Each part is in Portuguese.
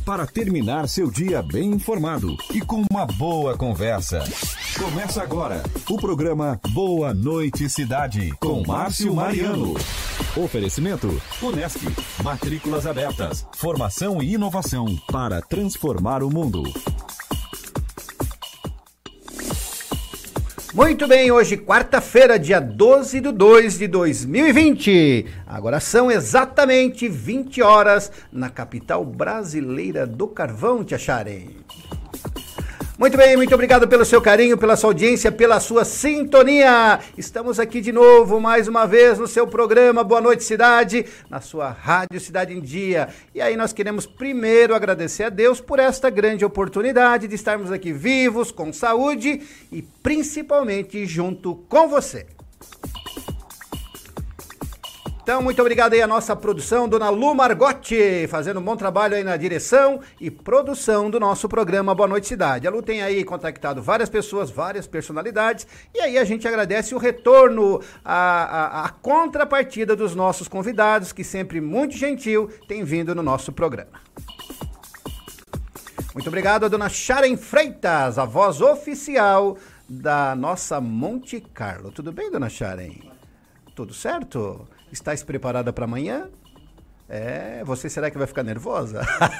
para terminar seu dia bem informado e com uma boa conversa. Começa agora o programa Boa Noite Cidade, com Márcio Mariano. Oferecimento Unesc, matrículas abertas, formação e inovação para transformar o mundo. Muito bem, hoje quarta-feira, dia 12/2/2020. Agora são exatamente 20 horas na capital brasileira do carvão, Tia Sharen. Muito bem, muito obrigado pelo seu carinho, pela sua audiência, pela sua sintonia. Estamos aqui de novo, mais uma vez, no seu programa Boa Noite Cidade, na sua Rádio Cidade em Dia. E aí nós queremos primeiro agradecer a Deus por esta grande oportunidade de estarmos aqui vivos, com saúde e principalmente junto com você. Então, muito obrigado aí à nossa produção, Dona Lu Margotti, fazendo um bom trabalho aí na direção e produção do nosso programa Boa Noite Cidade. A Lu tem aí contactado várias pessoas, várias personalidades, e aí a gente agradece o retorno, a contrapartida dos nossos convidados, que sempre muito gentil tem vindo no nosso programa. Muito obrigado a Dona Sharen Freitas, a voz oficial da nossa Monte Carlo. Tudo bem, Dona Sharen? Tudo certo? Está preparada para amanhã? Você será que vai ficar nervosa?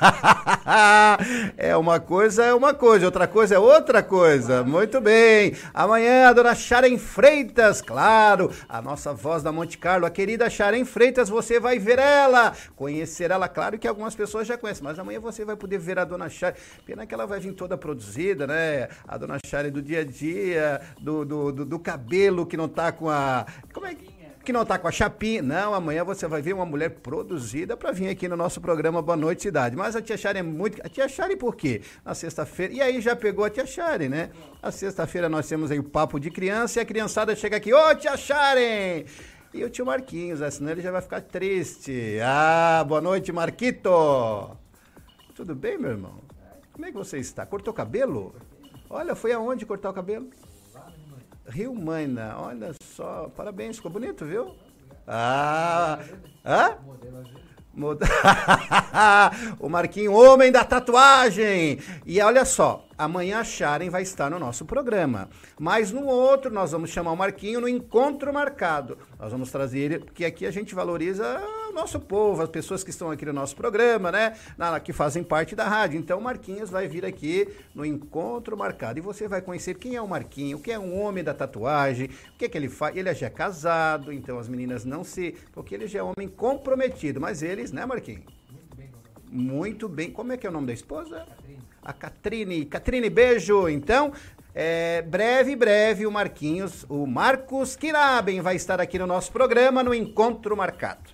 Uma coisa, outra coisa é outra coisa. Muito bem. Amanhã a Dona Sharen Freitas, claro, a nossa voz da Monte Carlo, a querida Sharen Freitas, você vai ver ela, conhecer ela, claro que algumas pessoas já conhecem, mas amanhã você vai poder ver a Dona Sharen. Pena que ela vai vir toda produzida, né? A Dona Sharen do dia a dia, do cabelo que não tá com a... que não tá com a chapinha. Não, amanhã você vai ver uma mulher produzida para vir aqui no nosso programa Boa Noite Cidade. Mas a Tia Sharen é muito... A Tia Sharen por quê? Na sexta-feira... E aí já pegou a Tia Sharen, né? Na sexta-feira nós temos aí o Papo de Criança e a criançada chega aqui, ô Tia Sharen! E o tio Marquinhos, senão ele já vai ficar triste. Boa noite, Marquito! Tudo bem, meu irmão? Como é que você está? Cortou o cabelo? Olha, foi aonde cortar o cabelo? Rio Maina, olha só, parabéns, ficou bonito, viu? O Marquinho, homem da tatuagem! E olha só, amanhã a Sharen vai estar no nosso programa, mas no outro nós vamos chamar o Marquinho no encontro marcado. Nós vamos trazer ele, porque aqui a gente valoriza o nosso povo, as pessoas que estão aqui no nosso programa, né? Que fazem parte da rádio. Então o Marquinhos vai vir aqui no encontro marcado e você vai conhecer quem é o Marquinho, o que é um homem da tatuagem, o que é que ele faz. Ele já é casado, então as meninas não se... Porque ele já é um homem comprometido, mas eles, né, Marquinho? Muito bem. Como é que é o nome da esposa? A Catrine. Catrine, beijo. Então, breve, o Marcos Kiraben vai estar aqui no nosso programa, no Encontro Marcado.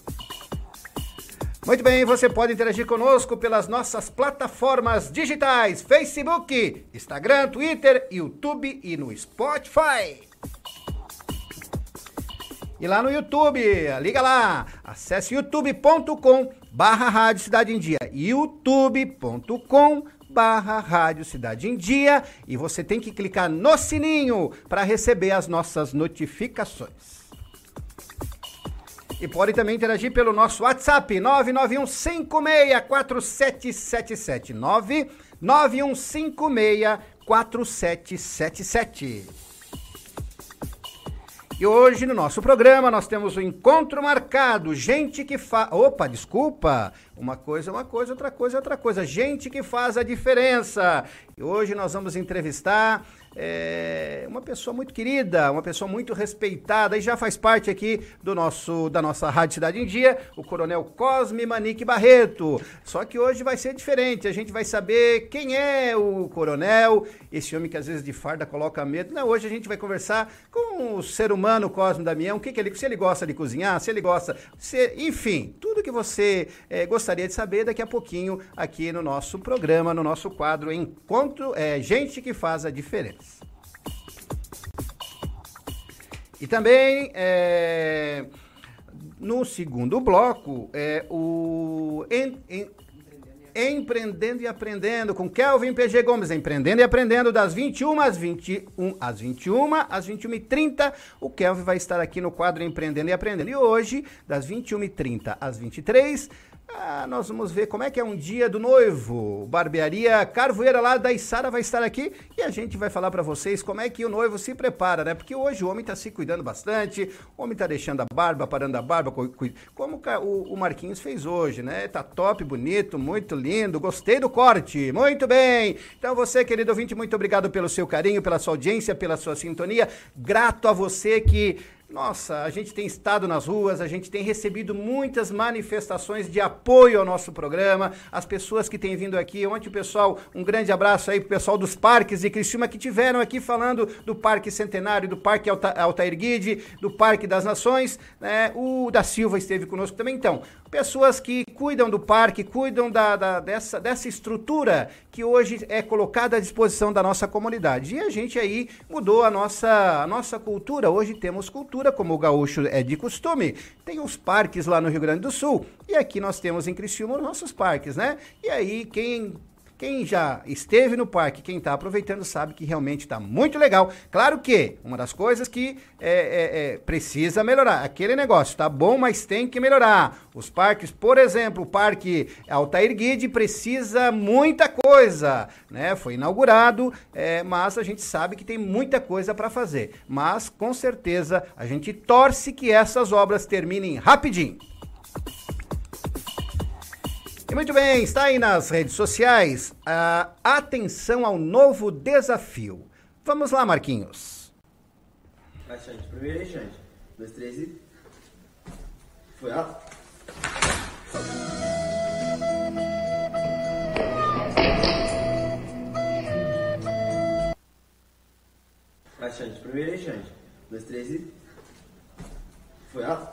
Muito bem, você pode interagir conosco pelas nossas plataformas digitais, Facebook, Instagram, Twitter, YouTube e no Spotify. E lá no YouTube, liga lá, acesse youtube.com/Rádio Cidade em Dia, youtube.com/Rádio Cidade em Dia, e você tem que clicar no sininho para receber as nossas notificações. E pode também interagir pelo nosso WhatsApp, 991564777, 991564777. E hoje no nosso programa nós temos um encontro marcado, gente que faz... Opa, desculpa, uma coisa, outra coisa, gente que faz a diferença. E hoje nós vamos entrevistar uma pessoa muito querida, uma pessoa muito respeitada e já faz parte aqui da nossa Rádio Cidade em Dia, o Coronel Cosme Manique Barreto. Só que hoje vai ser diferente, a gente vai saber quem é o Coronel, esse homem que às vezes de farda coloca medo. Não, hoje a gente vai conversar com o ser humano Cosme Damião, se ele gosta de cozinhar, se ele gosta, enfim, tudo que você gostaria de saber daqui a pouquinho aqui no nosso programa, no nosso quadro Encontro, gente que faz a diferença. E também, no segundo bloco, o Empreendendo e Aprendendo, com Kelvin PG Gomes, Empreendendo e Aprendendo, das 21 às 21h30, o Kelvin vai estar aqui no quadro Empreendendo e Aprendendo. E hoje, das 21h30 às 23h, Nós vamos ver como é que é um dia do noivo. Barbearia Carvoeira lá da Içara vai estar aqui e a gente vai falar pra vocês como é que o noivo se prepara, né? Porque hoje o homem tá se cuidando bastante, o homem tá deixando a barba, parando a barba, como o Marquinhos fez hoje, né? Tá top, bonito, muito lindo, gostei do corte, muito bem. Então você, querido ouvinte, muito obrigado pelo seu carinho, pela sua audiência, pela sua sintonia. Grato a você que... Nossa, a gente tem estado nas ruas, a gente tem recebido muitas manifestações de apoio ao nosso programa, as pessoas que têm vindo aqui, ontem o pessoal, um grande abraço aí pro pessoal dos parques de Criciúma que tiveram aqui falando do Parque Centenário, do Parque Altair Guide, do Parque das Nações, né? O da Silva esteve conosco também, então, pessoas que cuidam do parque, cuidam dessa estrutura que hoje é colocada à disposição da nossa comunidade. E a gente aí mudou a nossa cultura, hoje temos cultura, como o gaúcho é de costume. Tem os parques lá no Rio Grande do Sul e aqui nós temos em Criciúma os nossos parques, né? E aí quem já esteve no parque, quem está aproveitando sabe que realmente está muito legal. Claro que uma das coisas que precisa melhorar, aquele negócio tá bom, mas tem que melhorar. Os parques, por exemplo, o Parque Altair Guide precisa muita coisa, né? Foi inaugurado, mas a gente sabe que tem muita coisa para fazer. Mas com certeza a gente torce que essas obras terminem rapidinho. E muito bem, está aí nas redes sociais, atenção ao novo desafio. Vamos lá, Marquinhos. Vai, Xande. Primeiro aí, Xande. 2, 3 e... Foi, ó. Vai, Xande. Primeiro aí, Xande. 2, 3 e... Foi, ó.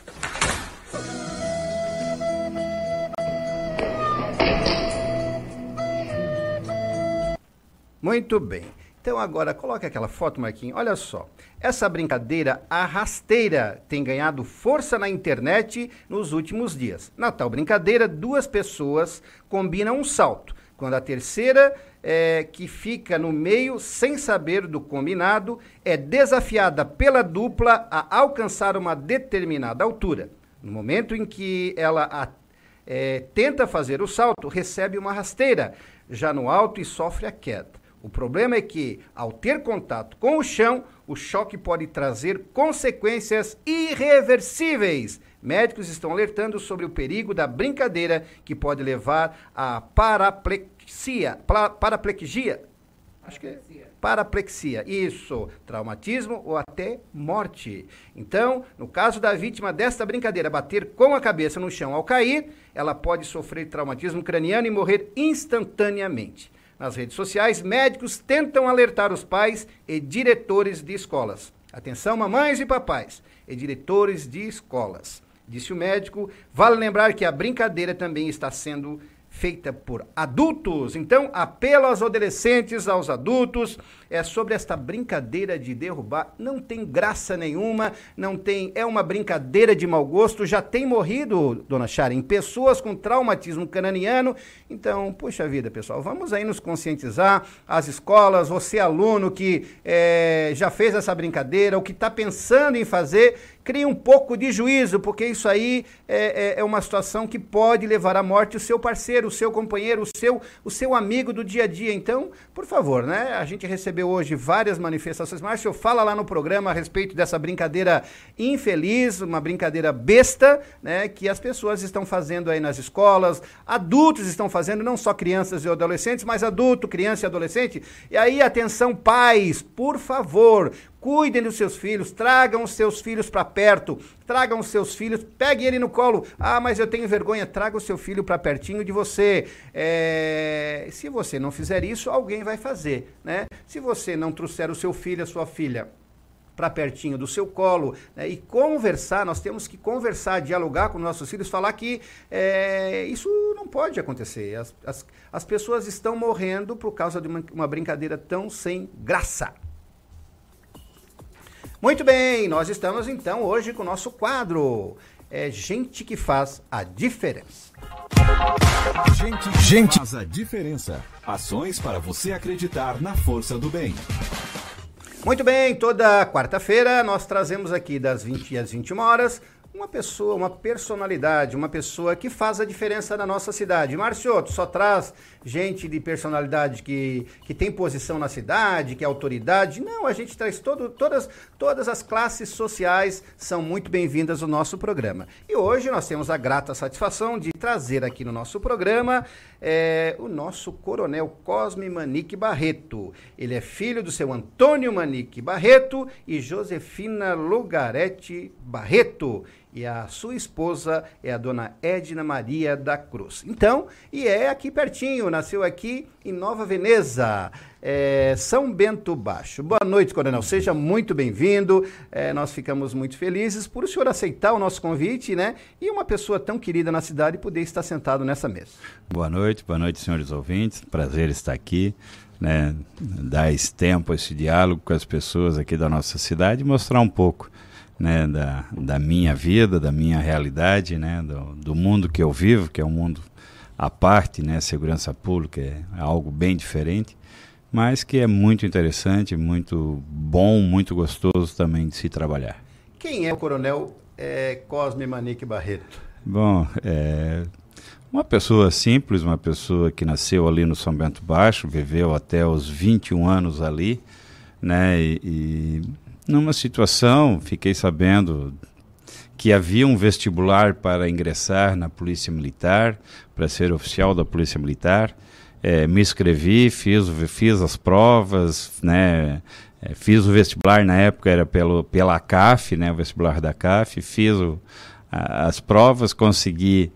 Muito bem. Então agora, coloque aquela foto, Marquinhos. Olha só, essa brincadeira, a rasteira, tem ganhado força na internet nos últimos dias. Na tal brincadeira, 2 pessoas combinam um salto. Quando a terceira, que fica no meio sem saber do combinado, é desafiada pela dupla a alcançar uma determinada altura. No momento em que ela tenta fazer o salto, recebe uma rasteira já no alto e sofre a queda. O problema é que, ao ter contato com o chão, o choque pode trazer consequências irreversíveis. Médicos estão alertando sobre o perigo da brincadeira que pode levar à paraplexia. Acho que é paraplexia, isso, traumatismo ou até morte. Então, no caso da vítima desta brincadeira bater com a cabeça no chão ao cair, ela pode sofrer traumatismo craniano e morrer instantaneamente. Nas redes sociais, médicos tentam alertar os pais e diretores de escolas. Atenção, mamães e papais e diretores de escolas. Disse o médico, vale lembrar que a brincadeira também está sendo feita por adultos. Então, apelo aos adolescentes, aos adultos, sobre esta brincadeira de derrubar. Não tem graça nenhuma, é uma brincadeira de mau gosto. Já tem morrido, dona Sharon, pessoas com traumatismo craniano. Então, puxa vida, pessoal, vamos aí nos conscientizar, as escolas, você aluno que já fez essa brincadeira, ou que está pensando em fazer, crie um pouco de juízo, porque isso aí é uma situação que pode levar à morte o seu parceiro, o seu companheiro, o seu amigo do dia a dia. Então, por favor, né? A gente recebeu hoje várias manifestações. Márcio, fala lá no programa a respeito dessa brincadeira infeliz, uma brincadeira besta, né? Que as pessoas estão fazendo aí nas escolas, adultos estão fazendo, não só crianças e adolescentes, mas adulto, criança e adolescente. E aí, atenção, pais, por favor, cuidem dos seus filhos, tragam os seus filhos para perto, tragam os seus filhos, peguem ele no colo. Ah, mas eu tenho vergonha, traga o seu filho para pertinho de você. Se você não fizer isso, alguém vai fazer, né? Se você não trouxer o seu filho, a sua filha para pertinho do seu colo, né, e conversar, nós temos que conversar, dialogar com nossos filhos, falar que isso não pode acontecer. As pessoas estão morrendo por causa de uma brincadeira tão sem graça. Muito bem, nós estamos então hoje com o nosso quadro, Gente que Faz a Diferença. Gente faz a diferença. Ações para você acreditar na força do bem. Muito bem, toda quarta-feira nós trazemos aqui das 20 às 21 horas uma pessoa, uma personalidade, uma pessoa que faz a diferença na nossa cidade. Márcio, tu só traz gente de personalidade que tem posição na cidade, que é autoridade. Não, a gente traz todas as classes sociais são muito bem-vindas ao nosso programa. E hoje nós temos a grata satisfação de trazer aqui no nosso programa o nosso coronel Cosme Manique Barreto. Ele é filho do seu Antônio Manique Barreto e Josefina Lugarete Barreto. E a sua esposa é a dona Edna Maria da Cruz. Então, e é aqui pertinho, nasceu aqui em Nova Veneza, São Bento Baixo. Boa noite, coronel, seja muito bem-vindo. Nós ficamos muito felizes por o senhor aceitar o nosso convite, né? E uma pessoa tão querida na cidade poder estar sentado nessa mesa. Boa noite, senhores ouvintes. Prazer estar aqui, né? Dar esse tempo, esse diálogo com as pessoas aqui da nossa cidade e mostrar um pouco, né, da minha vida, da minha realidade, né, do mundo que eu vivo, que é um mundo à parte, né, segurança pública é algo bem diferente, mas que é muito interessante, muito bom, muito gostoso também de se trabalhar. Quem é o coronel Cosme Manique Barreto? Bom, uma pessoa simples, uma pessoa que nasceu ali no São Bento Baixo, viveu até os 21 anos ali, né, e numa situação, fiquei sabendo que havia um vestibular para ingressar na Polícia Militar, para ser oficial da Polícia Militar. Me inscrevi, fiz as provas, né? Fiz o vestibular, na época era pela CAF, né? O vestibular da CAF, fiz as provas, consegui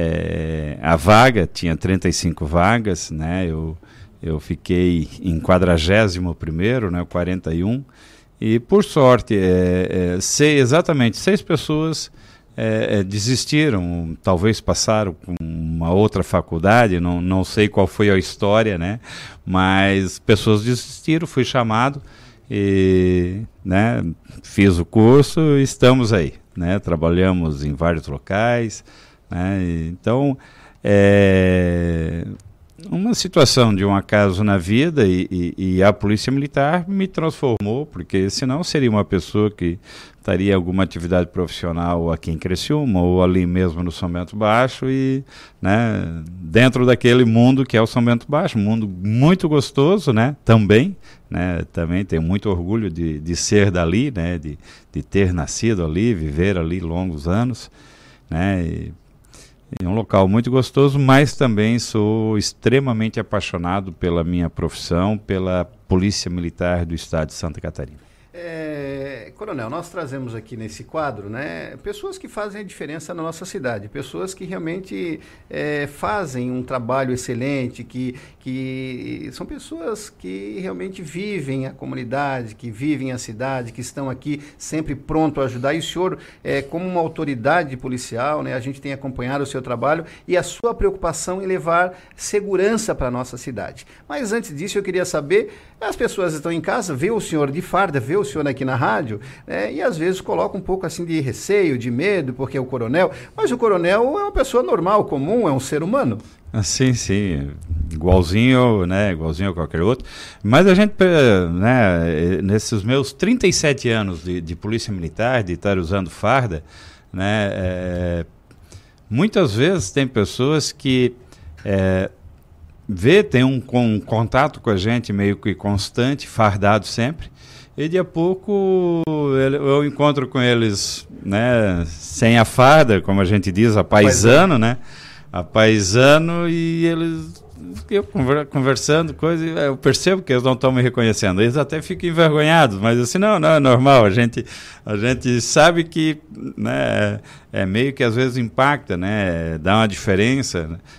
a vaga, tinha 35 vagas, né? Eu fiquei em 41º, né? 41. E, por sorte, exatamente 6 pessoas desistiram, talvez passaram com uma outra faculdade, não sei qual foi a história, né? Mas pessoas desistiram, fui chamado e, né, fiz o curso e estamos aí, né? Trabalhamos em vários locais, né? Então, uma situação de um acaso na vida e a Polícia Militar me transformou, porque senão seria uma pessoa que estaria em alguma atividade profissional aqui em Criciúma ou ali mesmo no São Bento Baixo e, né, dentro daquele mundo que é o São Bento Baixo, um mundo muito gostoso, né, também tenho muito orgulho de ser dali, né, de ter nascido ali, viver ali longos anos, né, é um local muito gostoso, mas também sou extremamente apaixonado pela minha profissão, pela Polícia Militar do Estado de Santa Catarina. Coronel, nós trazemos aqui nesse quadro, né, pessoas que fazem a diferença na nossa cidade, pessoas que realmente fazem um trabalho excelente, que são pessoas que realmente vivem a comunidade, que vivem a cidade, que estão aqui sempre pronto a ajudar. E o senhor, como uma autoridade policial, né, a gente tem acompanhado o seu trabalho e a sua preocupação em levar segurança para a nossa cidade. Mas antes disso, eu queria saber, as pessoas estão em casa, vê o senhor de farda, vê o senhor aqui na rádio, e às vezes coloca um pouco assim de receio, de medo, porque é o coronel, mas o coronel é uma pessoa normal, comum, é um ser humano. Sim, igualzinho a qualquer outro, mas a gente, né, nesses meus 37 anos de Polícia Militar, de estar usando farda, né, muitas vezes tem pessoas que tem um contato com a gente meio que constante, fardado sempre, e de a pouco eu encontro com eles, né, sem a farda, como a gente diz, a paisano, né? A paisano, e eu conversando, eu percebo que eles não estão me reconhecendo. Eles até ficam envergonhados, mas assim, não é normal. A gente sabe que, né, meio que às vezes impacta, né, dá uma diferença, né?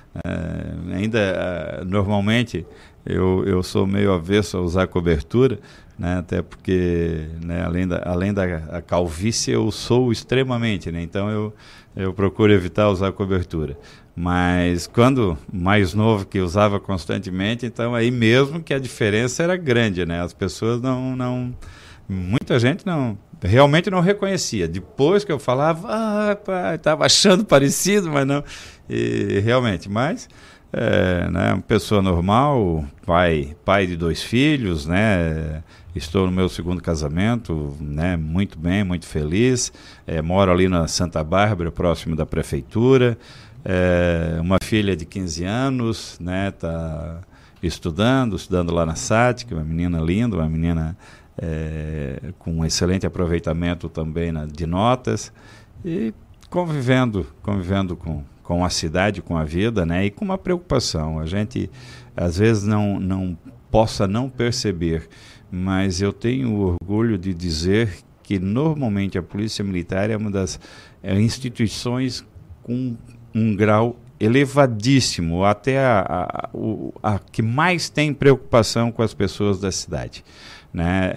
Normalmente eu sou meio avesso a usar cobertura, né, até porque, né, além da calvície eu sou extremamente, né, então eu procuro evitar usar cobertura. Mas quando mais novo, que usava constantemente, então aí mesmo que a diferença era grande, né? As pessoas muita gente realmente não reconhecia. Depois que eu falava, pai, estava achando parecido, mas não. E, realmente, mas né, uma pessoa normal, pai de 2 filhos, né? Estou no meu 2º casamento, né? Muito bem, muito feliz. Moro ali na Santa Bárbara, próximo da prefeitura. Uma filha de 15 anos, né? Tá estudando lá na SATIC, uma menina linda, uma menina com um excelente aproveitamento também de notas, e convivendo com a cidade, com a vida, né? E com uma preocupação. A gente às vezes não possa não perceber, mas eu tenho orgulho de dizer que normalmente a Polícia Militar é uma das instituições com um grau elevadíssimo, até a que mais tem preocupação com as pessoas da cidade, né?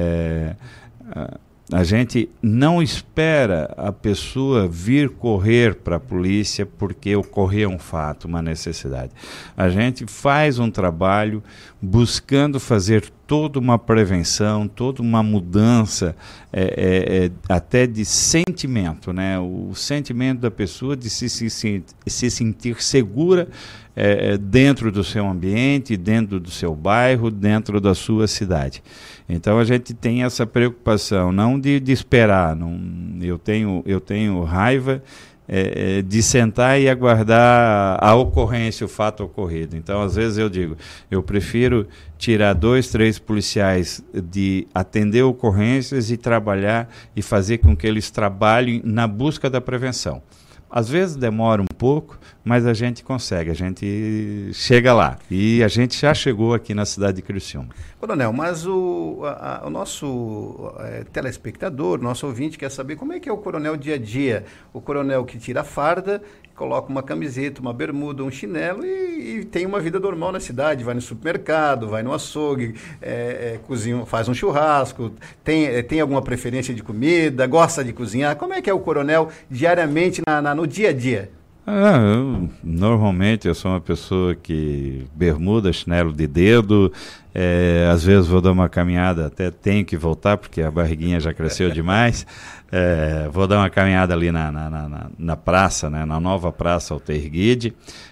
A gente não espera a pessoa vir correr para a polícia porque ocorreu um fato, uma necessidade. A gente faz um trabalho buscando fazer toda uma prevenção, toda uma mudança, até de sentimento, né? O sentimento da pessoa de se sentir segura dentro do seu ambiente, dentro do seu bairro, dentro da sua cidade. Então a gente tem essa preocupação, não de esperar. Eu tenho raiva de sentar e aguardar a ocorrência, o fato ocorrido. Então, às vezes eu digo, eu prefiro tirar 2, 3 policiais de atender ocorrências e trabalhar e fazer com que eles trabalhem na busca da prevenção. Às vezes demora um pouco, mas a gente consegue, a gente chega lá. E a gente já chegou aqui na cidade de Criciúma. Coronel, mas o nosso telespectador, nosso ouvinte quer saber como é que é o coronel dia a dia. O coronel que tira a farda, coloca uma camiseta, uma bermuda, um chinelo e tem uma vida normal na cidade, vai no supermercado, vai no açougue, cozinha, faz um churrasco, tem alguma preferência de comida, gosta de cozinhar. Como é que é o coronel diariamente no dia a dia? Normalmente eu sou uma pessoa que bermuda, chinelo de dedo, às vezes vou dar uma caminhada, até tenho que voltar porque a barriguinha já cresceu demais. Vou dar uma caminhada ali na praça, né, na nova praça Altair Guide.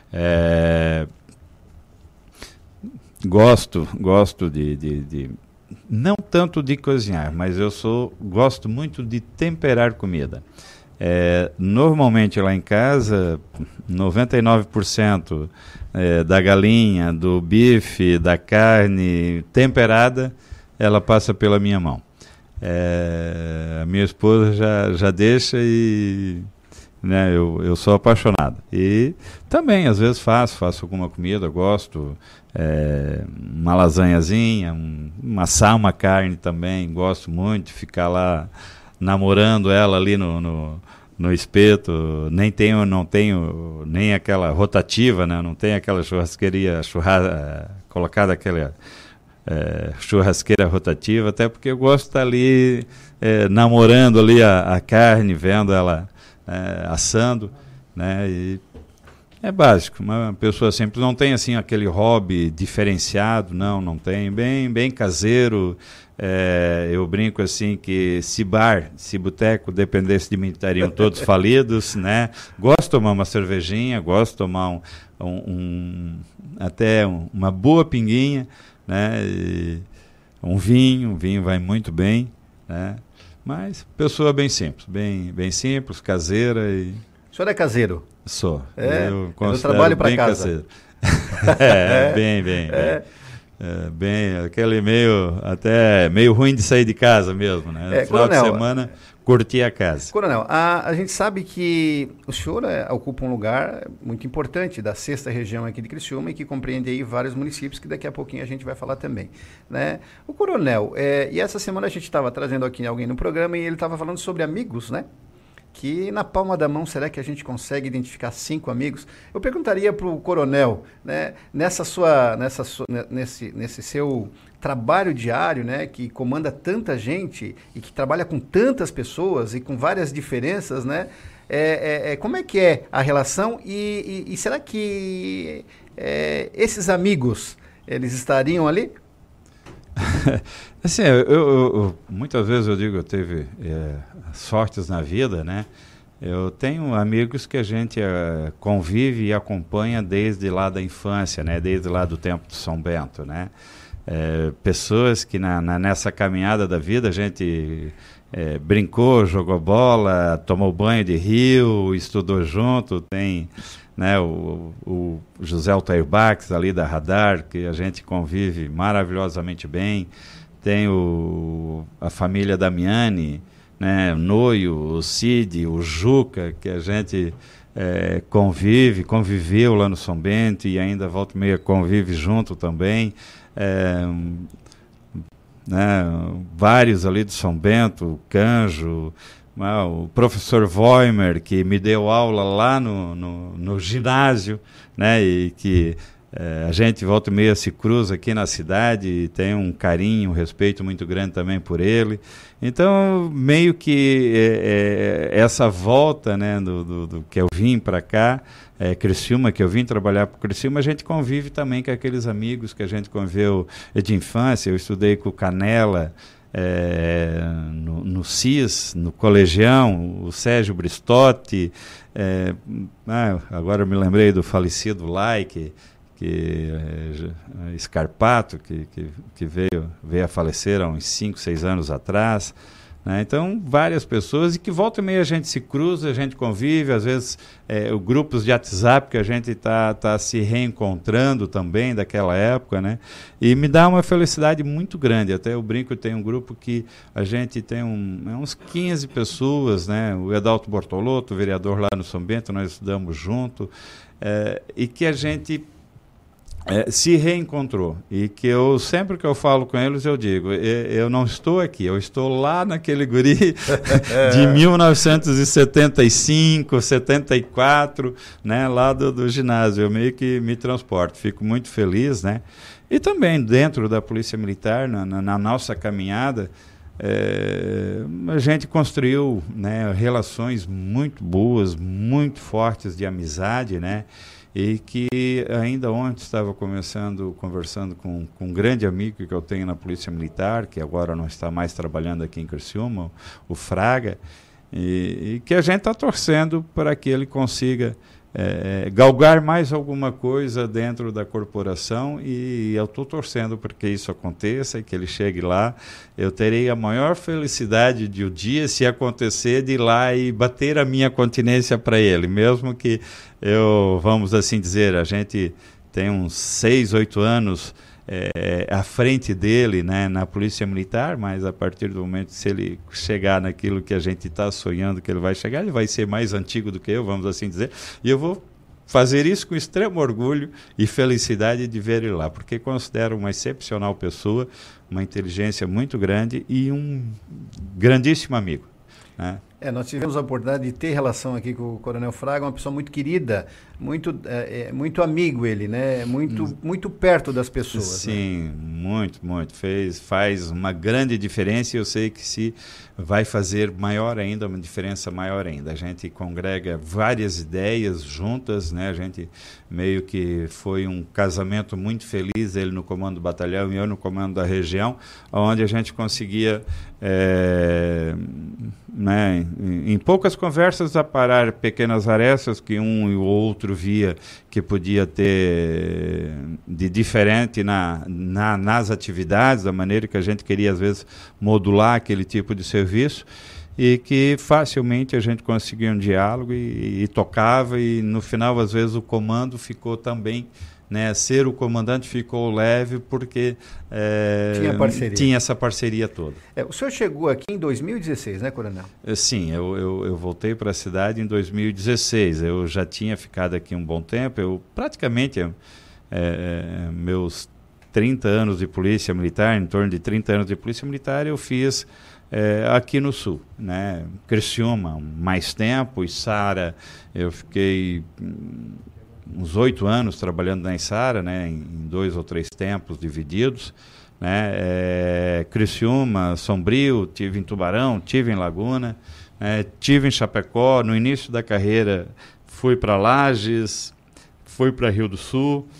Gosto de não tanto de cozinhar, mas gosto muito de temperar comida. Normalmente lá em casa, 99% da galinha, do bife, da carne temperada, ela passa pela minha mão. A minha esposa já deixa e, né, eu sou apaixonado. E também, às vezes, faço alguma comida, gosto, uma lasanhazinha, assar uma carne também, gosto muito de ficar lá namorando ela ali no espeto. Não tenho nem aquela rotativa, né? Não tem aquela churrasqueira colocada aquela churrasqueira rotativa, até porque eu gosto de estar ali namorando ali a carne, vendo ela assando, né? E é básico, uma pessoa simples, não tem assim aquele hobby diferenciado, não tem, bem caseiro. Eu brinco assim que se boteco dependesse de mim, estariam todos falidos, né? Gosto de tomar uma cervejinha, gosto de tomar até uma boa pinguinha, né? E um vinho vai muito bem, né? Mas pessoa bem simples, bem simples, caseira. E o senhor é caseiro? Sou. Eu considero trabalho para casa. Caseiro. Bem, aquele meio ruim de sair de casa mesmo, né? No final de semana, curtir a casa. Coronel, a gente sabe que o senhor ocupa um lugar muito importante da 6ª região aqui de Criciúma e que compreende aí vários municípios que daqui a pouquinho a gente vai falar também, né? O coronel, e essa semana a gente estava trazendo aqui alguém no programa e ele estava falando sobre amigos, né? Que na palma da mão, será que a gente consegue identificar 5 amigos? Eu perguntaria para o coronel, né, nesse seu trabalho diário, né, que comanda tanta gente e que trabalha com tantas pessoas e com várias diferenças, né, como é que é a relação e será que esses amigos, eles estariam ali? Assim, muitas vezes eu digo, eu tive sortes na vida, né? Eu tenho amigos que a gente convive e acompanha desde lá da infância, né? Desde lá do tempo de São Bento, né? Pessoas que nessa caminhada da vida a gente brincou, jogou bola, tomou banho de rio, estudou junto. Tem, né, o José Altair Bax ali da Radar, que a gente convive maravilhosamente bem. Tem a família Damiani, né, o Noio, o Cid, o Juca, que a gente conviveu lá no São Bento e ainda volta e meia convive junto também. Né, vários ali do São Bento, o Canjo, o professor Voimer, que me deu aula lá no ginásio, né, e que a gente volta e meia se cruza aqui na cidade e tem um carinho, um respeito muito grande também por ele. Então, meio que essa volta, né, do que eu vim para cá, Criciúma, que eu vim trabalhar para Criciúma, a gente convive também com aqueles amigos que a gente conviveu de infância. Eu estudei com o Canela, no CIS, no Colegião, o Sérgio Bristotti, agora eu me lembrei do falecido Laik, Scarpato, que veio a falecer há uns 5, 6 anos atrás, né? Então, várias pessoas, e que volta e meia a gente se cruza, a gente convive, às vezes grupos de WhatsApp que a gente está se reencontrando também daquela época, né? E me dá uma felicidade muito grande. Até eu brinco, tem um grupo que a gente tem uns 15 pessoas, né? O Edalto Bortolotto, vereador lá no São Bento, nós estudamos junto, e que a gente se reencontrou, e que sempre que eu falo com eles eu digo, eu não estou aqui, eu estou lá naquele guri de 1975, 74, né, lá do ginásio. Eu meio que me transporto, fico muito feliz, né? E também dentro da Polícia Militar, na nossa caminhada, a gente construiu, né, relações muito boas, muito fortes de amizade, né? E que ainda ontem estava conversando com um grande amigo que eu tenho na Polícia Militar, que agora não está mais trabalhando aqui em Criciúma, o Fraga, e que a gente está torcendo para que ele consiga galgar mais alguma coisa dentro da corporação, e eu estou torcendo para que isso aconteça e que ele chegue lá. Eu terei a maior felicidade de o dia, se acontecer, de ir lá e bater a minha continência para ele, mesmo que vamos assim dizer, a gente tem uns 6, 8 anos à frente dele, né, na Polícia Militar, mas a partir do momento que se ele chegar naquilo que a gente está sonhando que ele vai chegar, ele vai ser mais antigo do que eu, vamos assim dizer, e eu vou fazer isso com extremo orgulho e felicidade de ver ele lá, porque considero uma excepcional pessoa, uma inteligência muito grande e um grandíssimo amigo, né? Nós tivemos a oportunidade de ter relação aqui com o Coronel Fraga, uma pessoa muito querida, muito amigo ele, né? Muito perto das pessoas. Sim, né? Muito. Faz uma grande diferença, e eu sei que se vai fazer uma diferença maior ainda. A gente congrega várias ideias juntas, né? A gente meio que foi um casamento muito feliz, ele no comando do batalhão e eu no comando da região, onde a gente conseguia, né, em poucas conversas, aparar pequenas arestas que um e o outro via que podia ter de diferente nas atividades, da maneira que a gente queria às vezes modular aquele tipo de serviço, e que facilmente a gente conseguia um diálogo e tocava, e no final às vezes o comando ficou também, né, ser o comandante ficou leve, porque tinha essa parceria toda. O senhor chegou aqui em 2016, né, Coronel? Sim, eu voltei para a cidade em 2016. Eu já tinha ficado aqui um bom tempo. Eu praticamente, meus 30 anos de Polícia Militar, em torno de 30 anos de Polícia Militar, eu fiz aqui no Sul, né? Criciúma, mais tempo, Içara, eu fiquei uns 8 anos trabalhando na Içara, né, em 2 ou 3 tempos divididos, né, Criciúma, Sombrio, tive em Tubarão, tive em Laguna, tive em Chapecó. No início da carreira fui para Lages, fui para Rio do Sul,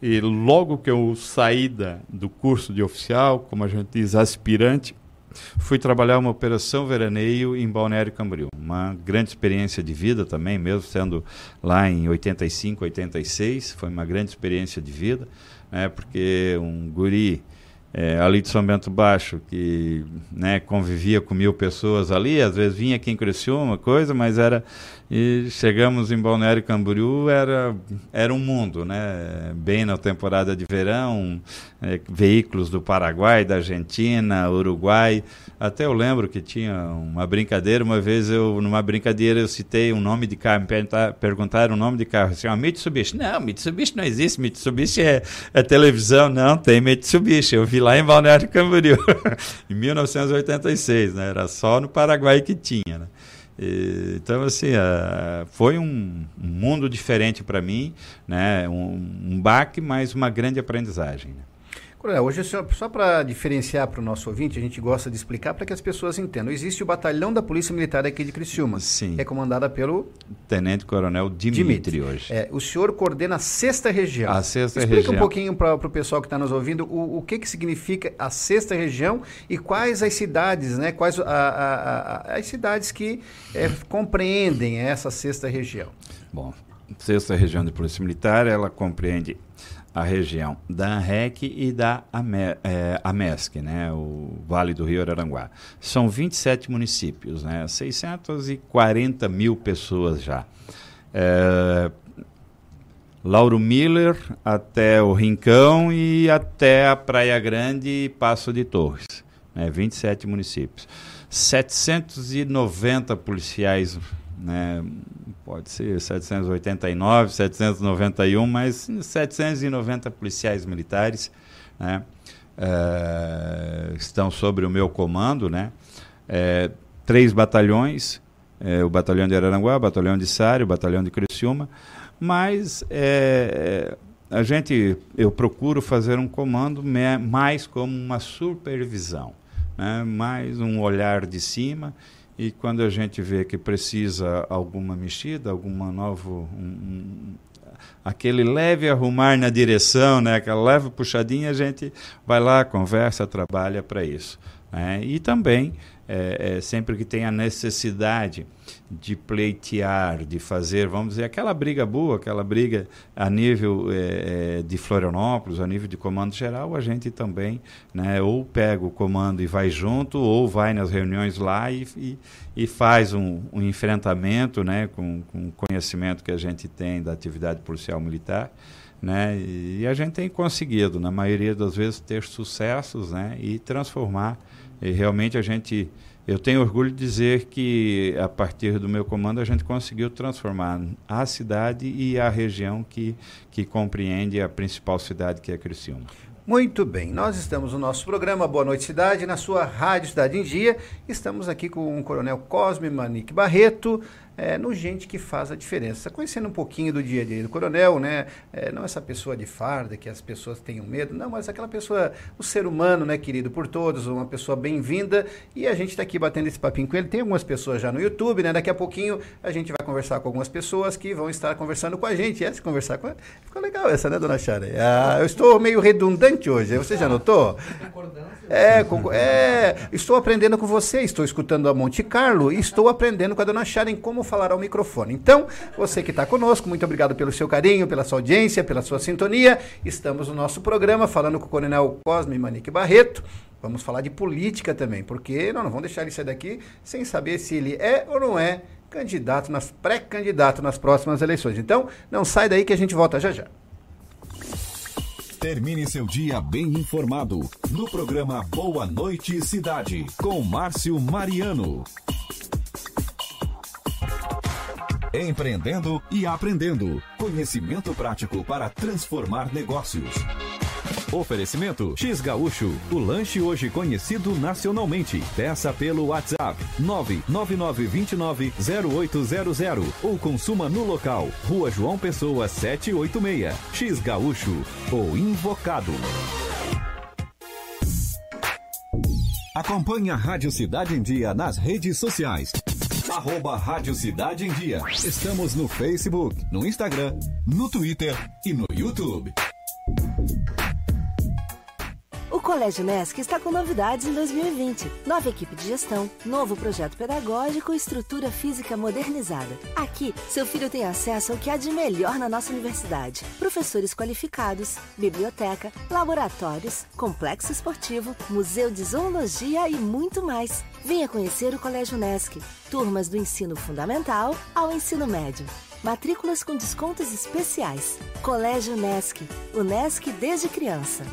E logo que eu saí do curso de oficial, como a gente diz, aspirante, fui trabalhar uma operação veraneio em Balneário Camboriú. Uma grande experiência de vida também, mesmo sendo lá em 85, 86, foi uma grande experiência de vida, né, porque um guri ali de São Bento Baixo, que, né, convivia com 1000 pessoas ali, às vezes vinha aqui em Criciúma, coisa, mas e chegamos em Balneário Camboriú, era um mundo, né? Bem na temporada de verão, veículos do Paraguai, da Argentina, Uruguai. Até eu lembro que tinha uma brincadeira, uma vez numa brincadeira eu citei um nome de carro, me perguntaram o nome de carro, assim, Mitsubishi. Não, Mitsubishi não existe, Mitsubishi é televisão, não, tem Mitsubishi. Eu vi lá em Balneário Camboriú, em 1986, né? Era só no Paraguai que tinha, né? Então, assim, foi um mundo diferente para mim, né? Um baque, mas uma grande aprendizagem, né? Coronel, hoje, só para diferenciar para o nosso ouvinte, a gente gosta de explicar para que as pessoas entendam. Existe o Batalhão da Polícia Militar aqui de Criciúma. Sim. É comandada pelo... Tenente Coronel Dimitri hoje. O senhor coordena a 6ª região. A 6ª região. Explica um pouquinho para o pessoal que está nos ouvindo o que significa a 6ª região e quais as cidades, né? Quais as cidades que compreendem essa 6ª região. Bom, a 6ª região de Polícia Militar, ela compreende a região da ANREC e da AMESC, né, o Vale do Rio Araranguá. São 27 municípios, né, 640 mil pessoas já. Lauro Miller até o Rincão e até a Praia Grande e Passo de Torres, né, 27 municípios. 790 policiais, né, pode ser 789, 791, mas 790 policiais militares, né, estão sobre o meu comando, né, 3 batalhões, o batalhão de Araranguá, o batalhão de Sário, o batalhão de Criciúma, mas eu procuro fazer um comando mais como uma supervisão, né, mais um olhar de cima. E quando a gente vê que precisa alguma mexida, alguma nova... aquele leve arrumar na direção, né? Aquela leve puxadinha, a gente vai lá, conversa, trabalha para isso, né? E também, sempre que tem a necessidade de pleitear, de fazer, vamos dizer, aquela briga boa, aquela briga a nível de Florianópolis, a nível de comando geral, a gente também, né, ou pega o comando e vai junto, ou vai nas reuniões lá e faz um enfrentamento, né, com o conhecimento que a gente tem da atividade policial militar, né, e a gente tem conseguido, na maioria das vezes, ter sucessos, né, e transformar, e realmente eu tenho orgulho de dizer que, a partir do meu comando, a gente conseguiu transformar a cidade e a região que compreende a principal cidade, que é Criciúma. Muito bem, nós estamos no nosso programa Boa Noite Cidade, na sua Rádio Cidade em Dia. Estamos aqui com o Coronel Cosme Manique Barreto, no Gente que Faz a Diferença. Conhecendo um pouquinho do dia a dia do coronel, né? Não essa pessoa de farda, que as pessoas tenham medo, não, mas aquela pessoa, o ser humano, né, querido por todos, uma pessoa bem-vinda, e a gente está aqui batendo esse papinho com ele. Tem algumas pessoas já no YouTube, né? Daqui a pouquinho a gente vai conversar com algumas pessoas que vão estar conversando com a gente. Se conversar com ela, ficou legal essa, né, dona Chara? Eu estou meio redundante hoje, você já notou? Estou aprendendo com você, estou escutando a Monte Carlo e estou aprendendo com a dona Chara em como falar ao microfone. Então, você que está conosco, muito obrigado pelo seu carinho, pela sua audiência, pela sua sintonia. Estamos no nosso programa falando com o Coronel Cosme Manique Barreto. Vamos falar de política também, porque nós não vamos deixar ele sair daqui sem saber se ele é ou não é pré-candidato nas próximas eleições. Então, não sai daí que a gente volta já já. Termine seu dia bem informado no programa Boa Noite Cidade, com Márcio Mariano. Empreendendo e aprendendo. Conhecimento prático para transformar negócios. Oferecimento X Gaúcho, o lanche hoje conhecido nacionalmente. Peça pelo WhatsApp 999290800 ou consuma no local, Rua João Pessoa 786. X Gaúcho, o invocado. Acompanhe a Rádio Cidade em Dia nas redes sociais. @Rádio Cidade em Dia. Estamos no Facebook, no Instagram, no Twitter e no YouTube. O Colégio Unesc está com novidades em 2020. Nova equipe de gestão, novo projeto pedagógico e estrutura física modernizada. Aqui, seu filho tem acesso ao que há de melhor na nossa universidade. Professores qualificados, biblioteca, laboratórios, complexo esportivo, museu de zoologia e muito mais. Venha conhecer o Colégio Unesc. Turmas do ensino fundamental ao ensino médio. Matrículas com descontos especiais. Colégio Unesc. Unesc desde criança.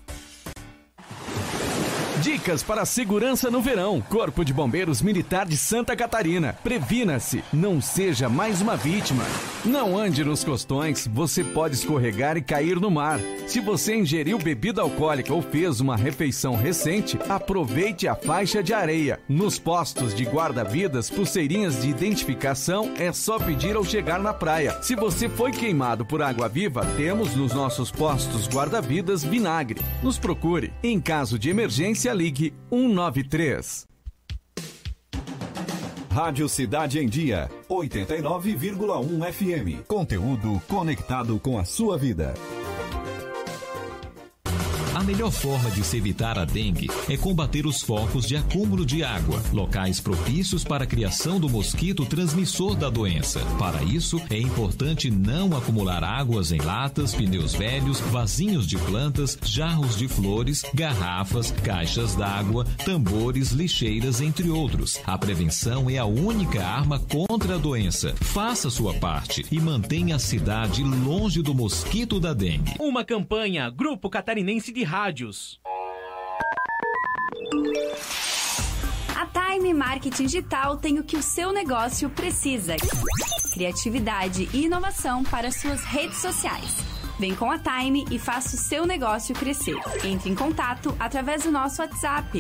Dicas para a segurança no verão. Corpo de Bombeiros Militar de Santa Catarina. Previna-se, não seja mais uma vítima. Não ande nos costões, você pode escorregar e cair no mar. Se você ingeriu bebida alcoólica ou fez uma refeição recente, aproveite a faixa de areia. Nos postos de guarda-vidas, pulseirinhas de identificação é só pedir ao chegar na praia. Se você foi queimado por água-viva, temos nos nossos postos guarda-vidas vinagre. Nos procure. Em caso de emergência, ligue 193. Rádio Cidade em Dia, 89,1 FM. Conteúdo conectado com a sua vida. A melhor forma de se evitar a dengue é combater os focos de acúmulo de água, locais propícios para a criação do mosquito transmissor da doença. Para isso, é importante não acumular águas em latas, pneus velhos, vasinhos de plantas, jarros de flores, garrafas, caixas d'água, tambores, lixeiras, entre outros. A prevenção é a única arma contra a doença. Faça sua parte e mantenha a cidade longe do mosquito da dengue. Uma campanha, Grupo Catarinense de Rádios. A Time Marketing Digital tem o que o seu negócio precisa: criatividade e inovação para suas redes sociais. Vem com a Time e faça o seu negócio crescer. Entre em contato através do nosso WhatsApp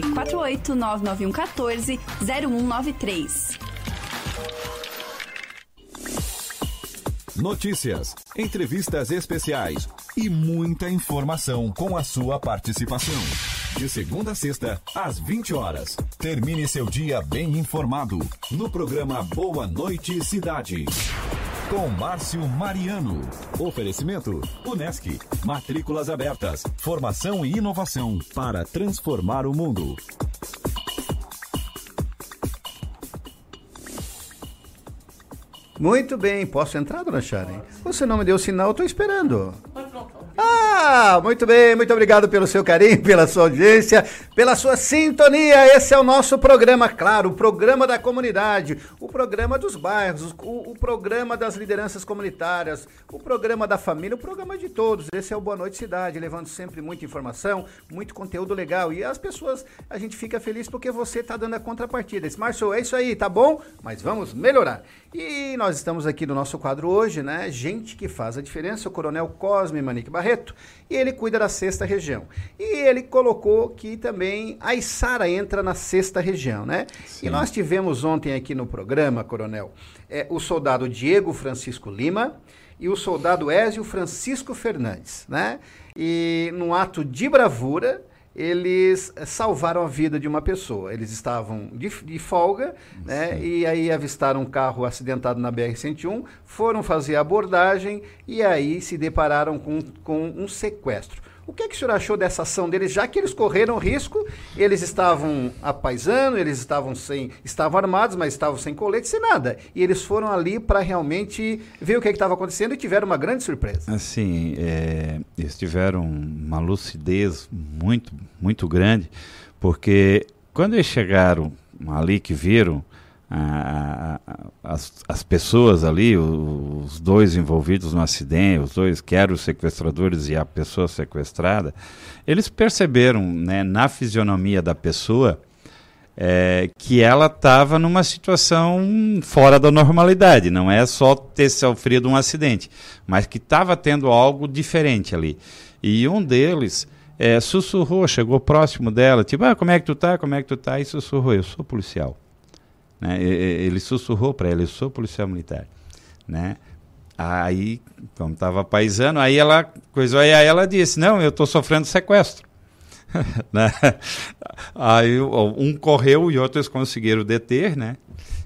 48991140193. Notícias, entrevistas especiais e muita informação com a sua participação. De segunda a sexta, às 20 horas. Termine seu dia bem informado no programa Boa Noite Cidade. Com Márcio Mariano. Oferecimento Unesc. Matrículas abertas. Formação e inovação para transformar o mundo. Muito bem, posso entrar, dona Sharon? Você não me deu sinal, eu estou esperando. Muito bem, muito obrigado pelo seu carinho, pela sua audiência, pela sua sintonia. Esse é o nosso programa, claro, o programa da comunidade, o programa dos bairros, o programa das lideranças comunitárias, o programa da família, o programa de todos. Esse é o Boa Noite Cidade, levando sempre muita informação, muito conteúdo legal. E as pessoas, a gente fica feliz porque você está dando a contrapartida. Márcio, é isso aí, tá bom? Mas vamos melhorar. E nós estamos aqui no nosso quadro hoje, né? Gente que faz a diferença, o Coronel Cosme Manique Barreto, e ele cuida da 6ª região. E ele colocou que também a Içara entra na 6ª região, né? Sim. E nós tivemos ontem aqui no programa, Coronel, o soldado Diego Francisco Lima e o soldado Ézio Francisco Fernandes, né? E num ato de bravura, eles salvaram a vida de uma pessoa. Eles estavam de folga, né? E aí avistaram um carro acidentado na BR-101, foram fazer a abordagem e aí se depararam com um sequestro. O que o senhor achou dessa ação deles, já que eles correram risco, eles estavam a paisano, eles estavam armados, mas estavam sem colete, sem nada. E eles foram ali para realmente ver o que estava acontecendo e tiveram uma grande surpresa. Assim, eles tiveram uma lucidez muito, muito grande, porque quando eles chegaram ali, que viram as pessoas ali, os dois envolvidos no acidente, os dois, que eram os sequestradores e a pessoa sequestrada, eles perceberam, né, na fisionomia da pessoa que ela estava numa situação fora da normalidade. Não é só ter sofrido um acidente, mas que estava tendo algo diferente ali. E um deles sussurrou, chegou próximo dela, tipo, como é que tu tá? Como é que tu tá? E sussurrou, eu sou policial. Ele sussurrou para ela, eu sou policial militar, né? Aí, como estava paisano, aí ela disse, não, eu estou sofrendo sequestro. Né? Aí um correu e outros conseguiram deter, né?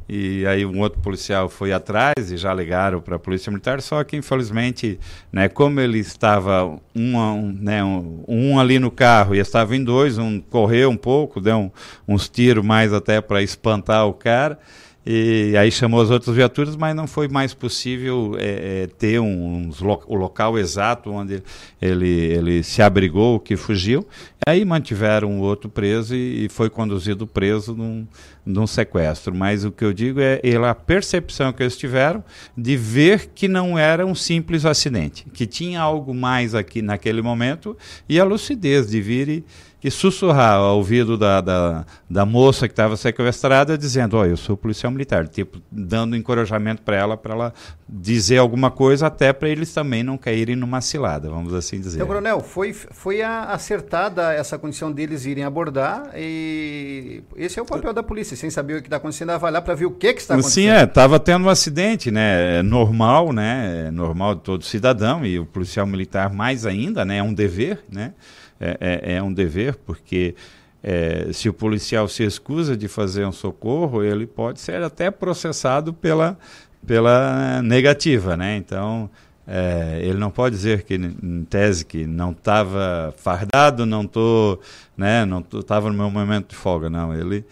e aí um outro policial foi atrás e já ligaram para a Polícia Militar, só que infelizmente, né, como ele estava um ali no carro e estava em dois, um correu um pouco, deu uns tiros mais até para espantar o cara, e aí chamou as outras viaturas, mas não foi mais possível ter o local exato onde ele se abrigou, que fugiu. Aí mantiveram o outro preso e foi conduzido preso num sequestro. Mas o que eu digo é a percepção que eles tiveram de ver que não era um simples acidente, que tinha algo mais aqui naquele momento, e a lucidez de vir e sussurrar ao ouvido da moça que estava sequestrada, dizendo, eu sou policial militar, tipo, dando encorajamento para ela dizer alguma coisa, até para eles também não caírem numa cilada, vamos assim dizer. Então, coronel, foi acertada essa condição deles irem abordar, e esse é o papel da polícia, sem saber o que está acontecendo, vai lá para ver o que está acontecendo. Sim, estava tendo um acidente, né, normal, né, normal de todo cidadão, e o policial militar mais ainda, né, é um dever, né, é um dever, porque se o policial se excusa de fazer um socorro, ele pode ser até processado pela negativa, né? Então, ele não pode dizer que, em tese, que não estava fardado, não estava no meu momento de folga, não.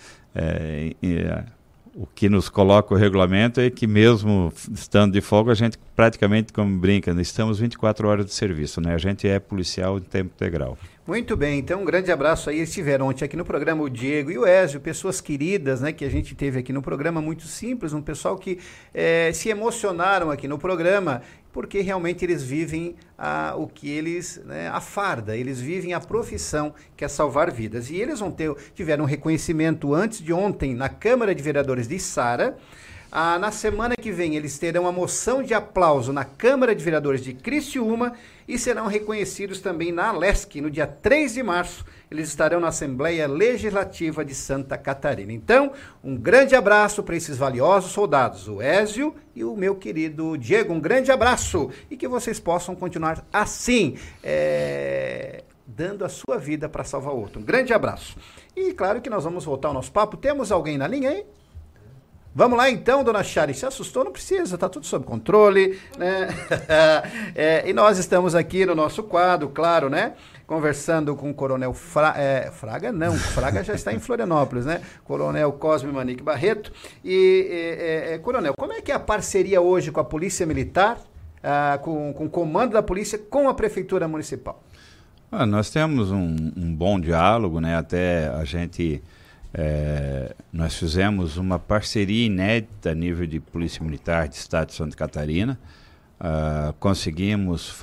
O que nos coloca o regulamento é que, mesmo estando de folga, a gente praticamente, como brinca, estamos 24 horas de serviço, né? A gente é policial em tempo integral. Muito bem, então um grande abraço aí. Eles estiveram ontem aqui no programa, o Diego e o Ézio, pessoas queridas, né, que a gente teve aqui no programa, muito simples, um pessoal que se emocionaram aqui no programa, porque realmente eles vivem o que eles, né, a farda, eles vivem a profissão que é salvar vidas. E eles tiveram um reconhecimento antes de ontem na Câmara de Vereadores de Içara. Na semana que vem eles terão a moção de aplauso na Câmara de Vereadores de Criciúma e serão reconhecidos também na Alesc, no dia 3 de março. Eles estarão na Assembleia Legislativa de Santa Catarina. Então, um grande abraço para esses valiosos soldados, o Ézio e o meu querido Diego. Um grande abraço e que vocês possam continuar assim, dando a sua vida para salvar outro. Um grande abraço. E claro que nós vamos voltar ao nosso papo. Temos alguém na linha aí? Vamos lá então, dona Shari, se assustou? Não precisa, está tudo sob controle, né? E nós estamos aqui no nosso quadro, claro, né? Conversando com o Coronel Fraga, não, Fraga já está em Florianópolis, né? Coronel Cosme Manique Barreto. Coronel, como é que é a parceria hoje com a Polícia Militar, com o comando da polícia, com a Prefeitura Municipal? Nós temos um bom diálogo, né? Até a gente... nós fizemos uma parceria inédita a nível de Polícia Militar do Estado de Santa Catarina. Conseguimos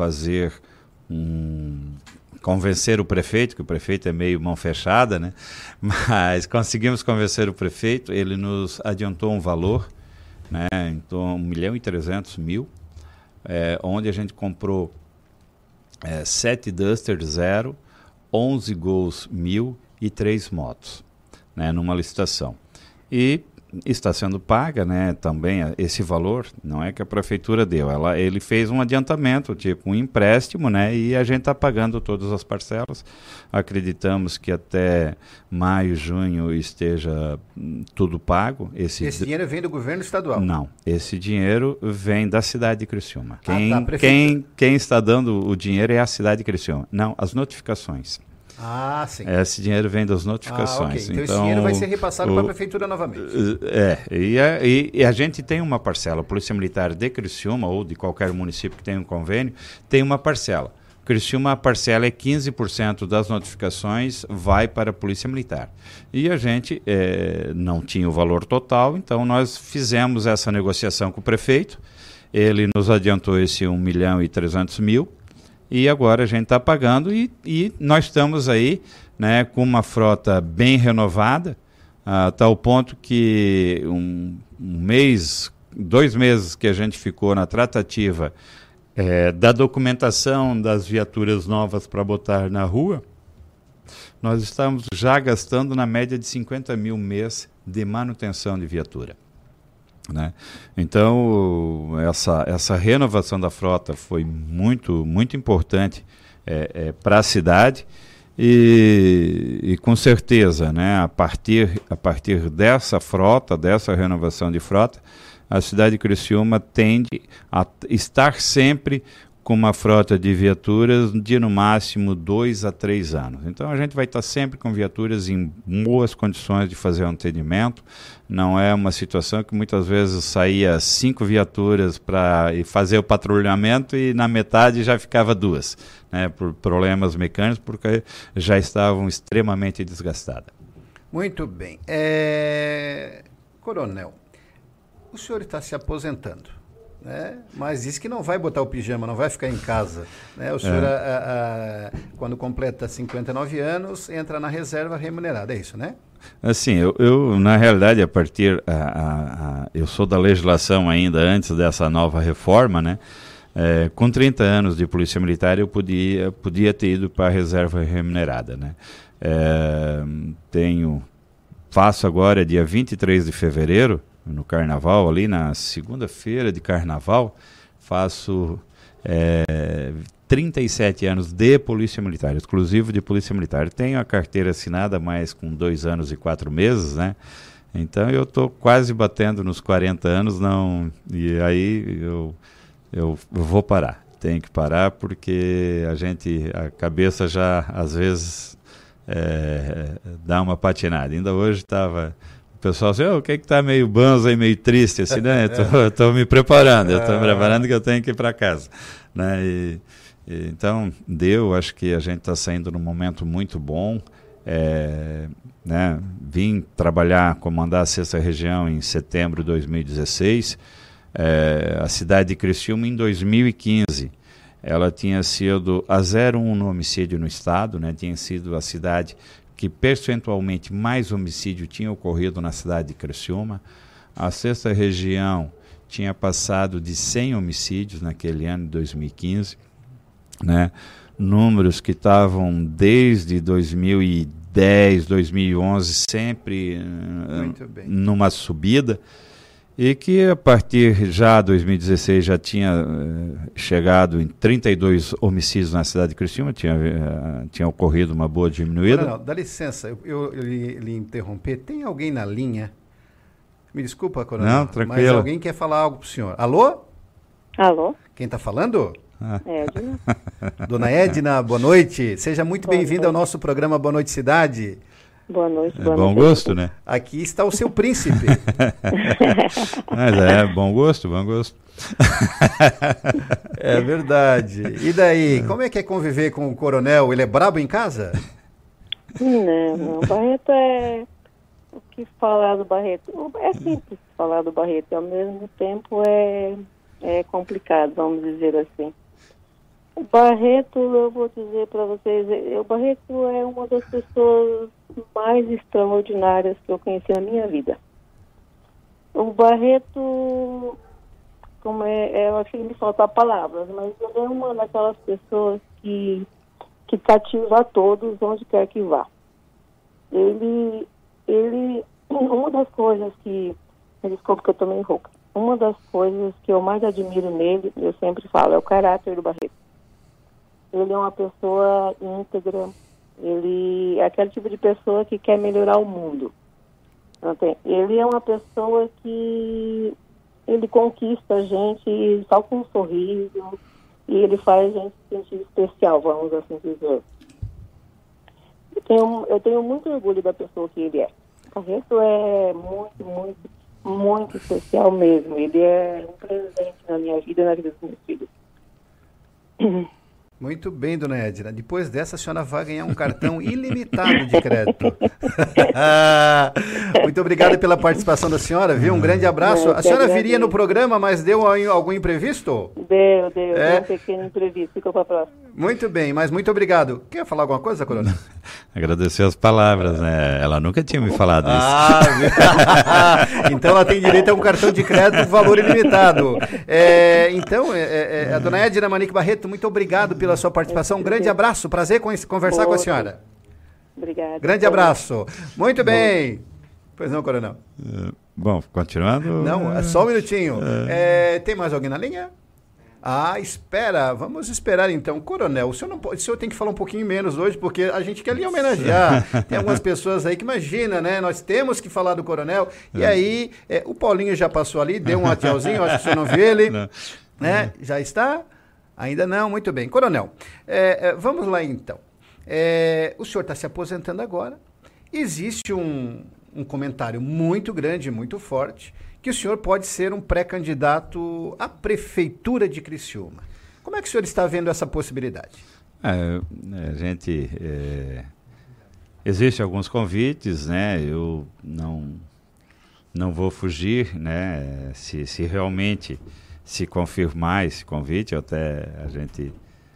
convencer o prefeito, que o prefeito é meio mão fechada, né? Mas conseguimos convencer o prefeito, ele nos adiantou um valor, né? Então, 1.300.000, onde a gente comprou 7 Duster 0, 11 Gols 1000 e 3 motos. Né, numa licitação. E está sendo paga, né, também esse valor, não é que a prefeitura deu, ele fez um adiantamento, tipo um empréstimo, né, e a gente está pagando todas as parcelas. Acreditamos que até maio, junho esteja tudo pago. Esse dinheiro vem do governo estadual? Não, esse dinheiro vem da cidade de Criciúma. Quem está dando o dinheiro é a cidade de Criciúma, não, as notificações. Sim. Esse dinheiro vem das notificações. Okay. Então esse dinheiro vai ser repassado para a Prefeitura novamente. E a gente tem uma parcela. A Polícia Militar de Criciúma, ou de qualquer município que tenha um convênio, tem uma parcela. Criciúma, a parcela é 15% das notificações vai para a Polícia Militar. E a gente não tinha o valor total, então nós fizemos essa negociação com o prefeito. Ele nos adiantou esse 1.300.000. E agora a gente está pagando e nós estamos aí, né, com uma frota bem renovada, a tal ponto que 2 meses que a gente ficou na tratativa da documentação das viaturas novas para botar na rua, nós estamos já gastando na média de 50 mil mês de manutenção de viatura. Né? Então essa renovação da frota foi muito, muito importante para a cidade, E com certeza, né, a partir dessa frota, dessa renovação de frota, a cidade de Criciúma tende a estar sempre com uma frota de viaturas de no máximo 2 a 3 anos. Então a gente vai estar sempre com viaturas em boas condições de fazer o atendimento. Não é uma situação que muitas vezes saía 5 viaturas para fazer o patrulhamento e na metade já ficava 2, né, por problemas mecânicos, porque já estavam extremamente desgastadas. Muito bem. Coronel, o senhor está se aposentando, né? Mas disse que não vai botar o pijama, não vai ficar em casa, né? O senhor, quando completa 59 anos, entra na reserva remunerada, é isso, né? Assim, eu na realidade, eu sou da legislação ainda antes dessa nova reforma, né? Com 30 anos de polícia militar, eu podia ter ido para a reserva remunerada, né? Faço agora, dia 23 de fevereiro, no carnaval, ali na segunda-feira de carnaval, faço 37 anos de polícia militar, exclusivo de polícia militar. Tenho a carteira assinada, mas com 2 anos e 4 meses, né? Então eu estou quase batendo nos 40 anos, e aí eu vou parar. Tenho que parar porque a cabeça já, às vezes, dá uma patinada. Ainda hoje estava... O pessoal assim, o que está meio banzo e meio triste, assim, né? Estou me preparando, que eu tenho que ir para casa, né? Então, acho que a gente está saindo num momento muito bom, né? Vim trabalhar, comandar a 6ª Região em setembro de 2016, a cidade de Criciúma em 2015, ela tinha sido a 01 no homicídio no estado, né? Tinha sido a cidade que percentualmente mais homicídio tinha ocorrido na cidade de Criciúma. A 6ª Região tinha passado de 100 homicídios naquele ano de 2015, né? Números que estavam desde 2010, 2011, sempre numa subida, e que a partir já de 2016 já tinha chegado em 32 homicídios na cidade de Criciúma, tinha ocorrido uma boa diminuída. Não, dá licença, eu lhe interromper, tem alguém na linha? Me desculpa, Coronel, não, tranquilo. Mas alguém quer falar algo para o senhor. Alô? Alô? Quem está falando? Edna. Dona Edna, boa noite. Seja muito bem-vinda ao nosso programa Boa Noite Cidade. Boa noite. Bom gosto, né? Aqui está o seu príncipe. Mas bom gosto. É verdade. E daí, como é que é conviver com o coronel? Ele é brabo em casa? Não, Barreto o que falar do Barreto? É simples falar do Barreto, e ao mesmo tempo é complicado, vamos dizer assim. O Barreto, eu vou dizer para vocês, o Barreto é uma das pessoas mais extraordinárias que eu conheci na minha vida. O Barreto, eu acho que me faltam palavras, mas ele é uma daquelas pessoas que cativa a todos onde quer que vá. Ele, uma das coisas que, desculpa que eu tô meio rouca, uma das coisas que eu mais admiro nele, eu sempre falo, é o caráter do Barreto. Ele é uma pessoa íntegra, ele é aquele tipo de pessoa que quer melhorar o mundo. Ele é uma pessoa que ele conquista a gente só com um sorriso e ele faz a gente se sentir especial, vamos assim dizer. Eu tenho muito orgulho da pessoa que ele é. O Barreto é muito, muito, muito especial mesmo. Ele é um presente na minha vida e na vida dos meus filhos. Muito bem, dona Edna. Depois dessa, a senhora vai ganhar um cartão ilimitado de crédito. Muito obrigado pela participação da senhora, viu? Um grande abraço. A senhora viria no programa, mas deu algum imprevisto? Deu um pequeno imprevisto. Ficou para a próxima. Muito bem, mas muito obrigado. Quer falar alguma coisa, Coronel? Agradecer as palavras, né? Ela nunca tinha me falado isso. Então ela tem direito a um cartão de crédito valor ilimitado. Então, a dona Edna Manique Barreto, muito obrigado pela sua participação. Um grande abraço, prazer conversar com a senhora. Obrigada. Grande abraço. Muito bem. Pois não, Coronel? Bom, continuando? Não, só um minutinho. Tem mais alguém na linha? Espera, vamos esperar então. Coronel, o senhor tem que falar um pouquinho menos hoje, porque a gente quer lhe homenagear. Tem algumas pessoas aí que imagina, né? Nós temos que falar do coronel. E aí, o Paulinho já passou ali, deu um tchauzinho, acho que o senhor não viu ele. Né? Já está? Ainda não, muito bem. Coronel, vamos lá então. O senhor está se aposentando agora. Existe um comentário muito grande, muito forte, que o senhor pode ser um pré-candidato à Prefeitura de Criciúma. Como é que o senhor está vendo essa possibilidade? Existem alguns convites, né? Eu não vou fugir, né? Se realmente se confirmar esse convite, até a gente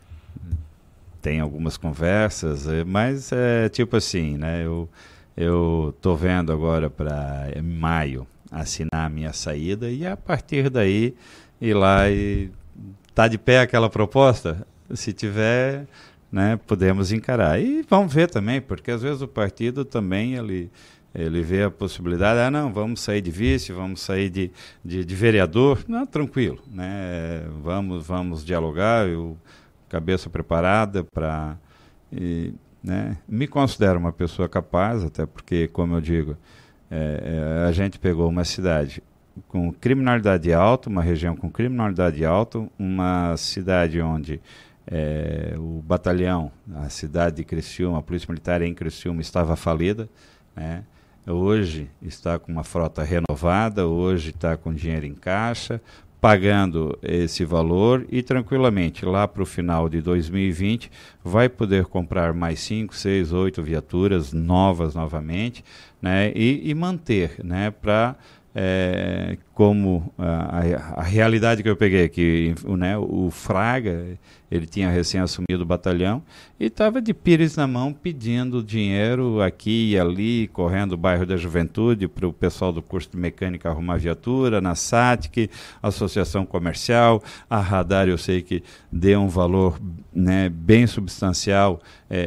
tem algumas conversas, mas tipo assim, né? Eu tô vendo agora para maio assinar a minha saída e a partir daí ir lá e tá de pé aquela proposta, se tiver, né, podemos encarar. E vamos ver também, porque às vezes o partido também ele vê a possibilidade, não, vamos sair de vice, vamos sair de vereador, não, tranquilo, né, vamos dialogar, eu cabeça preparada para, né, me considero uma pessoa capaz, até porque, como eu digo, a gente pegou uma cidade com criminalidade alta, uma região com criminalidade alta, uma cidade onde o batalhão, a cidade de Criciúma, a Polícia Militar em Criciúma estava falida, né? Hoje está com uma frota renovada, hoje está com dinheiro em caixa, pagando esse valor e tranquilamente lá para o final de 2020 vai poder comprar mais 5, 6, 8 viaturas novas novamente, né, e manter, né, para como a realidade que eu peguei aqui, né, o Fraga, ele tinha recém assumido o batalhão e estava de pires na mão pedindo dinheiro aqui e ali, correndo o bairro da Juventude para o pessoal do curso de mecânica arrumar viatura, na SATIC, Associação Comercial, a Radar eu sei que deu um valor, né, bem substancial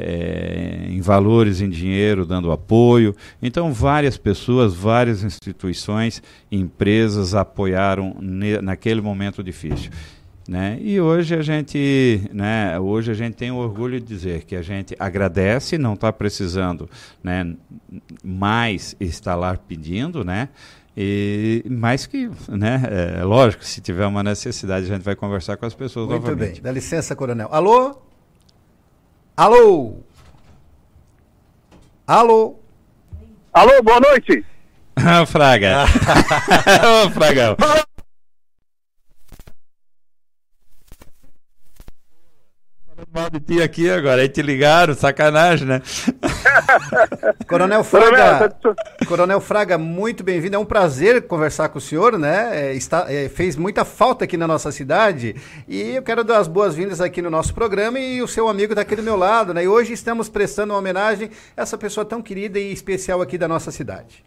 em valores em dinheiro, dando apoio. Então várias pessoas, várias instituições, empresas apoiaram naquele momento difícil. Né? E hoje a gente, né, tem o orgulho de dizer que a gente agradece, não está precisando, né, mais estar lá pedindo, né, mas que, né, lógico, se tiver uma necessidade a gente vai conversar com as pessoas novamente. Muito bem, dá licença, coronel. Alô? Alô? Alô? Alô, boa noite. Fraga. Ô, Fragão. Mal de ti aqui agora, aí te ligaram, sacanagem, né? Coronel Fraga, muito bem-vindo, é um prazer conversar com o senhor, né? Fez muita falta aqui na nossa cidade e eu quero dar as boas-vindas aqui no nosso programa e o seu amigo está aqui do meu lado, né? E hoje estamos prestando uma homenagem a essa pessoa tão querida e especial aqui da nossa cidade.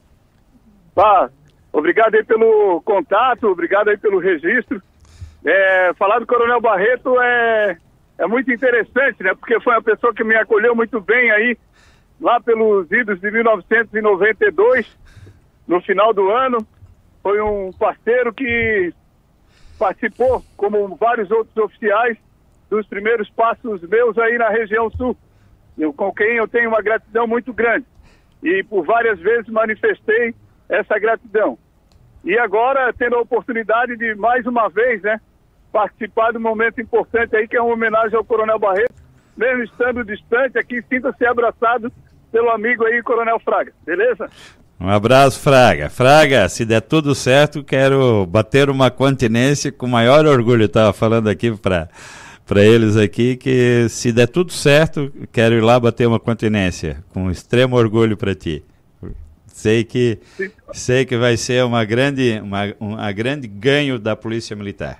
Obrigado aí pelo contato, obrigado aí pelo registro. Falar do Coronel Barreto é muito interessante, né? Porque foi uma pessoa que me acolheu muito bem aí, lá pelos idos de 1992, no final do ano. Foi um parceiro que participou, como vários outros oficiais, dos primeiros passos meus aí na região sul, com quem eu tenho uma gratidão muito grande. E por várias vezes manifestei essa gratidão. E agora, tendo a oportunidade de, mais uma vez, né, participar de um momento importante aí, que é uma homenagem ao Coronel Barreto, mesmo estando distante aqui, sinta-se abraçado pelo amigo aí, Coronel Fraga, beleza? Um abraço, Fraga. Fraga, se der tudo certo, quero bater uma continência com o maior orgulho. Eu estava falando aqui para eles aqui que se der tudo certo, quero ir lá bater uma continência, com extremo orgulho para ti. Sei que vai ser uma grande ganho da Polícia Militar.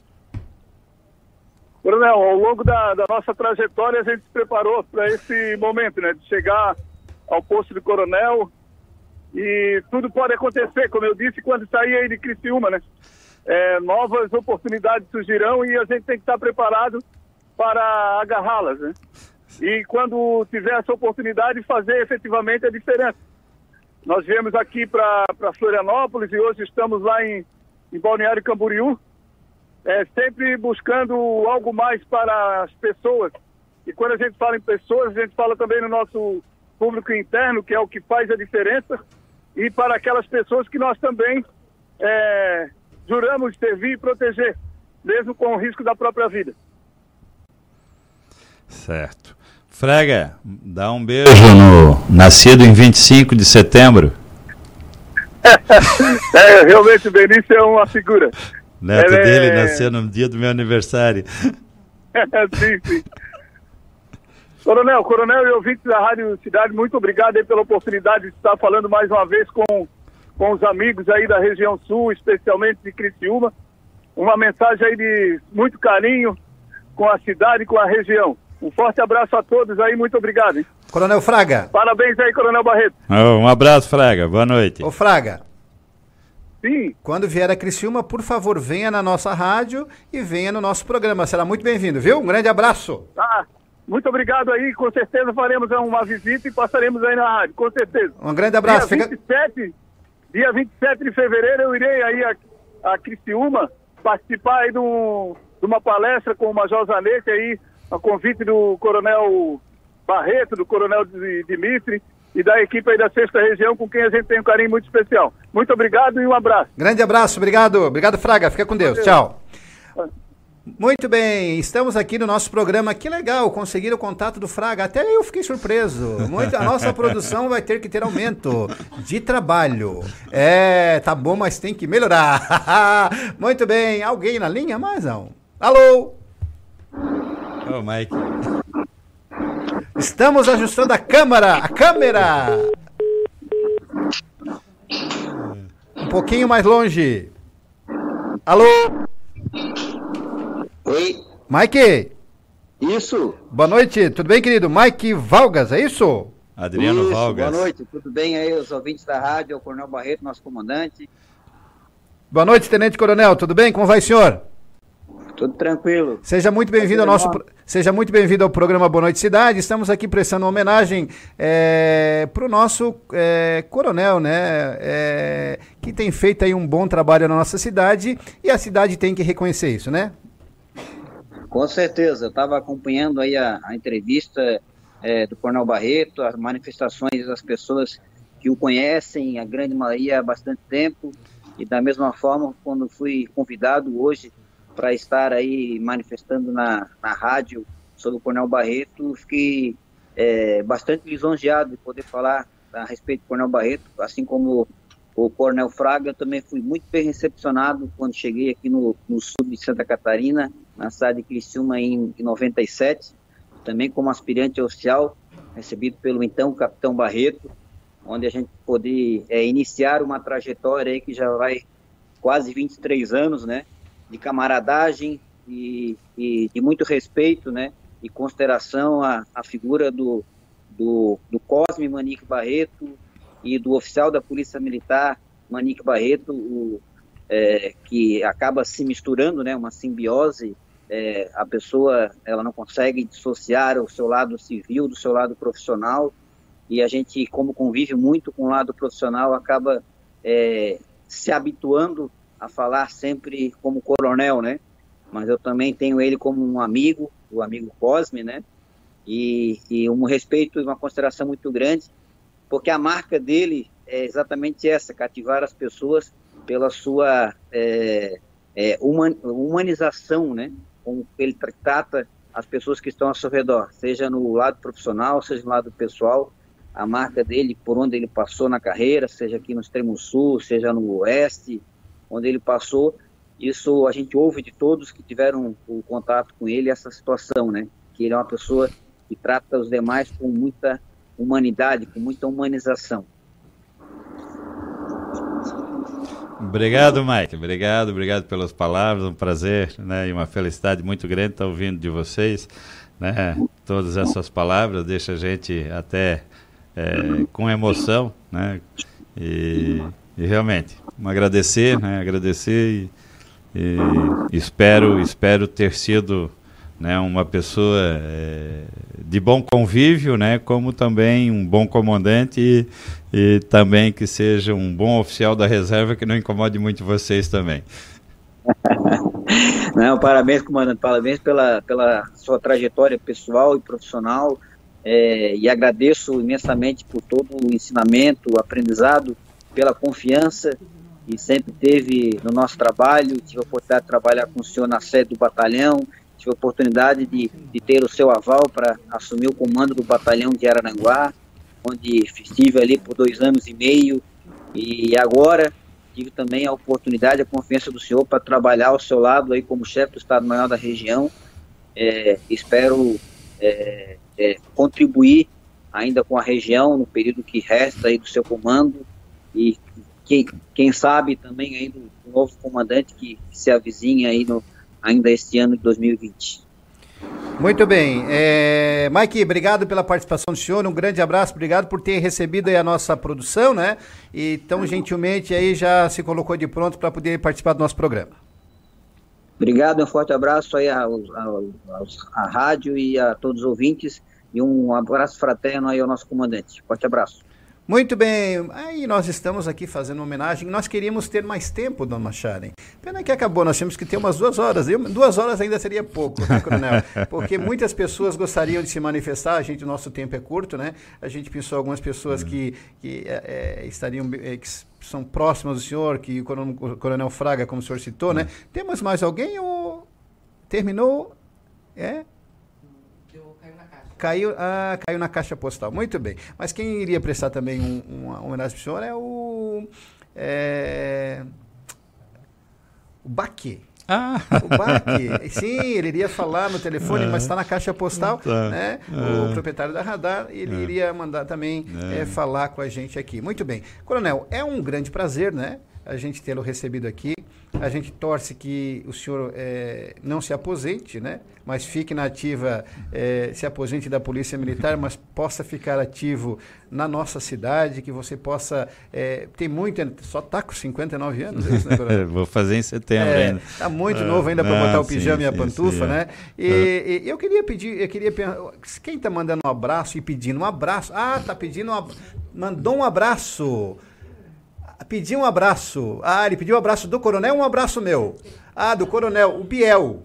Coronel, ao longo da nossa trajetória, a gente se preparou para esse momento, né, de chegar ao posto de coronel, e tudo pode acontecer, como eu disse, quando sair aí de Criciúma, né? Novas oportunidades surgirão e a gente tem que estar preparado para agarrá-las, né? E quando tiver essa oportunidade, fazer efetivamente a diferença. Nós viemos aqui para Florianópolis e hoje estamos lá em Balneário Camboriú, sempre buscando algo mais para as pessoas. E quando a gente fala em pessoas, a gente fala também no nosso público interno, que é o que faz a diferença, e para aquelas pessoas que nós também juramos servir e proteger, mesmo com o risco da própria vida. Certo. Fraga, dá um beijo no nascido em 25 de setembro. Realmente o Benício é uma figura. Neto dele nasceu no dia do meu aniversário. Sim. Coronel e ouvintes da Rádio Cidade, muito obrigado aí pela oportunidade de estar falando mais uma vez com os amigos aí da região sul, especialmente de Criciúma. Uma mensagem aí de muito carinho com a cidade e com a região. Um forte abraço a todos aí, muito obrigado. Hein? Coronel Fraga. Parabéns aí, Coronel Barreto. Um abraço, Fraga. Boa noite. Ô, Fraga. Sim. Quando vier a Criciúma, por favor, venha na nossa rádio e venha no nosso programa. Será muito bem-vindo, viu? Um grande abraço. Muito obrigado aí. Com certeza faremos uma visita e passaremos aí na rádio, com certeza. Um grande abraço. Dia 27 de fevereiro eu irei aí a Criciúma participar aí de uma palestra com o Major Zanetti aí, a convite do Coronel Barreto, do Coronel Dimitri e da equipe aí da 6ª Região, com quem a gente tem um carinho muito especial. Muito obrigado e um abraço. Grande abraço, obrigado. Obrigado, Fraga. Fica com Deus. Tchau. Muito bem, estamos aqui no nosso programa. Que legal, conseguiram o contato do Fraga. Até eu fiquei surpreso. A nossa produção vai ter que ter aumento de trabalho. Tá bom, mas tem que melhorar. Muito bem, alguém na linha? Mais não. Alô? Ô, Mike. Estamos ajustando a câmera. Um pouquinho mais longe. Alô? Oi. Mike. Isso. Boa noite, tudo bem, querido? Mike Valgas, é isso? Adriano Valgas. Boa noite, tudo bem aí, os ouvintes da rádio, o Coronel Barreto, nosso comandante. Boa noite, Tenente Coronel, tudo bem? Como vai, senhor? Tudo tranquilo. Seja muito bem-vindo ao programa Boa Noite Cidade. Estamos aqui prestando uma homenagem para o nosso coronel, né? Que tem feito aí um bom trabalho na nossa cidade e a cidade tem que reconhecer isso, né? Com certeza. Eu estava acompanhando aí a entrevista do Coronel Barreto, as manifestações das pessoas que o conhecem, a grande maioria há bastante tempo, e da mesma forma, quando fui convidado hoje para estar aí manifestando na rádio sobre o Coronel Barreto, fiquei bastante lisonjeado de poder falar a respeito do Coronel Barreto, assim como o Coronel Fraga. Eu também fui muito bem recepcionado quando cheguei aqui no sul de Santa Catarina, na cidade de Criciúma em 97, também como aspirante oficial, recebido pelo então Capitão Barreto, onde a gente pôde iniciar uma trajetória aí que já vai quase 23 anos, né? De camaradagem e de muito respeito, né, e consideração à figura do Cosme Manique Barreto e do oficial da Polícia Militar Manique Barreto, que acaba se misturando, né, uma simbiose. A pessoa ela não consegue dissociar o seu lado civil do seu lado profissional, e a gente, como convive muito com o lado profissional, acaba se habituando a falar sempre como coronel, né? Mas eu também tenho ele como um amigo, o amigo Cosme, né? E um respeito e uma consideração muito grande, porque a marca dele é exatamente essa: cativar as pessoas pela sua humanização, né? Como ele trata as pessoas que estão ao seu redor, seja no lado profissional, seja no lado pessoal. A marca dele, por onde ele passou na carreira, seja aqui no extremo sul, seja no oeste, onde ele passou, isso a gente ouve de todos que tiveram o contato com ele, essa situação, né? Que ele é uma pessoa que trata os demais com muita humanidade, com muita humanização. Obrigado, Mike. Obrigado pelas palavras, um prazer, né? E uma felicidade muito grande estar ouvindo de vocês, né? Todas essas palavras deixam a gente até com emoção, né? E realmente, agradecer, né? Agradecer e espero ter sido, né, uma pessoa de bom convívio, né? Como também um bom comandante e também que seja um bom oficial da reserva, que não incomode muito vocês também. Não, parabéns, comandante, parabéns pela sua trajetória pessoal e profissional, e agradeço imensamente por todo o ensinamento, o aprendizado, pela confiança que sempre teve no nosso trabalho. Tive a oportunidade de trabalhar com o senhor na sede do batalhão, tive a oportunidade de ter o seu aval para assumir o comando do batalhão de Araranguá, onde estive ali por 2 anos e meio, e agora tive também a oportunidade, a confiança do senhor para trabalhar ao seu lado aí como chefe do Estado-Maior da região. Espero contribuir ainda com a região no período que resta aí do seu comando, e quem sabe também aí do novo comandante que se avizinha aí ainda este ano de 2020. Muito bem. Mike, obrigado pela participação do senhor, um grande abraço, obrigado por ter recebido aí a nossa produção, né? E tão gentilmente aí já se colocou de pronto para poder participar do nosso programa. Obrigado, um forte abraço aí à rádio e a todos os ouvintes, e um abraço fraterno aí ao nosso comandante. Forte abraço. Muito bem, aí nós estamos aqui fazendo uma homenagem. Nós queríamos ter mais tempo, dona Sharon. Pena que acabou, nós temos que ter umas 2 horas. 2 horas ainda seria pouco, né, coronel? Porque muitas pessoas gostariam de se manifestar, o nosso tempo é curto, né? A gente pensou algumas pessoas que estariam, que são próximas do senhor, que o coronel Fraga, como o senhor citou, né? Temos mais alguém ou terminou? Caiu na caixa postal. Muito bem. Mas quem iria prestar também uma homenagem para o senhor é o Baque. O Baque. Sim, ele iria falar no telefone, mas está na caixa postal, né? O proprietário da Radar, ele iria mandar também falar com a gente aqui. Muito bem. Coronel, é um grande prazer, né? A gente tê-lo recebido aqui. A gente torce que o senhor não se aposente, né? Mas fique na ativa, se aposente da Polícia Militar, mas possa ficar ativo na nossa cidade, que você possa ter muito... Só está com 59 anos, é isso, né, coronel? Vou fazer em setembro ainda. Está muito novo ainda para botar o pijama e a pantufa, né? E eu queria pedir... Quem está mandando um abraço e pedindo um abraço? Está pedindo mandou um abraço... Pediu um abraço. Ele pediu um abraço do coronel, um abraço meu. Do coronel, o Biel.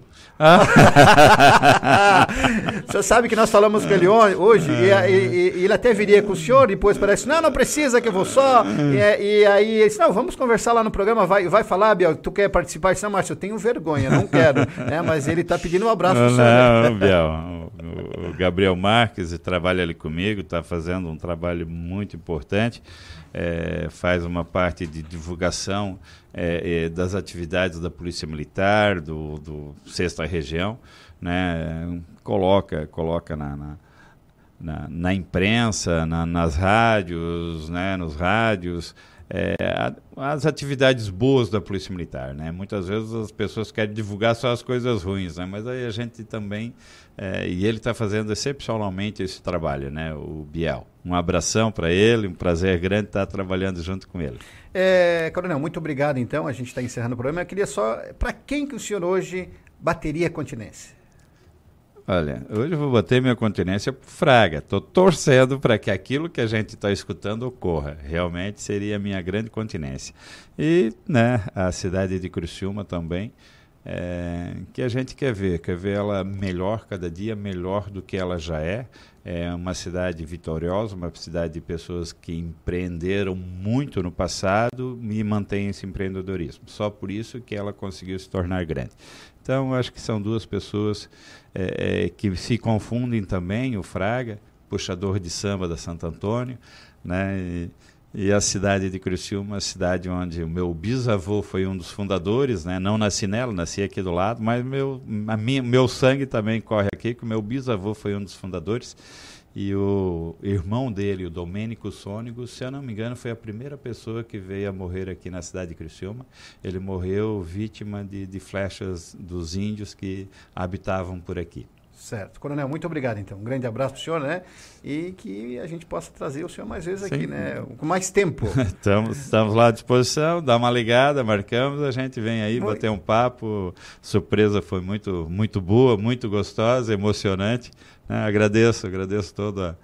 O senhor sabe que nós falamos com ele hoje, e ele até viria com o senhor, depois parece, não precisa que eu vou só. E aí ele disse, não, vamos conversar lá no programa, vai falar, Biel, tu quer participar? Não, Márcio, eu tenho vergonha, não quero. Mas ele está pedindo um abraço do senhor. Não, Biel, o Gabriel Marques trabalha ali comigo, está fazendo um trabalho muito importante. Faz uma parte de divulgação das atividades da Polícia Militar, do 6ª Região, né? Coloca na imprensa, nas rádios, né? Nos rádios, as atividades boas da Polícia Militar, né? Muitas vezes as pessoas querem divulgar só as coisas ruins, né? Mas aí a gente também, e ele está fazendo excepcionalmente esse trabalho, né? O Biel. Um abração para ele, um prazer grande estar trabalhando junto com ele. Coronel, muito obrigado então, a gente está encerrando o programa. Eu queria só, para quem que o senhor hoje bateria continência? Olha, hoje eu vou bater minha continência pro Fraga. Estou torcendo para que aquilo que a gente está escutando ocorra. Realmente seria a minha grande continência. E, né, a cidade de Criciúma também, que a gente quer ver ela melhor, cada dia melhor do que ela já é. É uma cidade vitoriosa, uma cidade de pessoas que empreenderam muito no passado e mantêm esse empreendedorismo. Só por isso que ela conseguiu se tornar grande. Então, acho que são 2 pessoas que se confundem também, o Fraga, puxador de samba da Santo Antônio, né? E a cidade de Criciúma, a cidade onde o meu bisavô foi um dos fundadores, né? Não nasci nela, nasci aqui do lado, mas meu sangue também corre aqui, que o meu bisavô foi um dos fundadores. E o irmão dele, o Domênico Sônigo, se eu não me engano, foi a primeira pessoa que veio a morrer aqui na cidade de Criciúma. Ele morreu vítima de flechas dos índios que habitavam por aqui. Certo. Coronel, muito obrigado, então. Um grande abraço para o senhor, né? E que a gente possa trazer o senhor mais vezes aqui, né? Com mais tempo. Estamos lá à disposição, dá uma ligada, marcamos, a gente vem aí bater um papo. Surpresa foi muito, muito boa, muito gostosa, emocionante. Agradeço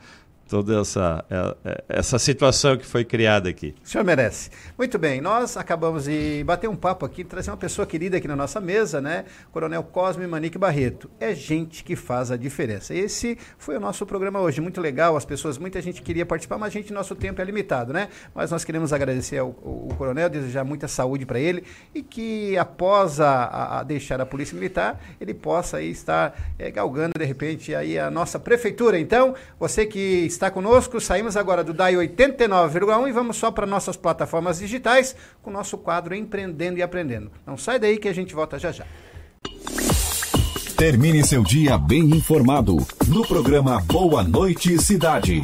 toda essa situação que foi criada aqui. O senhor merece. Muito bem, nós acabamos de bater um papo aqui, trazer uma pessoa querida aqui na nossa mesa, né? Coronel Cosme Manique Barreto. É gente que faz a diferença. Esse foi o nosso programa hoje, muito legal, muita gente queria participar, mas nosso tempo é limitado, né? Mas nós queremos agradecer ao coronel, desejar muita saúde para ele e que após a deixar a Polícia Militar, ele possa aí estar galgando de repente aí a nossa prefeitura. Então, você que está conosco, saímos agora do DAI 89,1 e vamos só para nossas plataformas digitais com o nosso quadro Empreendendo e Aprendendo. Não sai daí que a gente volta já já. Termine seu dia bem informado no programa Boa Noite Cidade.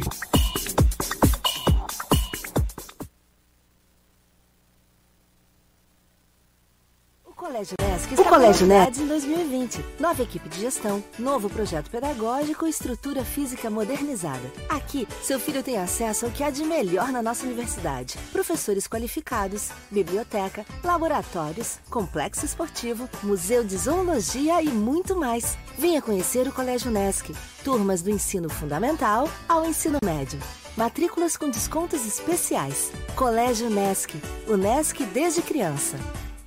O Colégio Nesc em 2020. Nova equipe de gestão, novo projeto pedagógico e estrutura física modernizada. Aqui, seu filho tem acesso ao que há de melhor na nossa universidade. Professores qualificados, biblioteca, laboratórios, complexo esportivo, museu de zoologia e muito mais. Venha conhecer o Colégio Nesc. Turmas do ensino fundamental ao ensino médio. Matrículas com descontos especiais. Colégio Nesc. O Nesc desde criança.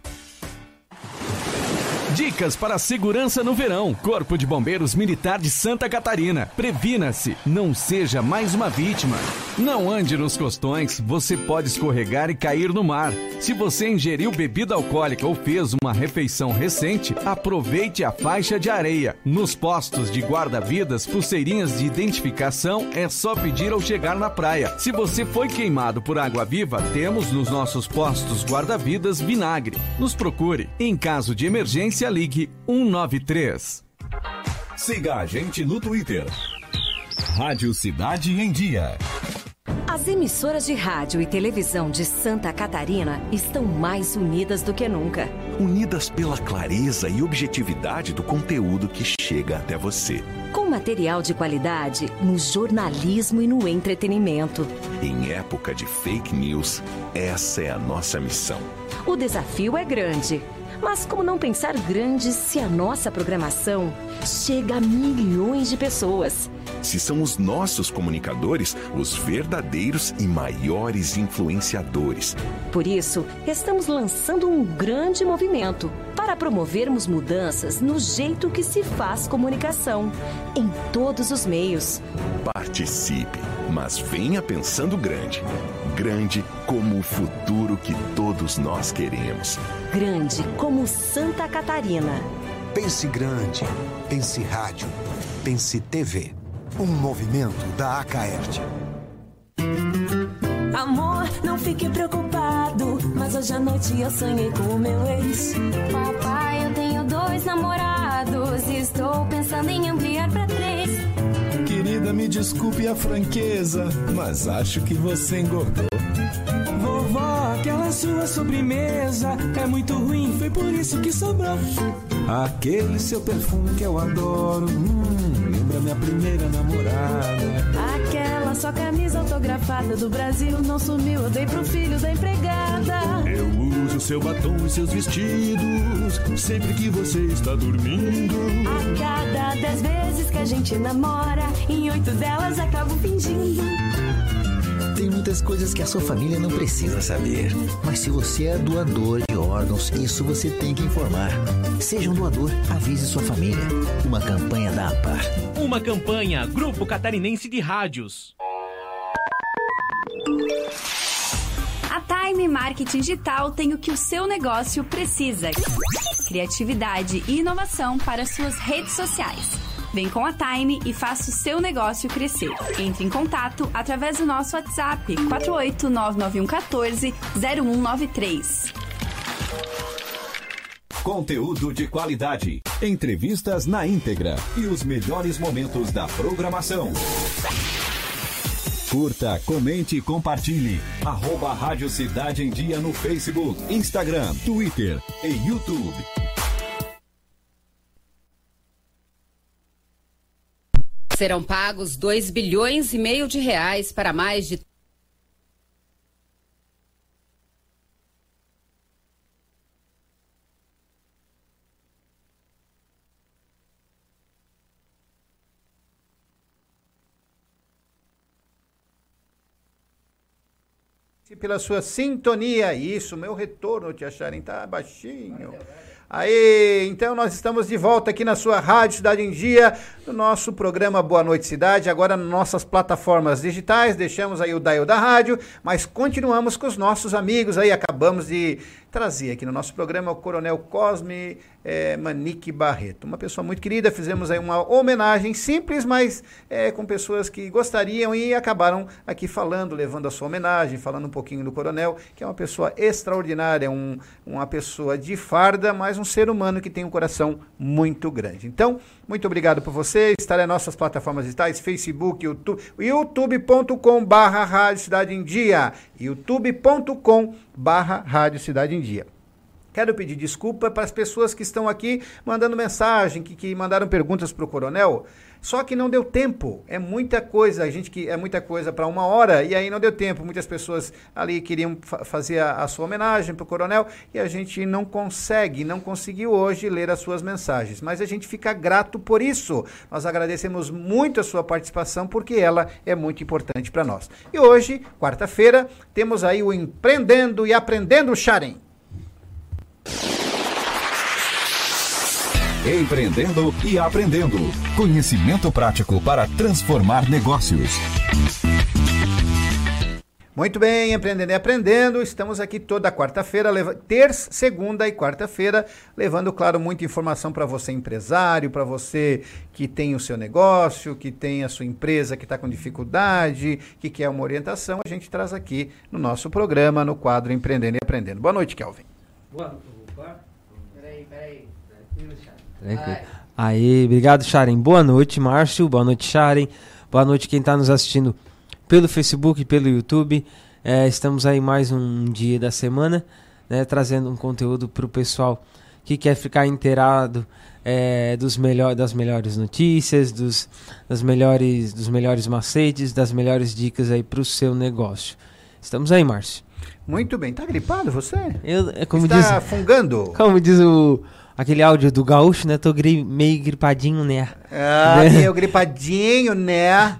Dicas para a segurança no verão. Corpo de Bombeiros Militar de Santa Catarina. Previna-se, não seja mais uma vítima. Não ande nos costões, você pode escorregar e cair no mar. Se você ingeriu bebida alcoólica ou fez uma refeição recente, aproveite a faixa de areia. Nos postos de guarda-vidas, pulseirinhas de identificação é só pedir ao chegar na praia. Se você foi queimado por água-viva, temos nos nossos postos guarda-vidas vinagre. Nos procure. Em caso de emergência, ligue 193. Siga a gente no Twitter. Rádio Cidade em Dia. As emissoras de rádio e televisão de Santa Catarina estão mais unidas do que nunca. Unidas pela clareza e objetividade do conteúdo que chega até você. Com material de qualidade no jornalismo e no entretenimento. Em época de fake news, essa é a nossa missão. O desafio é grande. Mas como não pensar grande se a nossa programação chega a milhões de pessoas? Se são os nossos comunicadores os verdadeiros e maiores influenciadores. Por isso, estamos lançando um grande movimento para promovermos mudanças no jeito que se faz comunicação, em todos os meios. Participe, mas venha pensando grande. Grande como o futuro que todos nós queremos. Grande como Santa Catarina. Pense grande, pense rádio, pense TV. Um movimento da Acaerte. Amor, não fique preocupado, mas hoje à noite eu sonhei com o meu ex. Papai, eu tenho 2 namorados e estou pensando em ampliar pra 3. Querida, me desculpe a franqueza, mas acho que você engordou. Vovó, aquela sua sobremesa é muito ruim, foi por isso que sobrou. Aquele seu perfume que eu adoro, lembra minha primeira namorada. Aquela sua camisa autografada do Brasil não sumiu, eu dei pro filho da empregada. Eu uso seu batom e seus vestidos sempre que você está dormindo. A cada 10 vezes que a gente namora, em 8 delas acabo fingindo. Tem muitas coisas que a sua família não precisa saber. Mas se você é doador de órgãos, isso você tem que informar. Seja um doador, avise sua família. Uma campanha da APAR. Uma campanha, Grupo Catarinense de Rádios. A Time Marketing Digital tem o que o seu negócio precisa. Criatividade e inovação para suas redes sociais. Vem com a Time e faça o seu negócio crescer. Entre em contato através do nosso WhatsApp 48991140193. Conteúdo de qualidade, entrevistas na íntegra e os melhores momentos da programação. Curta, comente e compartilhe. Rádio Cidade em Dia no Facebook, Instagram, Twitter e YouTube. Serão pagos 2,5 bilhões de reais para mais de Pela sua sintonia. Isso, meu retorno, Tia Sharon, tá baixinho. Aí, então nós estamos de volta aqui na sua Rádio Cidade em Dia, no nosso programa Boa Noite Cidade, agora nas nossas plataformas digitais, deixamos aí o dial da rádio, mas continuamos com os nossos amigos aí, acabamos de trazer aqui no nosso programa o Coronel Cosme Manique Barreto, uma pessoa muito querida, fizemos aí uma homenagem simples, mas com pessoas que gostariam e acabaram aqui falando, levando a sua homenagem, falando um pouquinho do Coronel, que é uma pessoa extraordinária, uma pessoa de farda, mas um ser humano que tem um coração muito grande. Então, muito obrigado por você, estar em nossas plataformas digitais, Facebook, YouTube, youtube.com/Rádio Cidade em Dia, youtube.com/Rádio Cidade em Dia. Quero pedir desculpa para as pessoas que estão aqui mandando mensagem, que mandaram perguntas para o Coronel, só que não deu tempo, é muita coisa, é muita coisa para 1 hora e aí não deu tempo, muitas pessoas ali queriam fazer a sua homenagem para o Coronel e a gente não conseguiu hoje ler as suas mensagens, mas a gente fica grato por isso, nós agradecemos muito a sua participação porque ela é muito importante para nós. E hoje, quarta-feira, temos aí o Empreendendo e Aprendendo Sharon. Empreendendo e aprendendo. Conhecimento prático para transformar negócios. Muito bem, Empreendendo e Aprendendo. Estamos aqui toda quarta-feira, terça, segunda e quarta-feira, levando, claro, muita informação para você empresário, para você que tem o seu negócio, que tem a sua empresa que está com dificuldade, que quer uma orientação. A gente traz aqui no nosso programa, no quadro Empreendendo e Aprendendo. Boa noite, Kelvin. Boa noite. Peraí. Aí, obrigado, Sharon. Boa noite, Márcio. Boa noite, Sharon. Boa noite quem está nos assistindo pelo Facebook e pelo YouTube. Estamos aí mais um dia da semana, né, trazendo um conteúdo para o pessoal que quer ficar inteirado das melhores notícias, dos melhores macetes, das melhores dicas aí para o seu negócio. Estamos aí, Márcio. Muito bem. Tá gripado você? Está fungando? Como diz aquele áudio do gaúcho, né? Tô meio gripadinho, né? Meio gripadinho, né?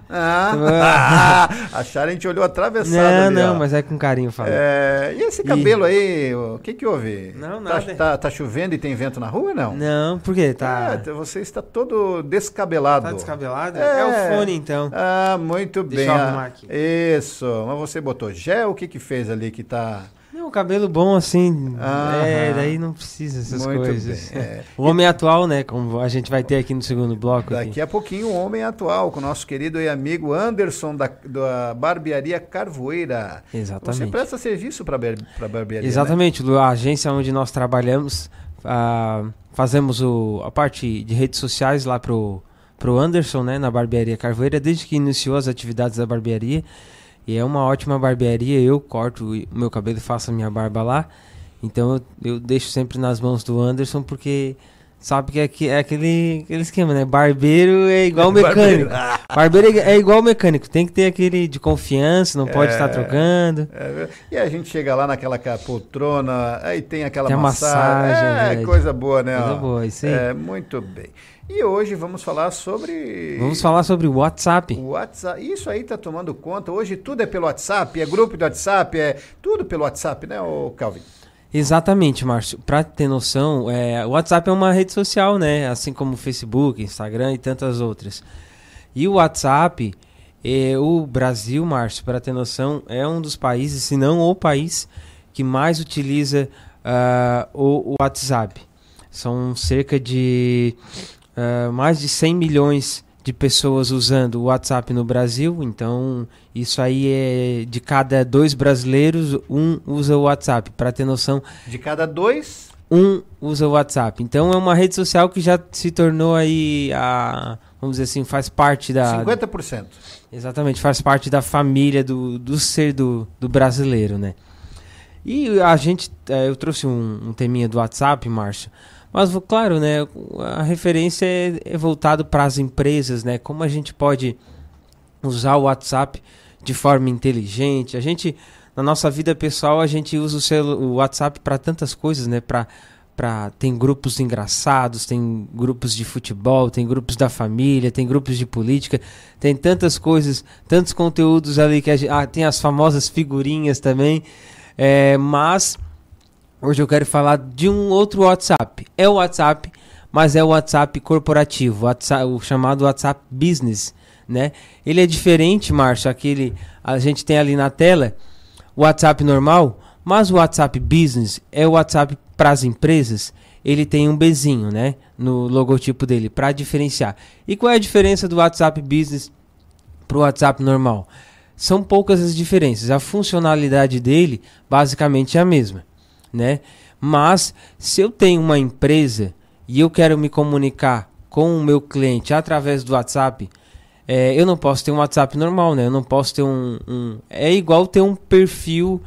A Sharon, a gente olhou atravessado. Não, mas é com carinho falando. E esse cabelo aí, o que houve? Não, nada. Tá chovendo e tem vento na rua, não? Não, por quê? Você está todo descabelado. Tá descabelado? É o fone, então. Muito bem. Deixa eu arrumar aqui. Isso. Mas você botou gel? O que fez ali que tá... Não, cabelo bom assim, daí não precisa essas muito coisas. Bem, O homem atual, né, como a gente vai ter aqui no segundo bloco. Daqui a pouquinho o homem atual, com o nosso querido e amigo Anderson da Barbearia Carvoeira. Exatamente. Você presta serviço para barbearia, exatamente, né? A agência onde nós trabalhamos, fazemos a parte de redes sociais lá pro Anderson, né, na Barbearia Carvoeira, desde que iniciou as atividades da barbearia. E é uma ótima barbearia, eu corto o meu cabelo e faço a minha barba lá. Então eu deixo sempre nas mãos do Anderson, porque sabe que é aquele esquema, né? Barbeiro é igual mecânico. Barbeiro é igual mecânico, tem que ter aquele de confiança, não pode estar trocando. E a gente chega lá naquela poltrona, aí tem aquela massagem. Coisa boa, né? Coisa boa, isso aí. Muito bem. E hoje vamos falar sobre... o WhatsApp. O WhatsApp. Isso aí tá tomando conta. Hoje tudo é pelo WhatsApp, é grupo do WhatsApp, é tudo pelo WhatsApp, né, Calvin? Exatamente, Márcio. Para ter noção, o WhatsApp é uma rede social, né? Assim como o Facebook, Instagram e tantas outras. E o WhatsApp, o Brasil, Márcio, para ter noção, é um dos países, se não o país, que mais utiliza o WhatsApp. São cerca de... mais de 100 milhões de pessoas usando o WhatsApp no Brasil, então isso aí é de cada 2 brasileiros, 1 usa o WhatsApp, para ter noção. De cada 2? 1 usa o WhatsApp, então é uma rede social que já se tornou aí, vamos dizer assim, faz parte da... 50%. Exatamente, faz parte da família do ser do brasileiro, né? E eu trouxe um teminha do WhatsApp, Márcio. Mas, claro, né, a referência é voltada para as empresas, né? Como a gente pode usar o WhatsApp de forma inteligente. Na nossa vida pessoal, a gente usa o WhatsApp para tantas coisas, né? Para tem grupos engraçados, tem grupos de futebol, tem grupos da família, tem grupos de política, tem tantas coisas, tantos conteúdos ali que tem as famosas figurinhas também, mas hoje eu quero falar de um outro WhatsApp. É o WhatsApp, mas é o WhatsApp corporativo, o chamado WhatsApp Business, né? Ele é diferente, Márcio, a gente tem ali na tela o WhatsApp normal, mas o WhatsApp Business é o WhatsApp para as empresas. Ele tem um Bzinho, né, no logotipo dele, para diferenciar. E qual é a diferença do WhatsApp Business para o WhatsApp normal? São poucas as diferenças. A funcionalidade dele basicamente é a mesma, né? Mas se eu tenho uma empresa e eu quero me comunicar com o meu cliente através do WhatsApp, eu não posso ter um WhatsApp normal, né? Eu não posso ter é igual ter um perfil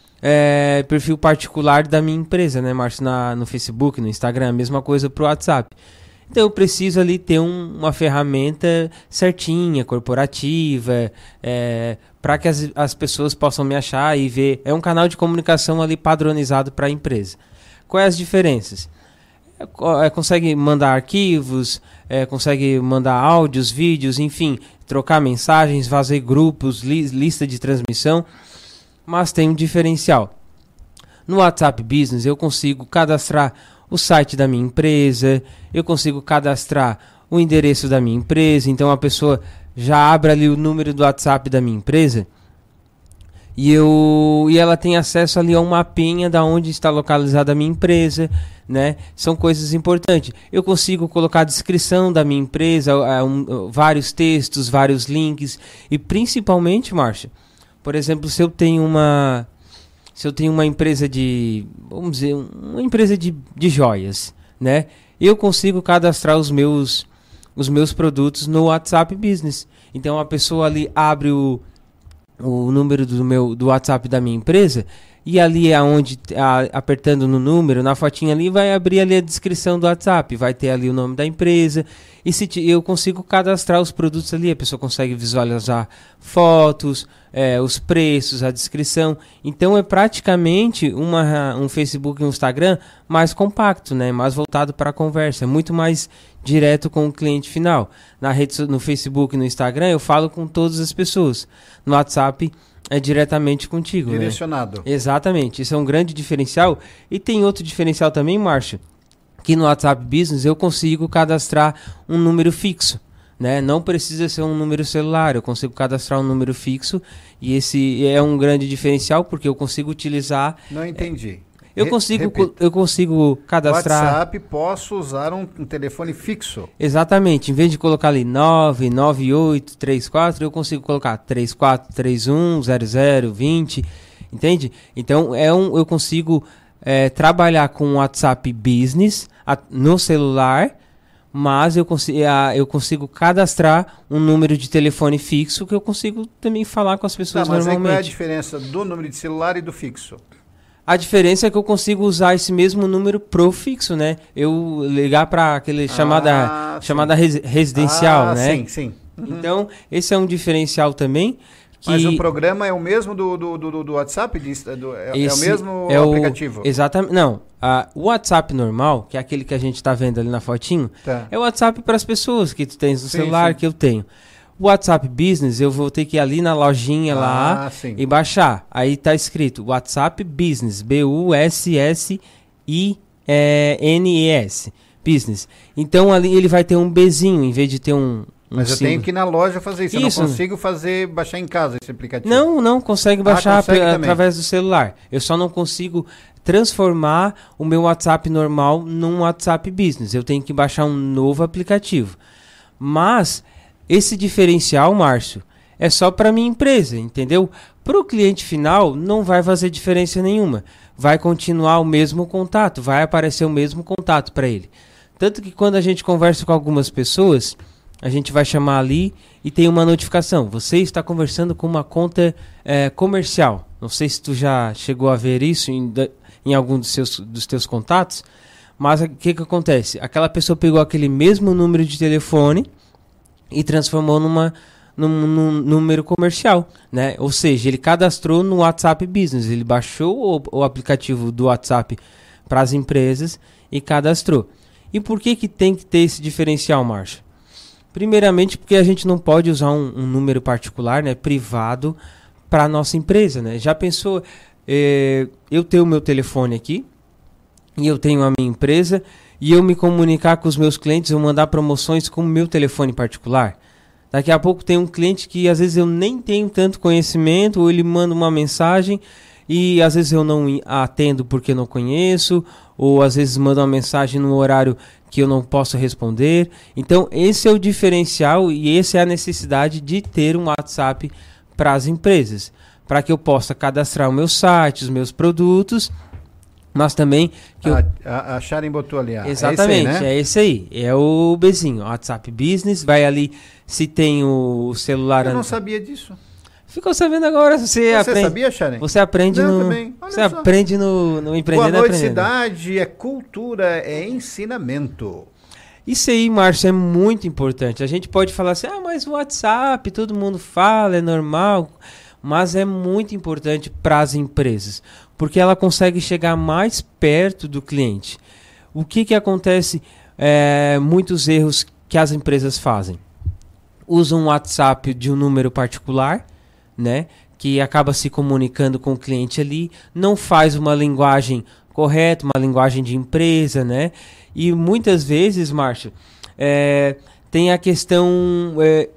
particular da minha empresa, né, Márcio? No Facebook, no Instagram, a mesma coisa pro WhatsApp. Então eu preciso ali ter uma ferramenta certinha, corporativa, para que as pessoas possam me achar e ver. É um canal de comunicação ali padronizado para a empresa. Quais as diferenças? Consegue mandar arquivos, consegue mandar áudios, vídeos, enfim, trocar mensagens, fazer grupos, lista de transmissão, mas tem um diferencial. No WhatsApp Business eu consigo cadastrar o site da minha empresa, eu consigo cadastrar o endereço da minha empresa, então a pessoa já abre ali o número do WhatsApp da minha empresa e ela tem acesso ali a um mapinha da onde está localizada a minha empresa, né? São coisas importantes. Eu consigo colocar a descrição da minha empresa, vários textos, vários links e principalmente, Márcio, por exemplo, se eu tenho uma empresa vamos dizer, uma empresa de joias, né? Eu consigo cadastrar os meus produtos no WhatsApp Business. Então a pessoa ali abre o número do WhatsApp da minha empresa e ali é onde, apertando no número, na fotinha ali, vai abrir ali a descrição do WhatsApp, vai ter ali o nome da empresa, e eu consigo cadastrar os produtos ali, a pessoa consegue visualizar fotos, os preços, a descrição. Então é praticamente um Facebook e um Instagram mais compacto, né? Mais voltado para a conversa, é muito mais direto com o cliente final. No Facebook e no Instagram eu falo com todas as pessoas, no WhatsApp é diretamente contigo, direcionado. Né? Exatamente, isso é um grande diferencial. E tem outro diferencial também, Márcio, que no WhatsApp Business eu consigo cadastrar um número fixo, né? Não precisa ser um número celular, eu consigo cadastrar um número fixo e esse é um grande diferencial porque eu consigo utilizar... Não entendi. Eu consigo cadastrar... WhatsApp, posso usar um telefone fixo. Exatamente, em vez de colocar ali 99834, eu consigo colocar 34310020, entende? Então eu consigo trabalhar com o WhatsApp Business no celular, mas eu consigo cadastrar um número de telefone fixo que eu consigo também falar com as pessoas normalmente. Mas qual é a diferença do número de celular e do fixo? A diferença é que eu consigo usar esse mesmo número pro fixo, né? Eu ligar para aquele chamada residencial, né? Sim. Uhum. Então, esse é um diferencial também. Mas o programa é o mesmo do WhatsApp? É o mesmo aplicativo? Exatamente. Não, o WhatsApp normal, que é aquele que a gente está vendo ali na fotinho, é o WhatsApp para as pessoas que tu tens no celular, que eu tenho. O WhatsApp Business, eu vou ter que ir ali na lojinha e baixar. Aí tá escrito WhatsApp Business, BUSSINES, Business. Então ali ele vai ter um Bzinho, em vez de ter um Mas eu tenho que ir na loja fazer isso. Eu não consigo baixar em casa esse aplicativo. Não consegue baixar através do celular. Eu só não consigo transformar o meu WhatsApp normal num WhatsApp Business. Eu tenho que baixar um novo aplicativo. Mas esse diferencial, Márcio, é só para minha empresa, entendeu? Para o cliente final não vai fazer diferença nenhuma. Vai continuar o mesmo contato, vai aparecer o mesmo contato para ele. Tanto que quando a gente conversa com algumas pessoas, a gente vai chamar ali e tem uma notificação. Você está conversando com uma conta comercial. Não sei se tu já chegou a ver isso em algum dos teus contatos, mas o que acontece? Aquela pessoa pegou aquele mesmo número de telefone e transformou num número comercial, né? Ou seja, ele cadastrou no WhatsApp Business, ele baixou o aplicativo do WhatsApp para as empresas e cadastrou. E por que tem que ter esse diferencial, Márcio? Primeiramente porque a gente não pode usar um número particular, né, privado, para a nossa empresa, né? Já pensou, eu tenho o meu telefone aqui, e eu tenho a minha empresa, e eu me comunicar com os meus clientes, eu mandar promoções com o meu telefone particular? Daqui a pouco tem um cliente que às vezes eu nem tenho tanto conhecimento, ou ele manda uma mensagem, e às vezes eu não atendo porque não conheço, ou às vezes manda uma mensagem no horário que eu não posso responder. Então esse é o diferencial e essa é a necessidade de ter um WhatsApp para as empresas, para que eu possa cadastrar o meu site, os meus produtos, mas também que a Sharon botou ali. Exatamente, é esse aí, é o Bzinho, WhatsApp Business, vai ali, se tem o celular... Eu não sabia disso. Ficou sabendo agora, você aprende. Sabia, Sharon? Você aprende aprende no Empreendendo. Boa noite, cidade, é cultura, é ensinamento. Isso aí, Márcio, é muito importante. A gente pode falar assim, mas o WhatsApp, todo mundo fala, é normal, mas é muito importante para as empresas, porque ela consegue chegar mais perto do cliente. O que acontece? Muitos erros que as empresas fazem. Usam o WhatsApp de um número particular, né, que acaba se comunicando com o cliente ali, não faz uma linguagem correta, uma linguagem de empresa, né, e muitas vezes, Márcio, tem a questão,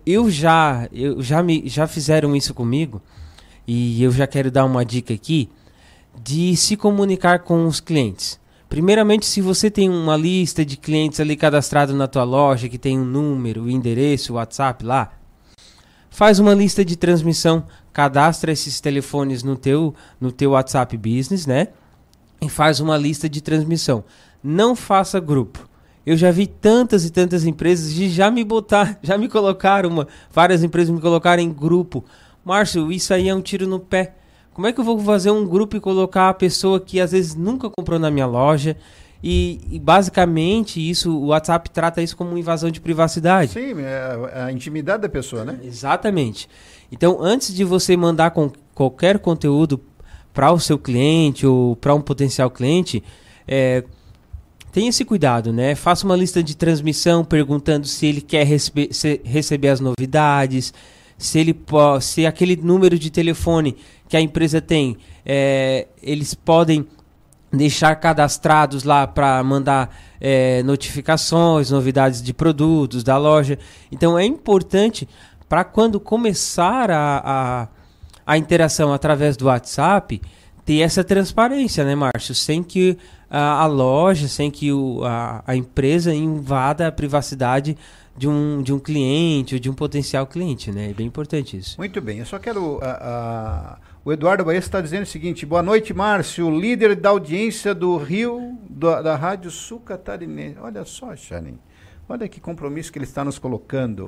já fizeram isso comigo, e eu já quero dar uma dica aqui, de se comunicar com os clientes. Primeiramente, se você tem uma lista de clientes ali cadastrado na tua loja, que tem um número, o endereço, o WhatsApp lá, faz uma lista de transmissão, cadastra esses telefones no teu WhatsApp Business, né? E faz uma lista de transmissão. Não faça grupo. Eu já vi tantas e tantas empresas de várias empresas me colocaram em grupo. Márcio, isso aí é um tiro no pé. Como é que eu vou fazer um grupo e colocar a pessoa que às vezes nunca comprou na minha loja? E basicamente o WhatsApp trata isso como uma invasão de privacidade. Sim, é a intimidade da pessoa, né? Exatamente. Então, antes de você mandar qualquer conteúdo para o seu cliente ou para um potencial cliente, tenha esse cuidado, né? Faça uma lista de transmissão perguntando se ele quer receber as novidades, se aquele número de telefone que a empresa tem, eles podem deixar cadastrados lá para mandar notificações, novidades de produtos da loja. Então é importante para quando começar a interação através do WhatsApp, ter essa transparência, né, Márcio? Sem que a loja, sem que a empresa invada a privacidade de um cliente ou de um potencial cliente, né? É bem importante isso. Muito bem, eu só quero... O Eduardo Baez está dizendo o seguinte: boa noite, Márcio, líder da audiência do Rio, da Rádio Sul Catarinense. Olha só, Sharon, olha que compromisso que ele está nos colocando.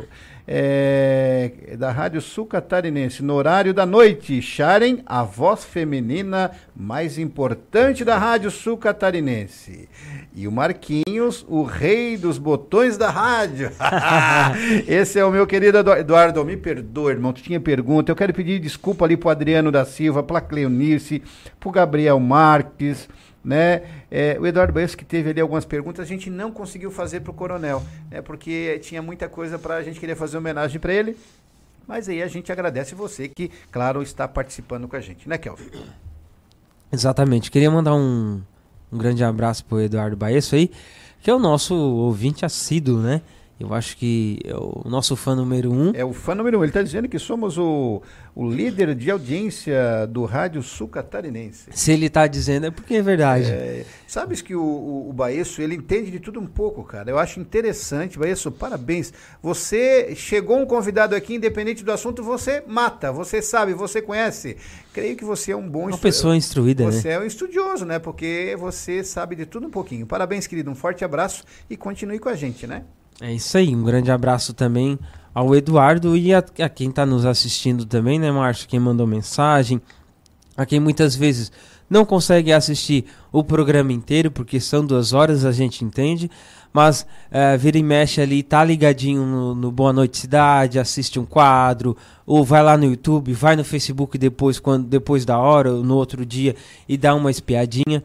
Da Rádio Sul Catarinense, no horário da noite. Sharon, a voz feminina mais importante da Rádio Sul Catarinense. E o Marquinhos, o rei dos botões da rádio. Esse é o meu querido Eduardo. Me perdoa, irmão, tu tinha pergunta. Eu quero pedir desculpa ali pro Adriano da Silva, pra Cleonice, pro Gabriel Marques, né? O Eduardo Baez, que teve ali algumas perguntas, a gente não conseguiu fazer pro Coronel, né? Porque tinha muita coisa a gente queria fazer homenagem para ele. Mas aí a gente agradece você que, claro, está participando com a gente, né, Kelvin? Exatamente. Queria mandar um grande abraço pro Eduardo Baesso aí, que é o nosso ouvinte assíduo, né? Eu acho que é o nosso fã número 1. É o fã número 1. Ele está dizendo que somos o líder de audiência do Rádio Sul Catarinense. Se ele está dizendo é porque é verdade. Sabes que o Baesso, ele entende de tudo um pouco, cara. Eu acho interessante. Baesso, parabéns. Você chegou um convidado aqui, independente do assunto, você mata. Você sabe, você conhece. Creio que você é um bom... Uma pessoa instruída, né? Você é um estudioso, né? Porque você sabe de tudo um pouquinho. Parabéns, querido. Um forte abraço e continue com a gente, né? É isso aí, um grande abraço também ao Eduardo e a quem está nos assistindo também, né, Márcio? Quem mandou mensagem, a quem muitas vezes não consegue assistir o programa inteiro, porque são 2 horas, a gente entende, mas vira e mexe ali, tá ligadinho no Boa Noite Cidade, assiste um quadro, ou vai lá no YouTube, vai no Facebook depois da hora, ou no outro dia, e dá uma espiadinha.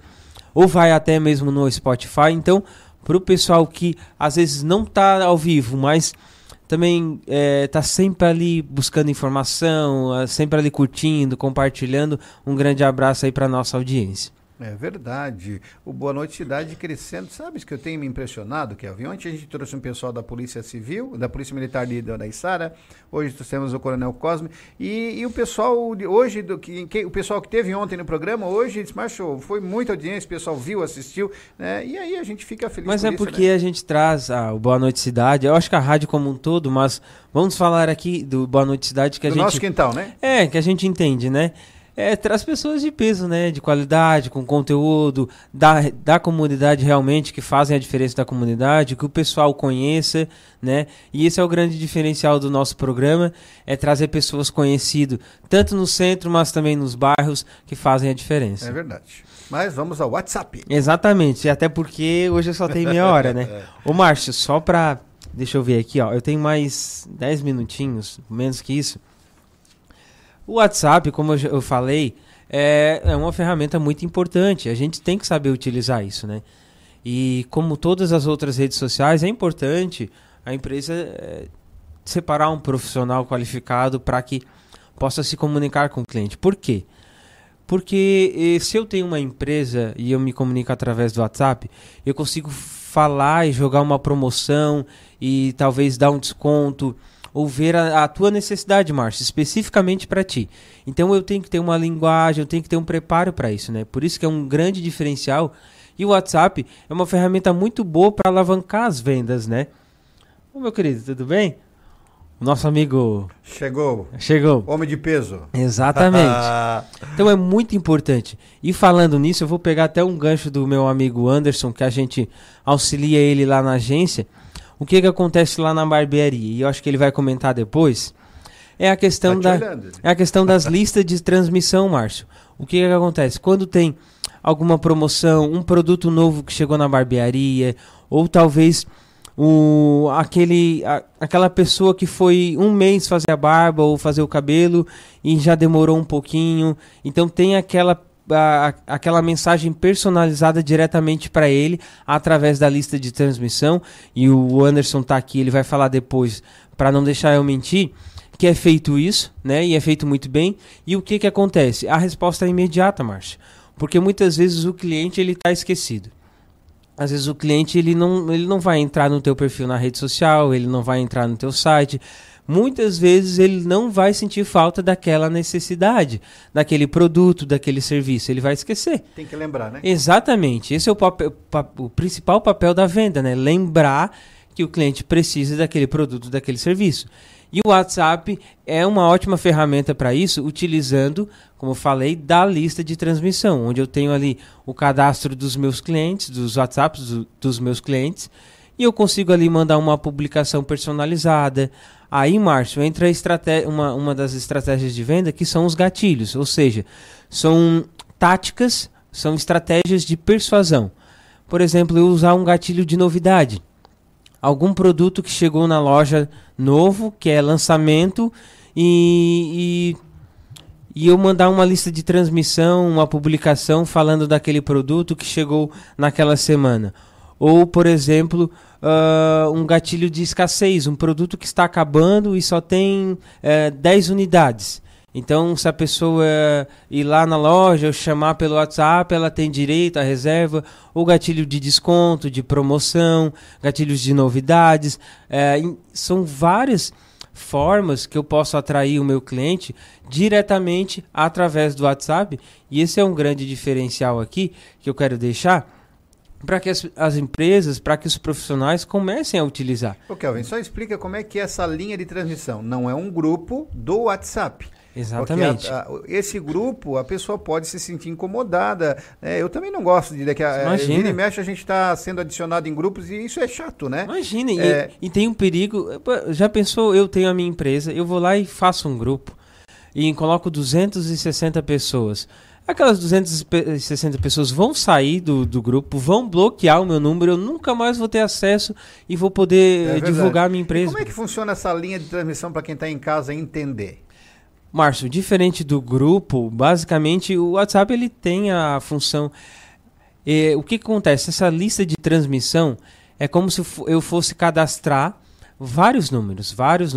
ou vai até mesmo no Spotify. Então, para o pessoal que às vezes não está ao vivo, mas também está sempre ali buscando informação, sempre ali curtindo, compartilhando, um grande abraço aí para nossa audiência. É verdade. O Boa Noite Cidade crescendo. Sabes que eu tenho me impressionado, Kelvin? Ontem a gente trouxe um pessoal da Polícia Civil, da Polícia Militar da Içara. Hoje temos o Coronel Cosme. E o pessoal de hoje, o pessoal que teve ontem no programa, hoje desmarchou. Foi muita audiência, o pessoal viu, assistiu, né? E aí a gente fica feliz. Mas por porque né? A gente traz o Boa Noite Cidade. Eu acho que a rádio como um todo, mas vamos falar aqui do Boa Noite Cidade que a gente... nosso quintal, né? Que a gente entende, né? Traz pessoas de peso, né? De qualidade, com conteúdo, da comunidade realmente, que fazem a diferença da comunidade, que o pessoal conheça, né? E esse é o grande diferencial do nosso programa, é trazer pessoas conhecidas, tanto no centro, mas também nos bairros, que fazem a diferença. É verdade. Mas vamos ao WhatsApp. Exatamente, até porque hoje eu só tenho meia hora, né? Ô Márcio, só pra... Deixa eu ver aqui, ó. Eu tenho mais 10 minutinhos, menos que isso. O WhatsApp, como eu falei, é uma ferramenta muito importante. A gente tem que saber utilizar isso, né? E como todas as outras redes sociais, é importante a empresa separar um profissional qualificado para que possa se comunicar com o cliente. Por quê? Porque se eu tenho uma empresa e eu me comunico através do WhatsApp, eu consigo falar e jogar uma promoção e talvez dar um desconto, ou ver a tua necessidade, Márcio, especificamente para ti. Então eu tenho que ter uma linguagem, eu tenho que ter um preparo para isso, né? Por isso que é um grande diferencial. E o WhatsApp é uma ferramenta muito boa para alavancar as vendas, né? Ô, meu querido, tudo bem? O nosso amigo... Chegou. Homem de peso. Exatamente. Então é muito importante. E falando nisso, eu vou pegar até um gancho do meu amigo Anderson, que a gente auxilia ele lá na agência. O que acontece lá na barbearia, e eu acho que ele vai comentar depois, é a questão, das listas de transmissão, Márcio. O que acontece? Quando tem alguma promoção, um produto novo que chegou na barbearia, ou talvez aquela pessoa que foi um mês fazer a barba ou fazer o cabelo e já demorou um pouquinho, então tem aquela mensagem personalizada diretamente para ele através da lista de transmissão, e o Anderson tá aqui, ele vai falar depois, para não deixar eu mentir, que é feito isso, né? E é feito muito bem. E o que acontece? A resposta é imediata, Márcio, porque muitas vezes o cliente ele tá esquecido. Às vezes o cliente ele não vai entrar no teu perfil na rede social, ele não vai entrar no teu site. Muitas vezes ele não vai sentir falta daquela necessidade, daquele produto, daquele serviço. Ele vai esquecer. Tem que lembrar, né? Exatamente. Esse é o principal papel da venda, né? Lembrar que o cliente precisa daquele produto, daquele serviço. E o WhatsApp é uma ótima ferramenta para isso, utilizando, como eu falei, da lista de transmissão, onde eu tenho ali o cadastro dos meus clientes, dos WhatsApps dos meus clientes, e eu consigo ali mandar uma publicação personalizada. Aí, Márcio, entra uma das estratégias de venda, que são os gatilhos, ou seja, são táticas, são estratégias de persuasão. Por exemplo, eu usar um gatilho de novidade. Algum produto que chegou na loja novo, que é lançamento, e eu mandar uma lista de transmissão, uma publicação falando daquele produto que chegou naquela semana. Ou, por exemplo, um gatilho de escassez, um produto que está acabando e só tem 10 unidades. Então, se a pessoa ir lá na loja ou chamar pelo WhatsApp, ela tem direito à reserva, ou gatilho de desconto, de promoção, gatilhos de novidades. São várias formas que eu posso atrair o meu cliente diretamente através do WhatsApp. E esse é um grande diferencial aqui que eu quero deixar para que as empresas, para que os profissionais comecem a utilizar. Ô Kelvin, só explica como é que é essa linha de transmissão. Não é um grupo do WhatsApp. Exatamente. Porque esse grupo, a pessoa pode se sentir incomodada. Eu também não gosto de que vira e mexe, a gente está sendo adicionado em grupos e isso é chato, né? Imagina, e tem um perigo. Já pensou, eu tenho a minha empresa, eu vou lá e faço um grupo e coloco 260 pessoas. Aquelas 260 pessoas vão sair do grupo, vão bloquear o meu número, eu nunca mais vou ter acesso e vou poder divulgar a minha empresa. E como é que funciona essa linha de transmissão para quem está em casa entender? Márcio, diferente do grupo, basicamente o WhatsApp ele tem a função... o que acontece? Essa lista de transmissão é como se eu fosse cadastrar vários números.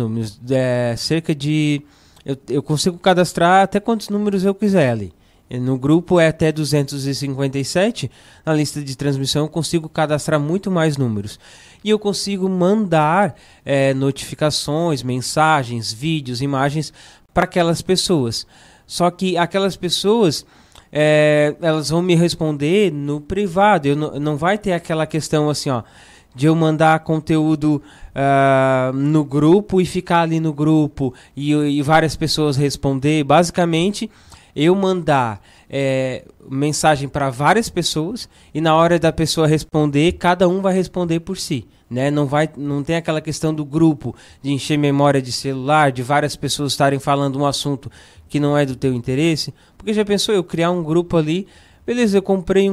Cerca de... Eu consigo cadastrar até quantos números eu quiser ali. No grupo é até 257. Na lista de transmissão eu consigo cadastrar muito mais números. E eu consigo mandar notificações, mensagens, vídeos, imagens para aquelas pessoas. Só que aquelas pessoas... elas vão me responder no privado. Não vai ter aquela questão assim, ó, de eu mandar conteúdo no grupo e ficar ali no grupo e várias pessoas responder. Basicamente, eu mandar mensagem para várias pessoas e na hora da pessoa responder, cada um vai responder por si. Né? Não tem aquela questão do grupo, de encher memória de celular, de várias pessoas estarem falando um assunto que não é do teu interesse. Porque já pensou eu criar um grupo ali, beleza, eu comprei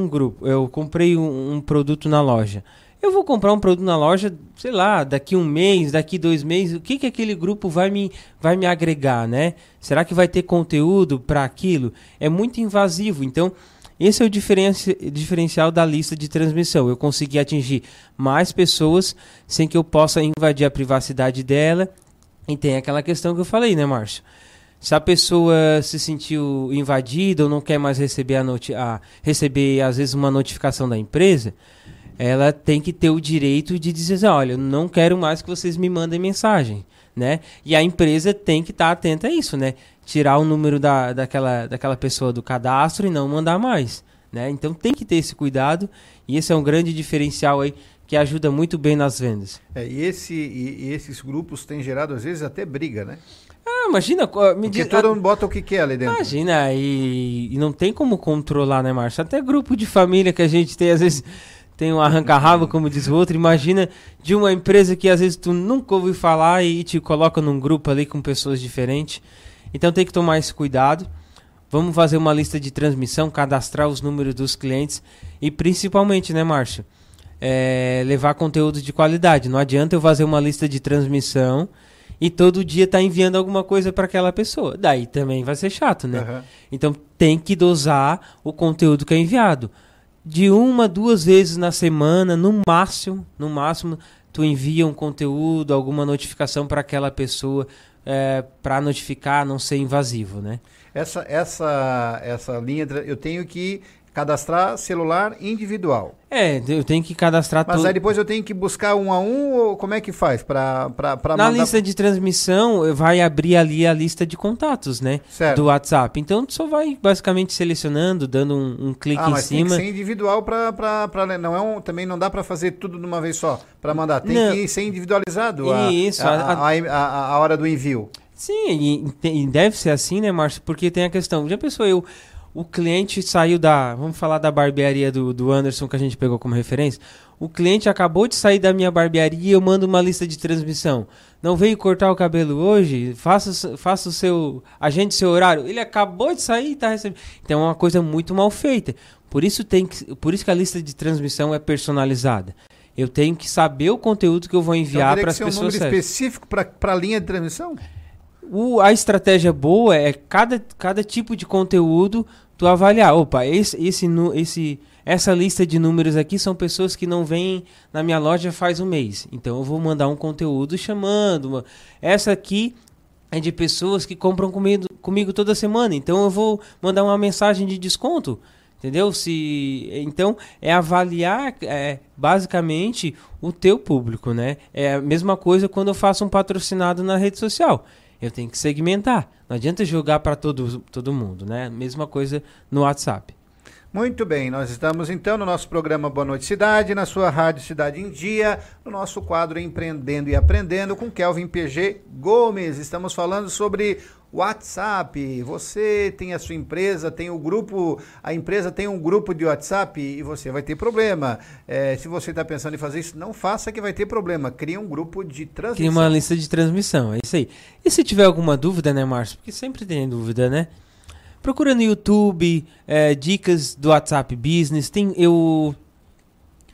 um produto na loja. Eu vou comprar um produto na loja, sei lá, daqui 1 mês, daqui 2 meses, o que aquele grupo vai me agregar, né? Será que vai ter conteúdo para aquilo? É muito invasivo, então esse é o diferencial da lista de transmissão. Eu consegui atingir mais pessoas sem que eu possa invadir a privacidade dela. E tem aquela questão que eu falei, né, Márcio? Se a pessoa se sentiu invadida ou não quer mais receber às vezes uma notificação da empresa, ela tem que ter o direito de dizer assim, olha, eu não quero mais que vocês me mandem mensagem, né? E a empresa tem que estar atenta a isso, né? Tirar o número daquela pessoa do cadastro e não mandar mais, né? Então tem que ter esse cuidado e esse é um grande diferencial aí que ajuda muito bem nas vendas. E esses grupos têm gerado às vezes até briga, né? Imagina... Porque todo mundo bota o que quer ali dentro. Imagina, e não tem como controlar, né, Márcio? Até grupo de família que a gente tem, às vezes... Tem um arranca-rabo, como diz o outro. Imagina de uma empresa que às vezes tu nunca ouviu falar e te coloca num grupo ali com pessoas diferentes. Então tem que tomar esse cuidado. Vamos fazer uma lista de transmissão, cadastrar os números dos clientes e principalmente, né, Márcio? Levar conteúdo de qualidade. Não adianta eu fazer uma lista de transmissão e todo dia tá enviando alguma coisa para aquela pessoa. Daí também vai ser chato, né? Uhum. Então tem que dosar o conteúdo que é enviado. De 1 a 2 vezes na semana, no máximo, tu envia um conteúdo, alguma notificação para aquela pessoa, para notificar, não ser invasivo, né? Essa linha, eu tenho que cadastrar celular individual. Eu tenho que cadastrar tudo. Mas aí depois eu tenho que buscar um a um, ou como é que faz para Na lista de transmissão, vai abrir ali a lista de contatos, né? Certo. Do WhatsApp. Então, tu só vai basicamente selecionando, dando um clique em cima. Tem que ser individual também não dá para fazer tudo de uma vez só, para mandar. Tem que ser individualizado a hora do envio. Sim, e deve ser assim, né, Márcio? Porque tem a questão, já pensou o cliente saiu vamos falar da barbearia do Anderson que a gente pegou como referência. O cliente acabou de sair da minha barbearia e eu mando uma lista de transmissão. Não veio cortar o cabelo hoje? Faça o seu... Agende seu horário. Ele acabou de sair e está recebendo. Então é uma coisa muito mal feita. Por isso que a lista de transmissão é personalizada. Eu tenho que saber o conteúdo que eu vou enviar para as pessoas. Então, um número específico para a linha de transmissão? A estratégia boa é cada tipo de conteúdo tu avaliar. Opa, essa lista de números aqui são pessoas que não vêm na minha loja faz 1 mês. Então eu vou mandar um conteúdo chamando. Essa aqui é de pessoas que compram comigo toda semana. Então eu vou mandar uma mensagem de desconto. Entendeu? Então é avaliar basicamente o teu público, né? É a mesma coisa quando eu faço um patrocinado na rede social. Eu tenho que segmentar. Não adianta jogar para todo mundo, né? Mesma coisa no WhatsApp. Muito bem, nós estamos então no nosso programa Boa Noite Cidade, na sua Rádio Cidade em Dia, no nosso quadro Empreendendo e Aprendendo com Kelvin PG Gomes. Estamos falando sobre WhatsApp. Você tem a sua empresa, tem o grupo, a empresa tem um grupo de WhatsApp e você vai ter problema. Se você está pensando em fazer isso, não faça que vai ter problema. Cria um grupo de transmissão. Cria uma lista de transmissão, é isso aí. E se tiver alguma dúvida, né, Márcio? Porque sempre tem dúvida, né? Procura no YouTube, dicas do WhatsApp Business.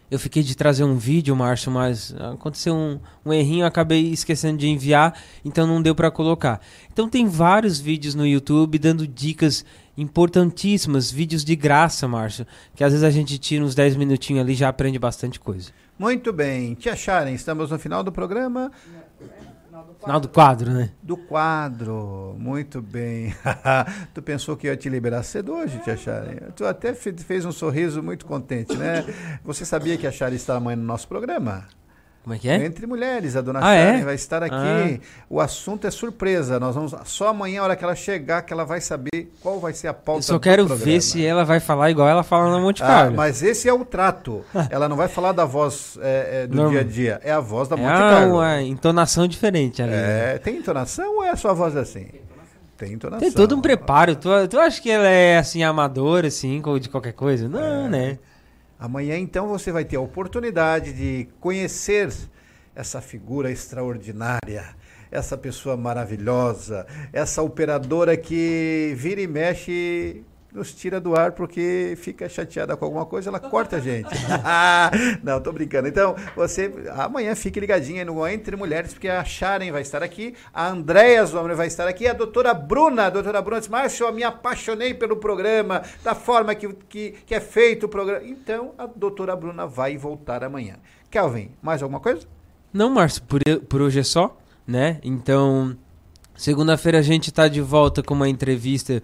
Eu fiquei de trazer um vídeo, Márcio, mas aconteceu um errinho, eu acabei esquecendo de enviar, então não deu para colocar. Então tem vários vídeos no YouTube dando dicas importantíssimas, vídeos de graça, Márcio, que às vezes a gente tira uns 10 minutinhos ali e já aprende bastante coisa. Muito bem. Tia Sharon, estamos no final do programa. Final do quadro, né? Do quadro, muito bem. Tu pensou que ia te liberar cedo hoje, Tia Sharon? Tu até fez um sorriso muito contente, né? Você sabia que a Sharon está amanhã no nosso programa? Como é que é? Entre Mulheres, a dona Sharon vai estar aqui. Ah. O assunto é surpresa. Nós vamos só amanhã, a hora que ela chegar, que ela vai saber qual vai ser a pauta do programa. Eu só quero ver se ela vai falar igual ela fala na Monte Carlo. Mas esse é o trato. Ela não vai falar da voz do dia a dia. É a voz da Monte Carlo. É uma entonação diferente ali. Tem entonação ou é só a voz assim? Tem entonação. Tem todo um preparo. Tu acha que ela é assim, amadora, assim, de qualquer coisa? Não, né? Amanhã, então, você vai ter a oportunidade de conhecer essa figura extraordinária, essa pessoa maravilhosa, essa operadora que vira e mexe, nos tira do ar porque fica chateada com alguma coisa, ela corta a gente. Não, tô brincando. Então, você amanhã fique ligadinho aí no Entre Mulheres, porque a Sharon vai estar aqui, a Andréia Zomer vai estar aqui, a doutora Bruna disse, Márcio, eu me apaixonei pelo programa, da forma que é feito o programa. Então, a doutora Bruna vai voltar amanhã. Kelvin, mais alguma coisa? Não, Márcio, por hoje é só, né? Então, segunda-feira a gente tá de volta com uma entrevista,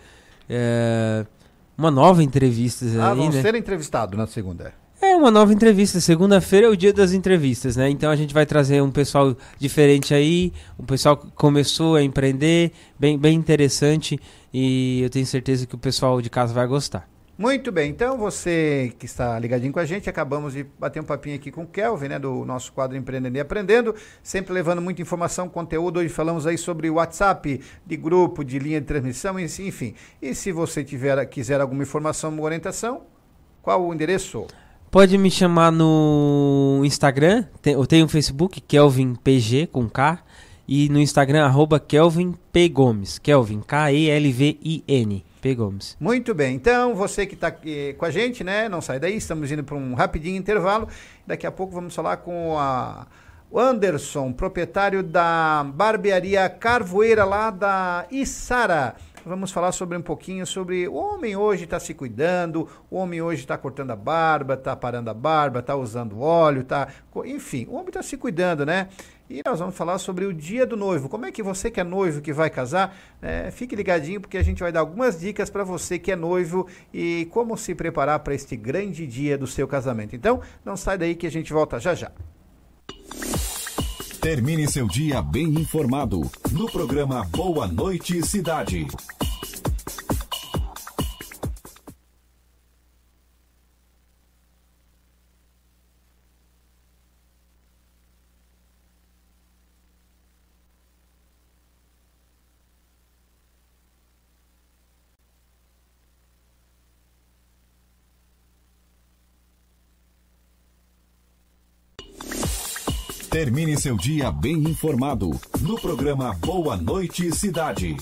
uma nova entrevista. Vão ser entrevistados na segunda. Uma nova entrevista. Segunda-feira é o dia das entrevistas, né? Então a gente vai trazer um pessoal diferente aí, um pessoal que começou a empreender, bem interessante, e eu tenho certeza que o pessoal de casa vai gostar. Muito bem, então você que está ligadinho com a gente, acabamos de bater um papinho aqui com o Kelvin, né, do nosso quadro Empreendendo e Aprendendo, sempre levando muita informação, conteúdo. Hoje falamos aí sobre o WhatsApp de grupo, de linha de transmissão, enfim. E se você quiser alguma informação ou orientação, qual o endereço? Pode me chamar no Instagram, eu tenho o Facebook, Kelvin PG com K, e no Instagram, @Kelvin P. Gomes, Kelvin, Kelvin P. Gomes. Muito bem, então você que está aqui com a gente, né, não sai daí, estamos indo para um rapidinho intervalo, daqui a pouco vamos falar com o Anderson, proprietário da barbearia Carvoeira lá da Içara. Vamos falar sobre um pouquinho sobre o homem hoje está se cuidando, o homem hoje está cortando a barba, está parando a barba, está usando óleo, enfim, o homem está se cuidando, né? E nós vamos falar sobre o dia do noivo. Como é que você que é noivo, que vai casar, fique ligadinho, porque a gente vai dar algumas dicas para você que é noivo e como se preparar para este grande dia do seu casamento. Então, não sai daí que a gente volta já já. Termine seu dia bem informado no programa Boa Noite Cidade. Termine seu dia bem informado no programa Boa Noite Cidade.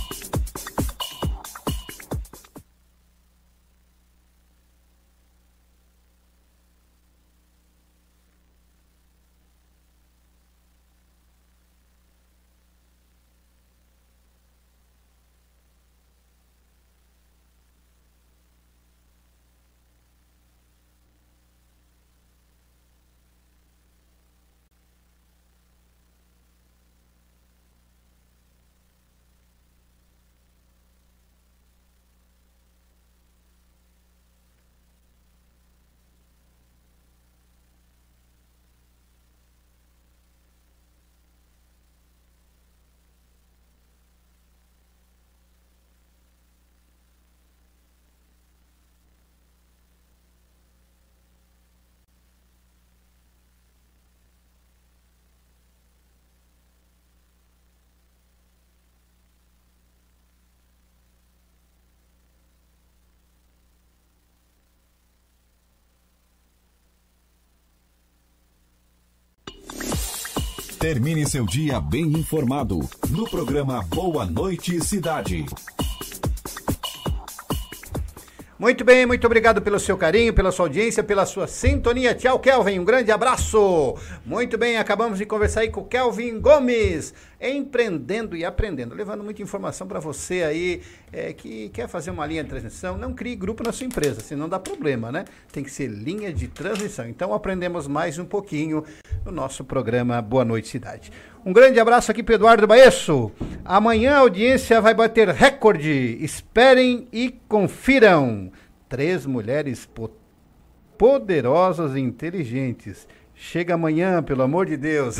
Termine seu dia bem informado no programa Boa Noite Cidade. Muito bem, muito obrigado pelo seu carinho, pela sua audiência, pela sua sintonia. Tchau, Kelvin, um grande abraço. Muito bem, acabamos de conversar aí com o Kelvin Gomes, empreendendo e aprendendo, levando muita informação para você aí que quer fazer uma linha de transmissão. Não crie grupo na sua empresa, senão dá problema, né? Tem que ser linha de transmissão. Então aprendemos mais um pouquinho no nosso programa Boa Noite Cidade. Um grande abraço aqui para Eduardo Baesso. Amanhã a audiência vai bater recorde. Esperem e confiram. 3 mulheres poderosas e inteligentes. Chega amanhã, pelo amor de Deus.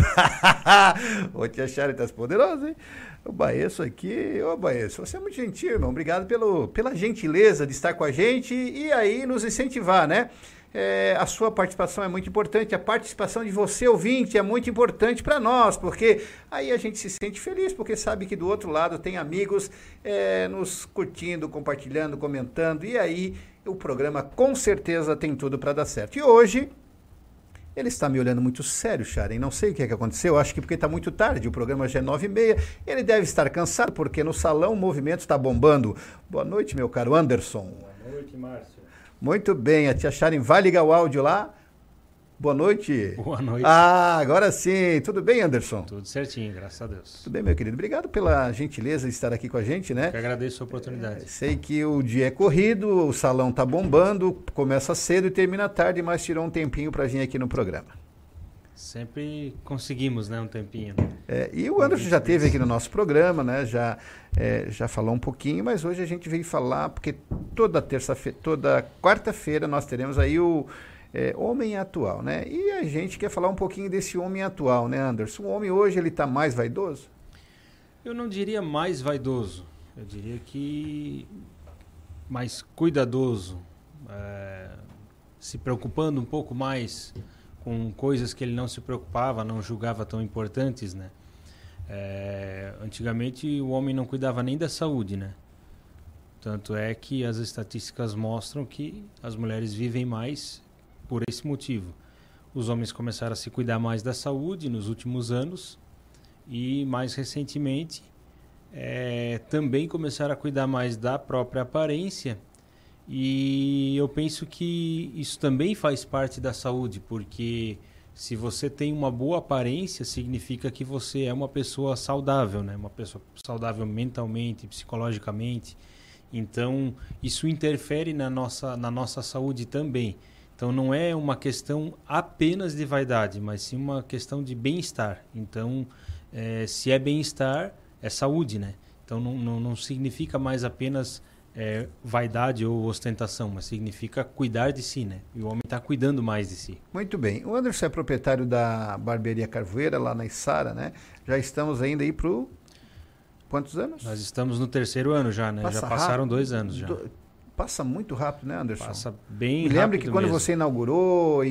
Ô, tia Charitas, poderosa, hein? O Baesso aqui, ô Baesso, você é muito gentil, irmão. Obrigado pela gentileza de estar com a gente e aí nos incentivar, né? A sua participação é muito importante, a participação de você, ouvinte, é muito importante para nós, porque aí a gente se sente feliz, porque sabe que do outro lado tem amigos nos curtindo, compartilhando, comentando, e aí o programa com certeza tem tudo para dar certo. E hoje, ele está me olhando muito sério, Sharon, não sei o que aconteceu, acho que porque está muito tarde, o programa já é 9h30, ele deve estar cansado, porque no salão o movimento está bombando. Boa noite, meu caro Anderson. Boa noite, Márcio. Muito bem, a tia Sharon vai ligar o áudio lá. Boa noite. Boa noite. Ah, agora sim. Tudo bem, Anderson? Tudo certinho, graças a Deus. Tudo bem, meu querido. Obrigado pela gentileza de estar aqui com a gente, né? Eu agradeço a oportunidade. Sei que o dia é corrido, o salão tá bombando, começa cedo e termina tarde, mas tirou um tempinho pra vir aqui no programa. Sempre conseguimos, né, um tempinho. E o Anderson já esteve aqui no nosso programa, né? Já falou um pouquinho, mas hoje a gente veio falar, porque toda quarta-feira nós teremos aí o homem atual, né? E a gente quer falar um pouquinho desse homem atual, né, Anderson? O homem hoje, ele está mais vaidoso? Eu não diria mais vaidoso, eu diria que mais cuidadoso, se preocupando um pouco mais com coisas que ele não se preocupava, não julgava tão importantes, né? Antigamente o homem não cuidava nem da saúde, né? Tanto é que as estatísticas mostram que as mulheres vivem mais por esse motivo. Os homens começaram a se cuidar mais da saúde nos últimos anos e mais recentemente também começaram a cuidar mais da própria aparência. E eu penso que isso também faz parte da saúde, porque se você tem uma boa aparência, significa que você é uma pessoa saudável, né? Uma pessoa saudável mentalmente, psicologicamente. Então, isso interfere na nossa saúde também. Então, não é uma questão apenas de vaidade, mas sim uma questão de bem-estar. Então, se é bem-estar, é saúde, né? Então, não significa mais apenas vaidade ou ostentação, mas significa cuidar de si, né? E o homem está cuidando mais de si. Muito bem. O Anderson é proprietário da Barbearia Carvoeira, lá na Içara, né? Já estamos ainda aí pro... Quantos anos? Nós estamos no 3º ano já, né? Já passaram 2 anos já. Passa muito rápido, né, Anderson? Passa bem rápido. Lembra que quando mesmo. Você inaugurou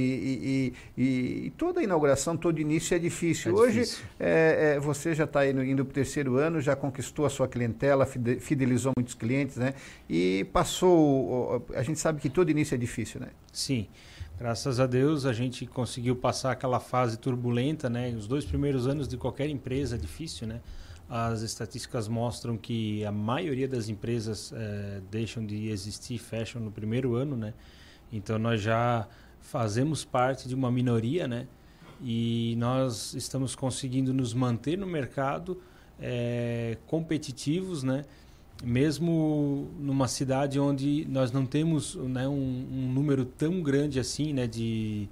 e toda a inauguração, todo início é difícil. Hoje, você já está indo para o 3º ano, já conquistou a sua clientela, fidelizou muitos clientes, né? E passou... A gente sabe que todo início é difícil, né? Sim. Graças a Deus, a gente conseguiu passar aquela fase turbulenta, né? Os 2 primeiros anos de qualquer empresa é difícil, né? As estatísticas mostram que a maioria das empresas deixam de existir, fecham no 1º ano, né? Então, nós já fazemos parte de uma minoria, né? E nós estamos conseguindo nos manter no mercado competitivos, né? Mesmo numa cidade onde nós não temos, né, um número tão grande assim, né, de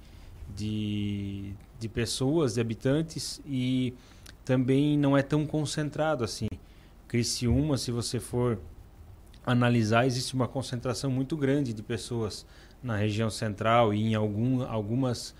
pessoas, de habitantes, e também não é tão concentrado assim. Criciúma, se você for analisar, existe uma concentração muito grande de pessoas na região central e em algumas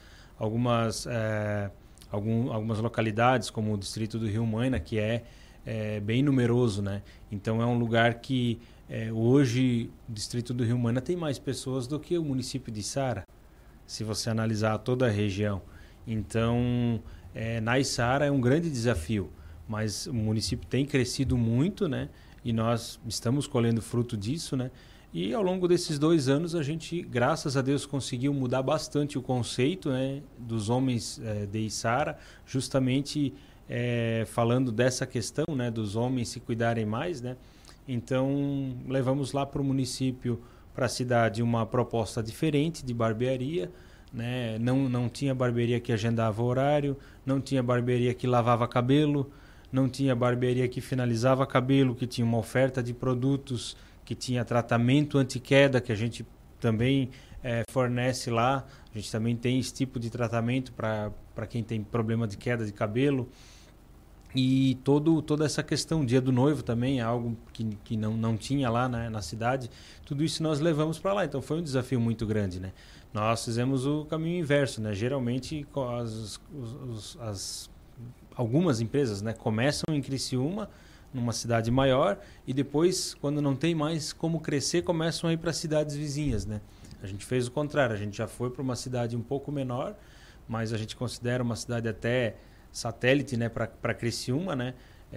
localidades, como o distrito do Rio Maina, que é bem numeroso, né? Então é um lugar que hoje o distrito do Rio Maina tem mais pessoas do que o município de Içara, se você analisar toda a região. Então, na Içara é um grande desafio, mas o município tem crescido muito, né? E nós estamos colhendo fruto disso, né? E ao longo desses 2 anos a gente, graças a Deus, conseguiu mudar bastante o conceito, né, dos homens de Içara, justamente falando dessa questão, né, dos homens se cuidarem mais, né? Então levamos lá para o município para a cidade uma proposta diferente de barbearia, né? Não tinha barbearia que agendava horário, não tinha barbearia que lavava cabelo, não tinha barbearia que finalizava cabelo, que tinha uma oferta de produtos, que tinha tratamento anti-queda, que a gente também fornece lá. A gente também tem esse tipo de tratamento para quem tem problema de queda de cabelo. E toda essa questão, dia do noivo também, é algo que não tinha lá, né, na cidade. Tudo isso nós levamos para lá, então foi um desafio muito grande, né? Nós fizemos o caminho inverso, né? Geralmente algumas empresas, né, começam em Criciúma, numa cidade maior, e depois, quando não tem mais como crescer, começam a ir para cidades vizinhas, né? A gente fez o contrário, a gente já foi para uma cidade um pouco menor, mas a gente considera uma cidade até satélite, né, para Criciúma, né?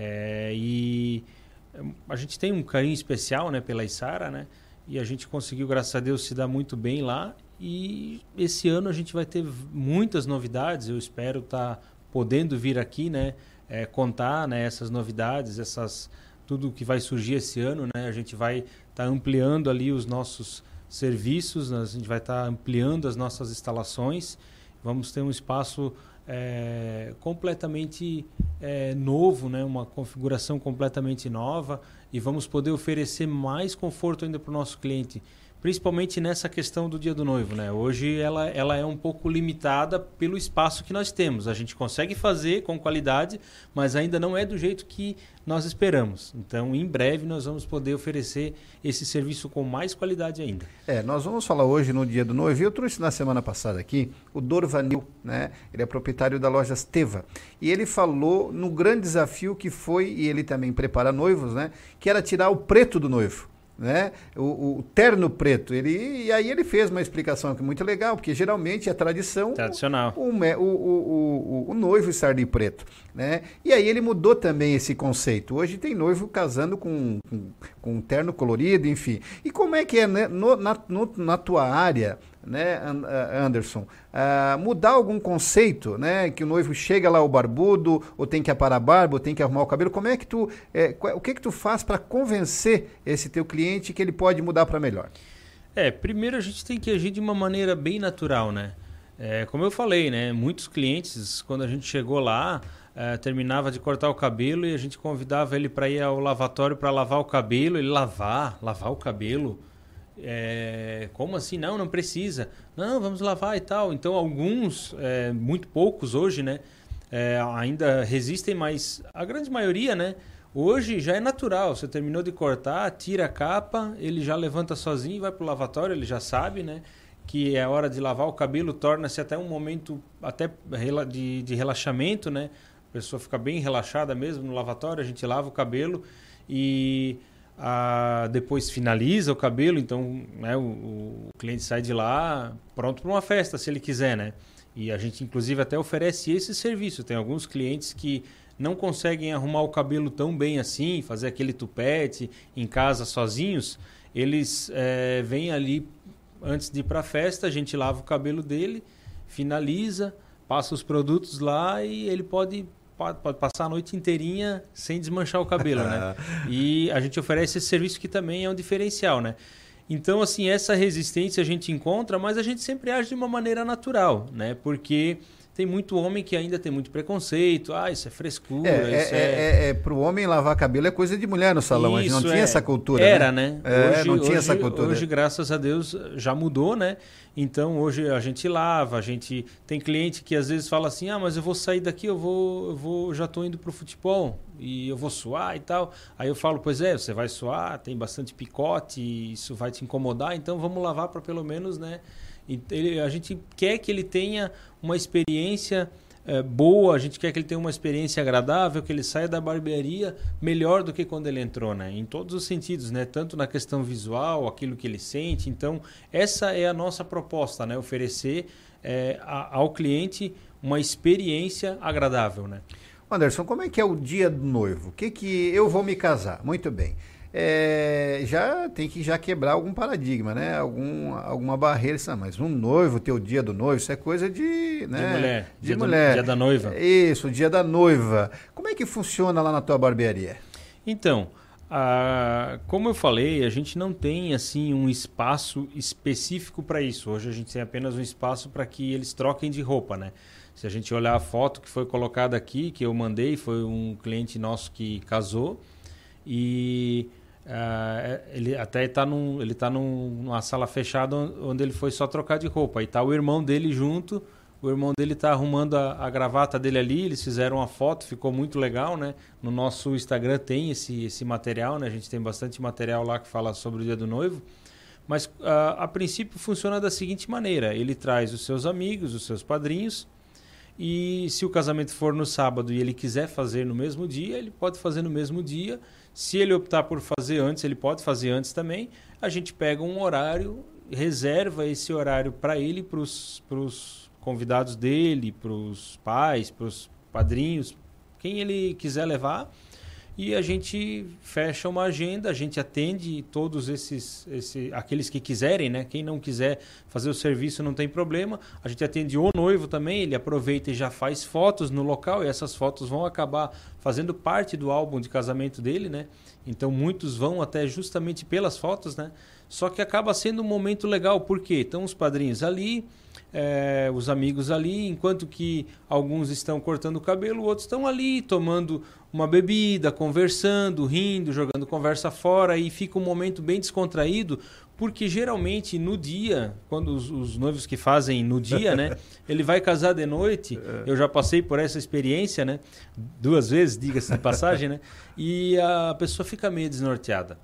E a gente tem um carinho especial, né, pela Içara, né? E a gente conseguiu, graças a Deus, se dar muito bem lá. E esse ano a gente vai ter muitas novidades. Eu espero estar podendo vir aqui, né, contar, né, essas novidades, tudo que vai surgir esse ano, né? A gente vai estar ampliando ali os nossos serviços, a gente vai estar ampliando as nossas instalações. Vamos ter um espaço completamente novo, né? Uma configuração completamente nova, e vamos poder oferecer mais conforto ainda para o nosso cliente, principalmente nessa questão do dia do noivo, né? Hoje ela é um pouco limitada pelo espaço que nós temos. A gente consegue fazer com qualidade, mas ainda não é do jeito que nós esperamos. Então, em breve, nós vamos poder oferecer esse serviço com mais qualidade ainda. Nós vamos falar hoje no dia do noivo. Eu trouxe na semana passada aqui o Dorvanil, né? Ele é proprietário da loja Teva. E ele falou no grande desafio que foi, e ele também prepara noivos, né? Que era tirar o preto do noivo, né? O terno preto. E aí ele fez uma explicação aqui muito legal, porque geralmente é tradicional o noivo estar de preto, né? E aí ele mudou também esse conceito. Hoje tem noivo casando com um terno colorido, enfim. E como é que é, né, na tua área, né, Anderson, mudar algum conceito, né, que o noivo chega lá o barbudo, ou tem que aparar a barba, ou tem que arrumar o cabelo? Como é que o que tu faz para convencer esse teu cliente que ele pode mudar para melhor? Primeiro a gente tem que agir de uma maneira bem natural, né? Como eu falei, né, muitos clientes, quando a gente chegou lá, terminava de cortar o cabelo e a gente convidava ele para ir ao lavatório para lavar o cabelo. Ele lavar o cabelo? Como assim? Não precisa. Não, vamos lavar e tal. Então alguns, muito poucos hoje, né, ainda resistem, mas a grande maioria, né, hoje já é natural. Você terminou de cortar, tira a capa, ele já levanta sozinho e vai pro lavatório. Ele já sabe, né, que é hora de lavar o cabelo. Torna-se até um momento até de relaxamento, né? A pessoa fica bem relaxada mesmo no lavatório. A gente lava o cabelo e depois finaliza o cabelo. Então, né, o cliente sai de lá pronto para uma festa, se ele quiser, né? E a gente inclusive até oferece esse serviço. Tem alguns clientes que não conseguem arrumar o cabelo tão bem assim, fazer aquele tupete em casa sozinhos. Eles vêm ali antes de ir para a festa, a gente lava o cabelo dele, finaliza, passa os produtos lá e ele pode passar a noite inteirinha sem desmanchar o cabelo, né? E a gente oferece esse serviço que também é um diferencial, né? Então, assim, essa resistência a gente encontra, mas a gente sempre age de uma maneira natural, né? Porque tem muito homem que ainda tem muito preconceito. Isso é frescura. Pro homem lavar cabelo é coisa de mulher no salão. Isso, a gente não tinha essa cultura. Era, né? Não tinha essa cultura. Hoje, graças a Deus, já mudou, né? Então, hoje a gente lava, tem cliente que às vezes fala assim, mas eu vou sair daqui, já estou indo pro futebol e eu vou suar e tal. Aí eu falo, pois você vai suar, tem bastante picote, isso vai te incomodar, então vamos lavar para pelo menos, né? A gente quer que ele tenha uma experiência boa, a gente quer que ele tenha uma experiência agradável, que ele saia da barbearia melhor do que quando ele entrou, né? Em todos os sentidos, né? Tanto na questão visual, aquilo que ele sente. Então, essa é a nossa proposta, né? Oferecer ao cliente uma experiência agradável, né? Anderson, como é que é o dia do noivo? Que eu vou me casar? Muito bem. Já tem que quebrar algum paradigma, né? Alguma barreira, mas um noivo, ter o dia do noivo, isso é coisa de, né? De mulher. Dia da noiva. Isso, o dia da noiva. Como é que funciona lá na tua barbearia? Então, Como eu falei, a gente não tem assim um espaço específico para isso. Hoje a gente tem apenas um espaço para que eles troquem de roupa, né? Se a gente olhar a foto que foi colocada aqui, que eu mandei, foi um cliente nosso que casou e ele até está numa sala fechada onde ele foi só trocar de roupa. Aí está o irmão dele junto. O irmão dele está arrumando a gravata dele ali, eles fizeram uma foto, ficou muito legal, né? No nosso Instagram tem esse material, né? A gente tem bastante material lá que fala sobre o dia do noivo. Mas, a princípio, funciona da seguinte maneira. Ele traz os seus amigos, os seus padrinhos, e se o casamento for no sábado e ele quiser fazer no mesmo dia, ele pode fazer no mesmo dia. Se ele optar por fazer antes, ele pode fazer antes também. A gente pega um horário, reserva esse horário para ele e para os convidados dele, para os pais, para os padrinhos, quem ele quiser levar, e a gente fecha uma agenda, a gente atende todos aqueles que quiserem, né? Quem não quiser fazer o serviço não tem problema, a gente atende o noivo também, ele aproveita e já faz fotos no local, e essas fotos vão acabar fazendo parte do álbum de casamento dele, né? Então muitos vão até justamente pelas fotos, né? Só que acaba sendo um momento legal, porque estão os padrinhos ali, os amigos ali, enquanto que alguns estão cortando o cabelo, outros estão ali tomando uma bebida, conversando, rindo, jogando conversa fora, e fica um momento bem descontraído, porque geralmente no dia, quando os noivos que fazem no dia, né, ele vai casar de noite, eu já passei por essa experiência, né, 2 vezes, diga-se de passagem, né, e a pessoa fica meio desnorteada.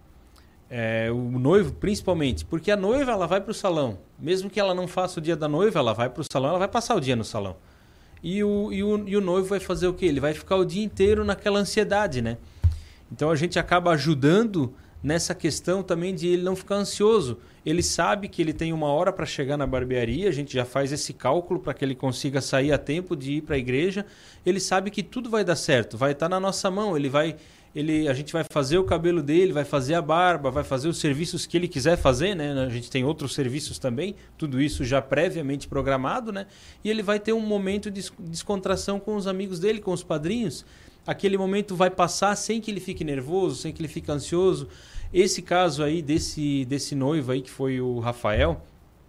O noivo principalmente, porque a noiva ela vai para o salão, mesmo que ela não faça o dia da noiva, ela vai para o salão, ela vai passar o dia no salão, e o noivo vai fazer o quê? Ele vai ficar o dia inteiro naquela ansiedade, né? Então a gente acaba ajudando nessa questão também de ele não ficar ansioso. Ele sabe que ele tem 1 hora para chegar na barbearia, a gente já faz esse cálculo para que ele consiga sair a tempo de ir para a igreja. Ele sabe que tudo vai dar certo, vai estar na nossa mão, a gente vai fazer o cabelo dele, vai fazer a barba, vai fazer os serviços que ele quiser fazer, né? A gente tem outros serviços também, tudo isso já previamente programado, né? E ele vai ter um momento de descontração com os amigos dele, com os padrinhos. Aquele momento vai passar sem que ele fique nervoso, sem que ele fique ansioso. Esse caso aí desse noivo aí, que foi o Rafael,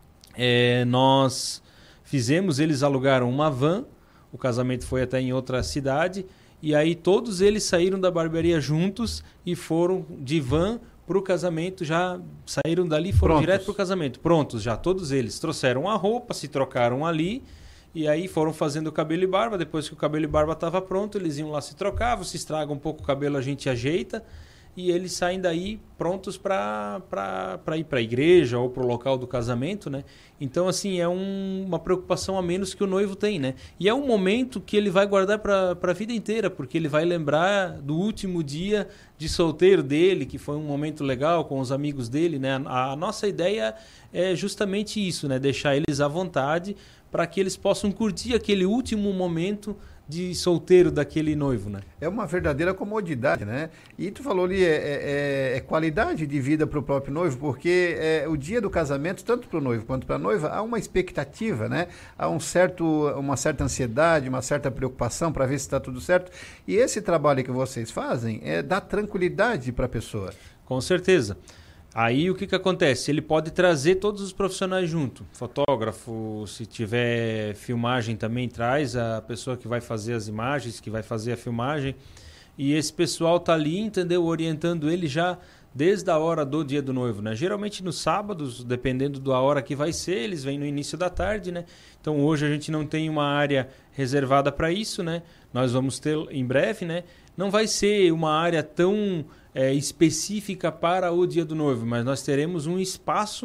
nós fizemos, eles alugaram uma van, o casamento foi até em outra cidade, e aí todos eles saíram da barbearia juntos e foram de van para o casamento, já saíram dali e foram direto para o casamento. Prontos já, todos eles. Trouxeram a roupa, se trocaram ali e aí foram fazendo o cabelo e barba. Depois que o cabelo e barba estava pronto, eles iam lá se trocavam, se estraga um pouco o cabelo, a gente ajeita. E eles saem daí prontos para ir para a igreja ou para o local do casamento, né? Então, assim, é uma preocupação a menos que o noivo tem, né? E é um momento que ele vai guardar para a vida inteira, porque ele vai lembrar do último dia de solteiro dele, que foi um momento legal com os amigos dele, né? A nossa ideia é justamente isso, né? Deixar eles à vontade para que eles possam curtir aquele último momento de solteiro daquele noivo, né? É uma verdadeira comodidade, né? E tu falou ali, é qualidade de vida para o próprio noivo, porque o dia do casamento, tanto para o noivo quanto para a noiva, há uma expectativa, né? Há uma certa ansiedade, uma certa preocupação para ver se está tudo certo. E esse trabalho que vocês fazem dá tranquilidade para a pessoa. Com certeza. Aí o que acontece? Ele pode trazer todos os profissionais junto. Fotógrafo, se tiver filmagem também traz a pessoa que vai fazer as imagens, que vai fazer a filmagem. E esse pessoal tá ali, entendeu? Orientando ele já desde a hora do dia do noivo, né? Geralmente nos sábados, dependendo da hora que vai ser, eles vêm no início da tarde, né? Então hoje a gente não tem uma área reservada para isso, né? Nós vamos ter em breve, né? Não vai ser uma área tão específica para o dia do noivo, mas nós teremos um espaço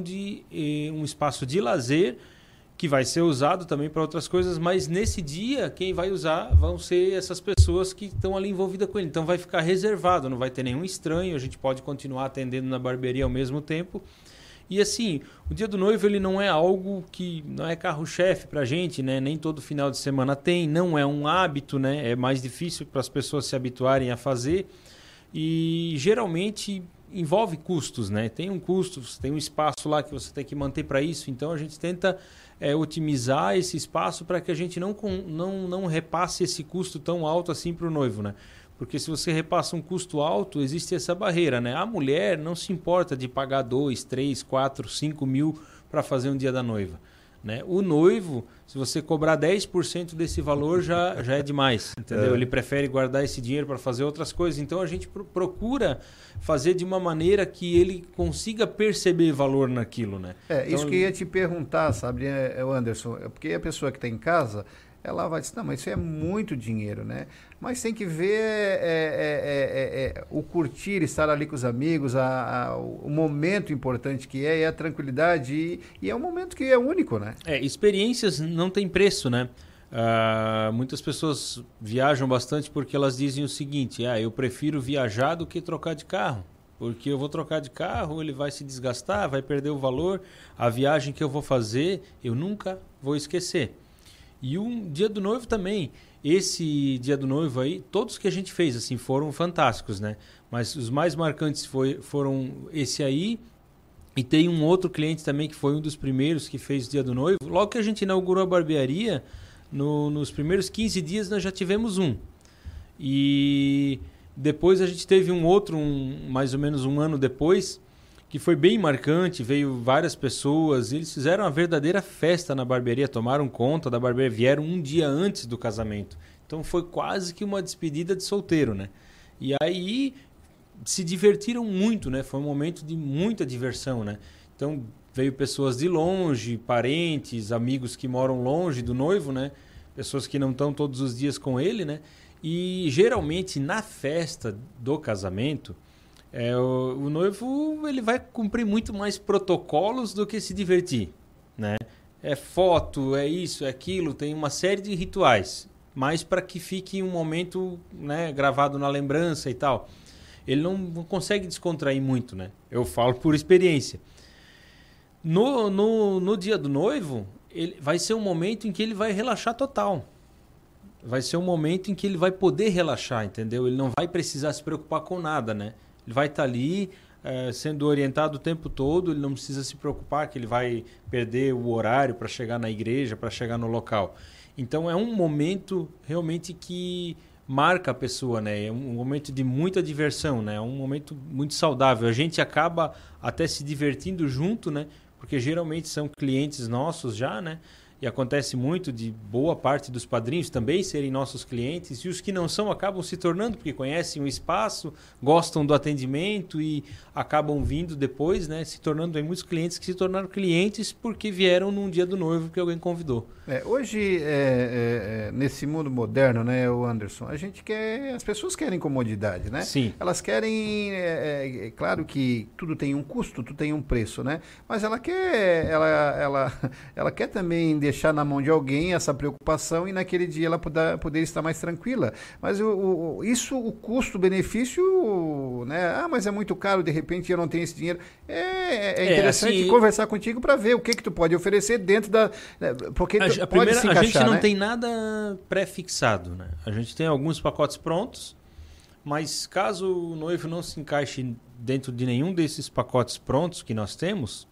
um espaço de lazer que vai ser usado também para outras coisas, mas nesse dia quem vai usar vão ser essas pessoas que estão ali envolvidas com ele. Então vai ficar reservado, não vai ter nenhum estranho, a gente pode continuar atendendo na barbearia ao mesmo tempo. E assim, o dia do noivo ele não é algo que não é carro-chefe para a gente, né? Nem todo final de semana tem, não é um hábito, né? É mais difícil para as pessoas se habituarem a fazer. E geralmente envolve custos, né? Tem um custo, tem um espaço lá que você tem que manter para isso. Então a gente tenta otimizar esse espaço para que a gente não repasse esse custo tão alto assim para o noivo, né? Porque se você repassa um custo alto, existe essa barreira, né? A mulher não se importa de pagar 2, 3, 4, 5 mil para fazer um dia da noiva, né? O noivo, se você cobrar 10% desse valor, já é demais, entendeu? Ele prefere guardar esse dinheiro para fazer outras coisas. Então, a gente procura fazer de uma maneira que ele consiga perceber valor naquilo, né? Então, isso que eu ia te perguntar, sabe, Anderson? Porque a pessoa que está em casa, ela vai dizer, não, mas isso é muito dinheiro, né? Mas tem que ver o curtir, estar ali com os amigos, o momento importante que é, e a tranquilidade, e é um momento que é único, né? Experiências não tem preço, né? Muitas pessoas viajam bastante porque elas dizem o seguinte, eu prefiro viajar do que trocar de carro. Porque eu vou trocar de carro, ele vai se desgastar, vai perder o valor, a viagem que eu vou fazer, eu nunca vou esquecer. E um dia do noivo também. Esse dia do noivo aí, todos que a gente fez assim foram fantásticos, né? Mas os mais marcantes foram esse aí. E tem um outro cliente também que foi um dos primeiros que fez o dia do noivo. Logo que a gente inaugurou a barbearia, nos primeiros 15 dias nós já tivemos um. E depois a gente teve um outro, mais ou menos um ano depois, que foi bem marcante, veio várias pessoas, eles fizeram uma verdadeira festa na barbearia, tomaram conta da barbearia, vieram um dia antes do casamento. Então foi quase que uma despedida de solteiro, né? E aí se divertiram muito, né? Foi um momento de muita diversão, né? Então veio pessoas de longe, parentes, amigos que moram longe do noivo, né? Pessoas que não estão todos os dias com ele, né? E geralmente na festa do casamento, o noivo ele vai cumprir muito mais protocolos do que se divertir, né? É foto, é isso, é aquilo, tem uma série de rituais, mas para que fique um momento, né, gravado na lembrança e tal. Ele não consegue descontrair muito, né? Eu falo por experiência. No dia do noivo, ele vai ser um momento em que ele vai relaxar total. Vai ser um momento em que ele vai poder relaxar, entendeu? Ele não vai precisar se preocupar com nada, né? Ele vai estar ali sendo orientado o tempo todo, ele não precisa se preocupar que ele vai perder o horário para chegar na igreja, para chegar no local. Então é um momento realmente que marca a pessoa, né? É um momento de muita diversão, né? É um momento muito saudável. A gente acaba até se divertindo junto, né? Porque geralmente são clientes nossos já, né? E acontece muito de boa parte dos padrinhos também serem nossos clientes, e os que não são acabam se tornando, porque conhecem o espaço, gostam do atendimento e acabam vindo depois, né? Se tornando, tem muitos clientes que se tornaram clientes porque vieram num dia do noivo que alguém convidou. Hoje, nesse mundo moderno, né, o Anderson, as pessoas querem comodidade, né? Sim. Elas querem, claro que tudo tem um custo, tudo tem um preço, né? Mas ela quer também deixar na mão de alguém essa preocupação e naquele dia ela poder estar mais tranquila. Mas o custo-benefício, né? Mas é muito caro, de repente eu não tenho esse dinheiro. É interessante assim, conversar contigo para ver o que tu pode oferecer dentro da... Porque pode se encaixar, a gente não, né? tem nada pré-fixado, né? A gente tem alguns pacotes prontos, mas caso o noivo não se encaixe dentro de nenhum desses pacotes prontos que nós temos,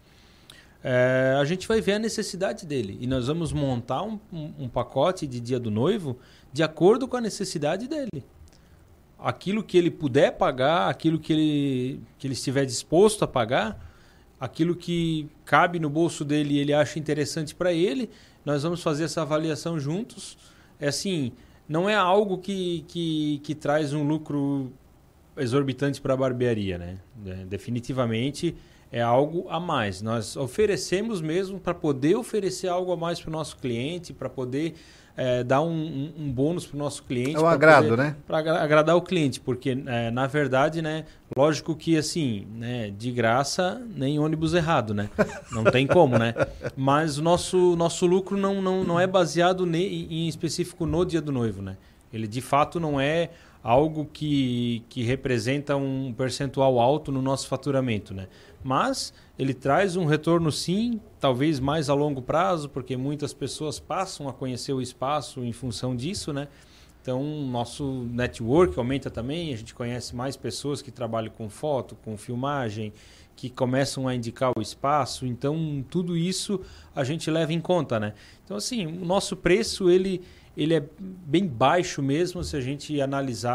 a gente vai ver a necessidade dele. E nós vamos montar um pacote de dia do noivo de acordo com a necessidade dele. Aquilo que ele puder pagar, aquilo que ele estiver disposto a pagar, aquilo que cabe no bolso dele e ele acha interessante para ele, nós vamos fazer essa avaliação juntos. Assim, não é algo que traz um lucro exorbitante para a barbearia, né? Definitivamente é algo a mais. Nós oferecemos mesmo para poder oferecer algo a mais para o nosso cliente, para poder dar um bônus para o nosso cliente. É um agrado, né? Para agradar o cliente, porque, na verdade, né, lógico que, assim, né, de graça, nem ônibus errado, né? Não tem como, né? Mas o nosso lucro não é baseado em específico no dia do noivo, né? Ele, de fato, não é algo que representa um percentual alto no nosso faturamento, né? Mas ele traz um retorno, sim, talvez mais a longo prazo, porque muitas pessoas passam a conhecer o espaço em função disso, né? Então, nosso network aumenta também, a gente conhece mais pessoas que trabalham com foto, com filmagem, que começam a indicar o espaço. Então, tudo isso a gente leva em conta, né? Então, assim, o nosso preço, ele é bem baixo mesmo, se a gente analisar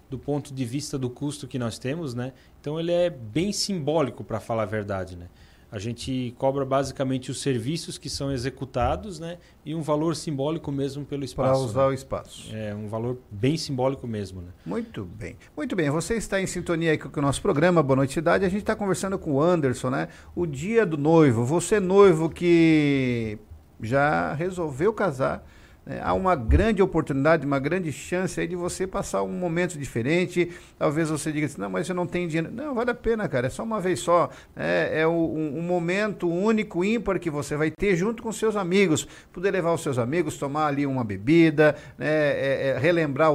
do ponto de vista do custo que nós temos, né? Então ele é bem simbólico, para falar a verdade, né? A gente cobra basicamente os serviços que são executados, né? E um valor simbólico mesmo pelo espaço. Para usar, né, o espaço. É um valor bem simbólico mesmo, né? Muito bem. Muito bem. Você está em sintonia aí com o nosso programa Boa Noite Cidade. A gente está conversando com o Anderson, né? O dia do noivo. Você noivo que já resolveu casar, há uma grande oportunidade, uma grande chance aí de você passar um momento diferente. Talvez você diga assim, não, mas eu não tenho dinheiro. Não, vale a pena, cara, é só uma vez só. É um momento único, ímpar, que você vai ter junto com seus amigos. Poder levar os seus amigos, tomar ali uma bebida, né? Relembrar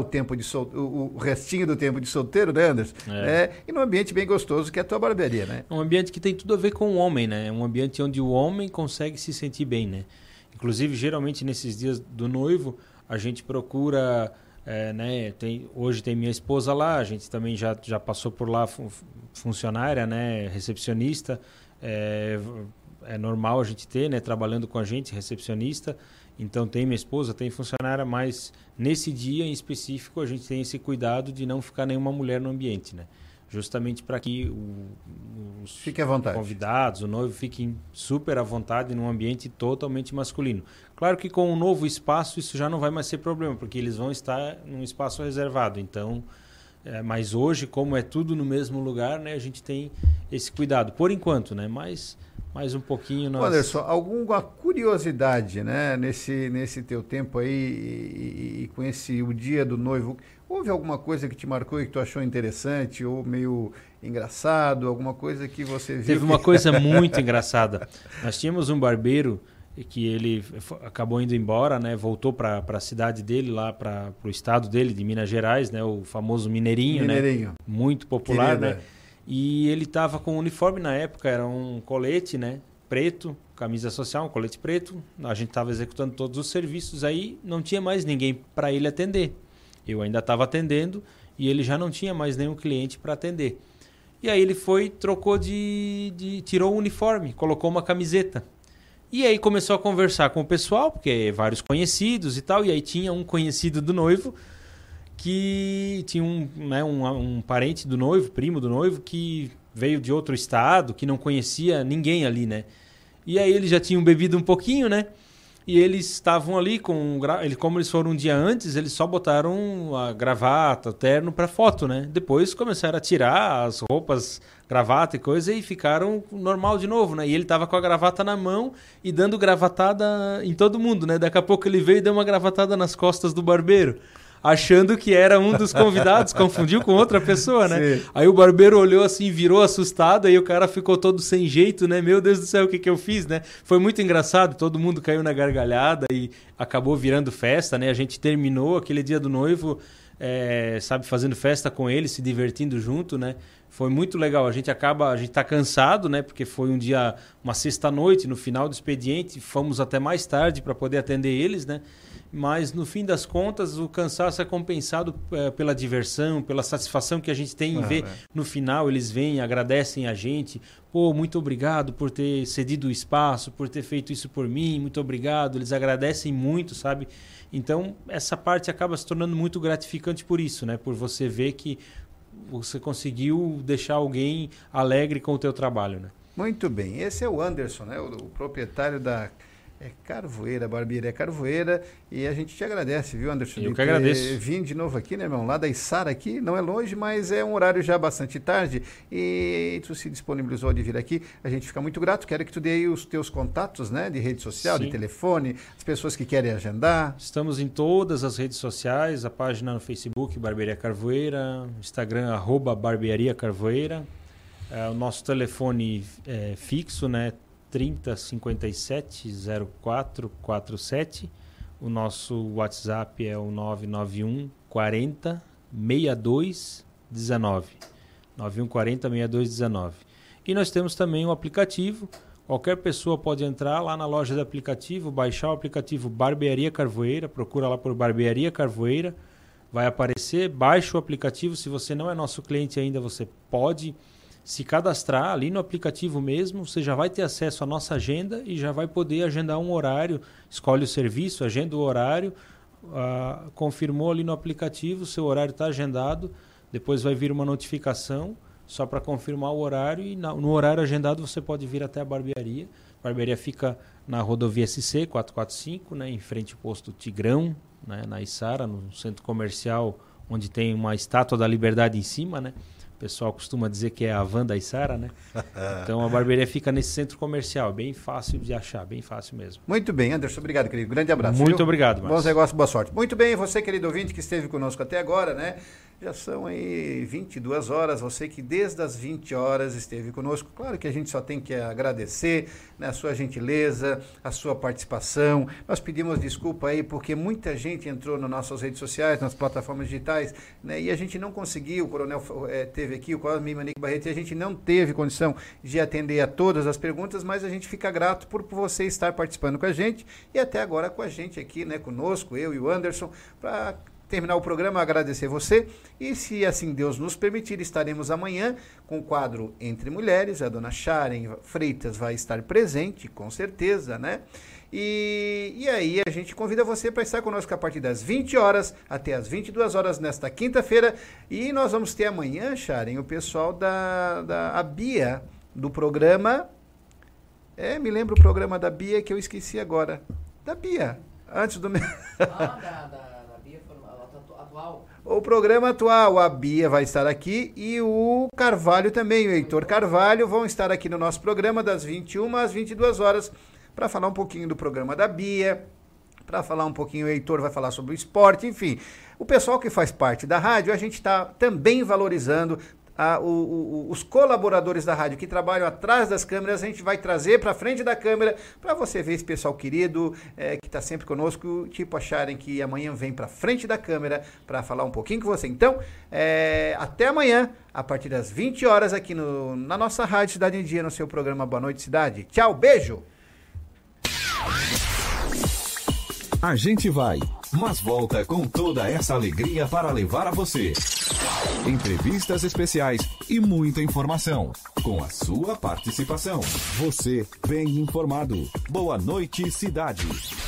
o restinho do tempo de solteiro, né, Anderson? E num ambiente bem gostoso, que é a tua barbearia, né? Um ambiente que tem tudo a ver com o homem, né? É um ambiente onde o homem consegue se sentir bem, né? Inclusive, geralmente, nesses dias do noivo, a gente procura, né, hoje tem minha esposa lá, a gente também já passou por lá, funcionária, né, recepcionista. É normal a gente ter, né, trabalhando com a gente, recepcionista. Então, tem minha esposa, tem funcionária, mas nesse dia em específico, a gente tem esse cuidado de não ficar nenhuma mulher no ambiente, né? Justamente para que os convidados, o noivo, fiquem super à vontade num ambiente totalmente masculino. Claro que com o novo espaço isso já não vai mais ser problema, porque eles vão estar num espaço reservado. Então, mas hoje, como é tudo no mesmo lugar, né, a gente tem esse cuidado. Por enquanto, né? Mais um pouquinho... Anderson, alguma curiosidade, né, nesse teu tempo aí e com o dia do noivo... Houve alguma coisa que te marcou e que tu achou interessante ou meio engraçado? Alguma coisa que você viu? Teve uma coisa muito engraçada. Nós tínhamos um barbeiro que ele acabou indo embora, né? Voltou para a cidade dele, lá para o estado dele, de Minas Gerais, né? O famoso Mineirinho, né? Muito popular, né? E ele estava com um uniforme na época, era um colete, né? Preto, camisa social, um colete preto. A gente estava executando todos os serviços, aí não tinha mais ninguém para ele atender. Eu ainda estava atendendo e ele já não tinha mais nenhum cliente para atender. E aí ele tirou o uniforme, colocou uma camiseta. E aí começou a conversar com o pessoal, porque vários conhecidos e tal. E aí tinha um conhecido do noivo, que tinha um parente do noivo, primo do noivo, que veio de outro estado, que não conhecia ninguém ali, né? E aí eles já tinham bebido um pouquinho, né? E eles estavam ali como eles foram um dia antes, eles só botaram a gravata, o terno para foto, né? Depois começaram a tirar as roupas, gravata e coisa, e ficaram normal de novo, né? E ele tava com a gravata na mão e dando gravatada em todo mundo, né? Daqui a pouco ele veio e deu uma gravatada nas costas do barbeiro, achando que era um dos convidados, confundiu com outra pessoa, né? Sim. Aí o barbeiro olhou assim, virou assustado, aí o cara ficou todo sem jeito, né? Meu Deus do céu, o que eu fiz, né? Foi muito engraçado, todo mundo caiu na gargalhada e acabou virando festa, né? A gente terminou aquele dia do noivo, fazendo festa com ele, se divertindo junto, né? Foi muito legal. A gente tá cansado, né? Porque foi uma sexta-noite, no final do expediente, fomos até mais tarde para poder atender eles, né? Mas, no fim das contas, o cansaço é compensado pela diversão, pela satisfação que a gente tem em ver. No final, eles vêm, agradecem a gente. Pô, muito obrigado por ter cedido o espaço, por ter feito isso por mim, muito obrigado. Eles agradecem muito, sabe? Então, essa parte acaba se tornando muito gratificante por isso, né? Por você ver que você conseguiu deixar alguém alegre com o teu trabalho, né? Muito bem. Esse é o Anderson, né? O proprietário da... Carvoeira, barbearia Carvoeira, e a gente te agradece, viu, Anderson? Eu que agradeço. Vim de novo aqui, né, irmão? Lá da Içara aqui, não é longe, mas é um horário já bastante tarde, e tu se disponibilizou de vir aqui, a gente fica muito grato. Quero que tu dê aí os teus contatos, né, de rede social, de telefone, as pessoas que querem agendar. Estamos em todas as redes sociais, a página no Facebook, Barbearia Carvoeira, Instagram, @Barbearia Carvoeira, o nosso telefone fixo, né, 3057 0447. O nosso WhatsApp é o 991 40 62 19. 91 40 62 19. E nós temos também o aplicativo. Qualquer pessoa pode entrar lá na loja do aplicativo, baixar o aplicativo Barbearia Carvoeira, procura lá por Barbearia Carvoeira, vai aparecer, baixa o aplicativo. Se você não é nosso cliente ainda, você pode se cadastrar ali no aplicativo mesmo, você já vai ter acesso à nossa agenda e já vai poder agendar um horário, escolhe o serviço, agenda o horário, confirmou ali no aplicativo, seu horário está agendado, depois vai vir uma notificação só para confirmar o horário, e no horário agendado você pode vir até a barbearia. A barbearia fica na rodovia SC 445, né, em frente ao posto Tigrão, né, na Içara, no centro comercial, onde tem uma estátua da Liberdade em cima, né? O pessoal costuma dizer que é a van da Içara, né? Então a barbearia fica nesse centro comercial, bem fácil de achar, bem fácil mesmo. Muito bem, Anderson, obrigado, querido. Grande abraço. Muito obrigado, Márcio. Bons negócios, boa sorte. Muito bem, você, querido ouvinte, que esteve conosco até agora, né? Já são aí 22 horas, você que desde as 20 horas esteve conosco. Claro que a gente só tem que agradecer, né, a sua gentileza, a sua participação. Nós pedimos desculpa aí porque muita gente entrou nas nossas redes sociais, nas plataformas digitais, né, e a gente não conseguiu, o Coronel teve aqui, o Cosme Manique Barreto, e a gente não teve condição de atender a todas as perguntas, mas a gente fica grato por você estar participando com a gente e até agora com a gente aqui, né, conosco, eu e o Anderson, para terminar o programa, agradecer você, e se assim Deus nos permitir, estaremos amanhã com o quadro Entre Mulheres. A dona Sharon Freitas vai estar presente, com certeza, né? E aí a gente convida você para estar conosco a partir das 20 horas até as 22 horas nesta quinta-feira, e nós vamos ter amanhã, Sharon, o pessoal da Bia, do programa, me lembra o programa da Bia que eu esqueci agora, da Bia, antes do... O programa atual, a Bia vai estar aqui e o Carvalho também, o Heitor Carvalho, vão estar aqui no nosso programa das 21 às 22 horas para falar um pouquinho do programa da Bia, para falar um pouquinho, o Heitor vai falar sobre o esporte, enfim. O pessoal que faz parte da rádio, a gente está também valorizando os colaboradores da rádio que trabalham atrás das câmeras. A gente vai trazer para frente da câmera para você ver esse pessoal querido que está sempre conosco, tipo acharem que amanhã vem para frente da câmera para falar um pouquinho com você. Então, até amanhã, a partir das 20 horas aqui na nossa rádio Cidade em Dia, no seu programa Boa Noite Cidade. Tchau, beijo! A gente vai, mas volta com toda essa alegria para levar a você entrevistas especiais e muita informação. Com a sua participação, você bem informado. Boa Noite Cidade.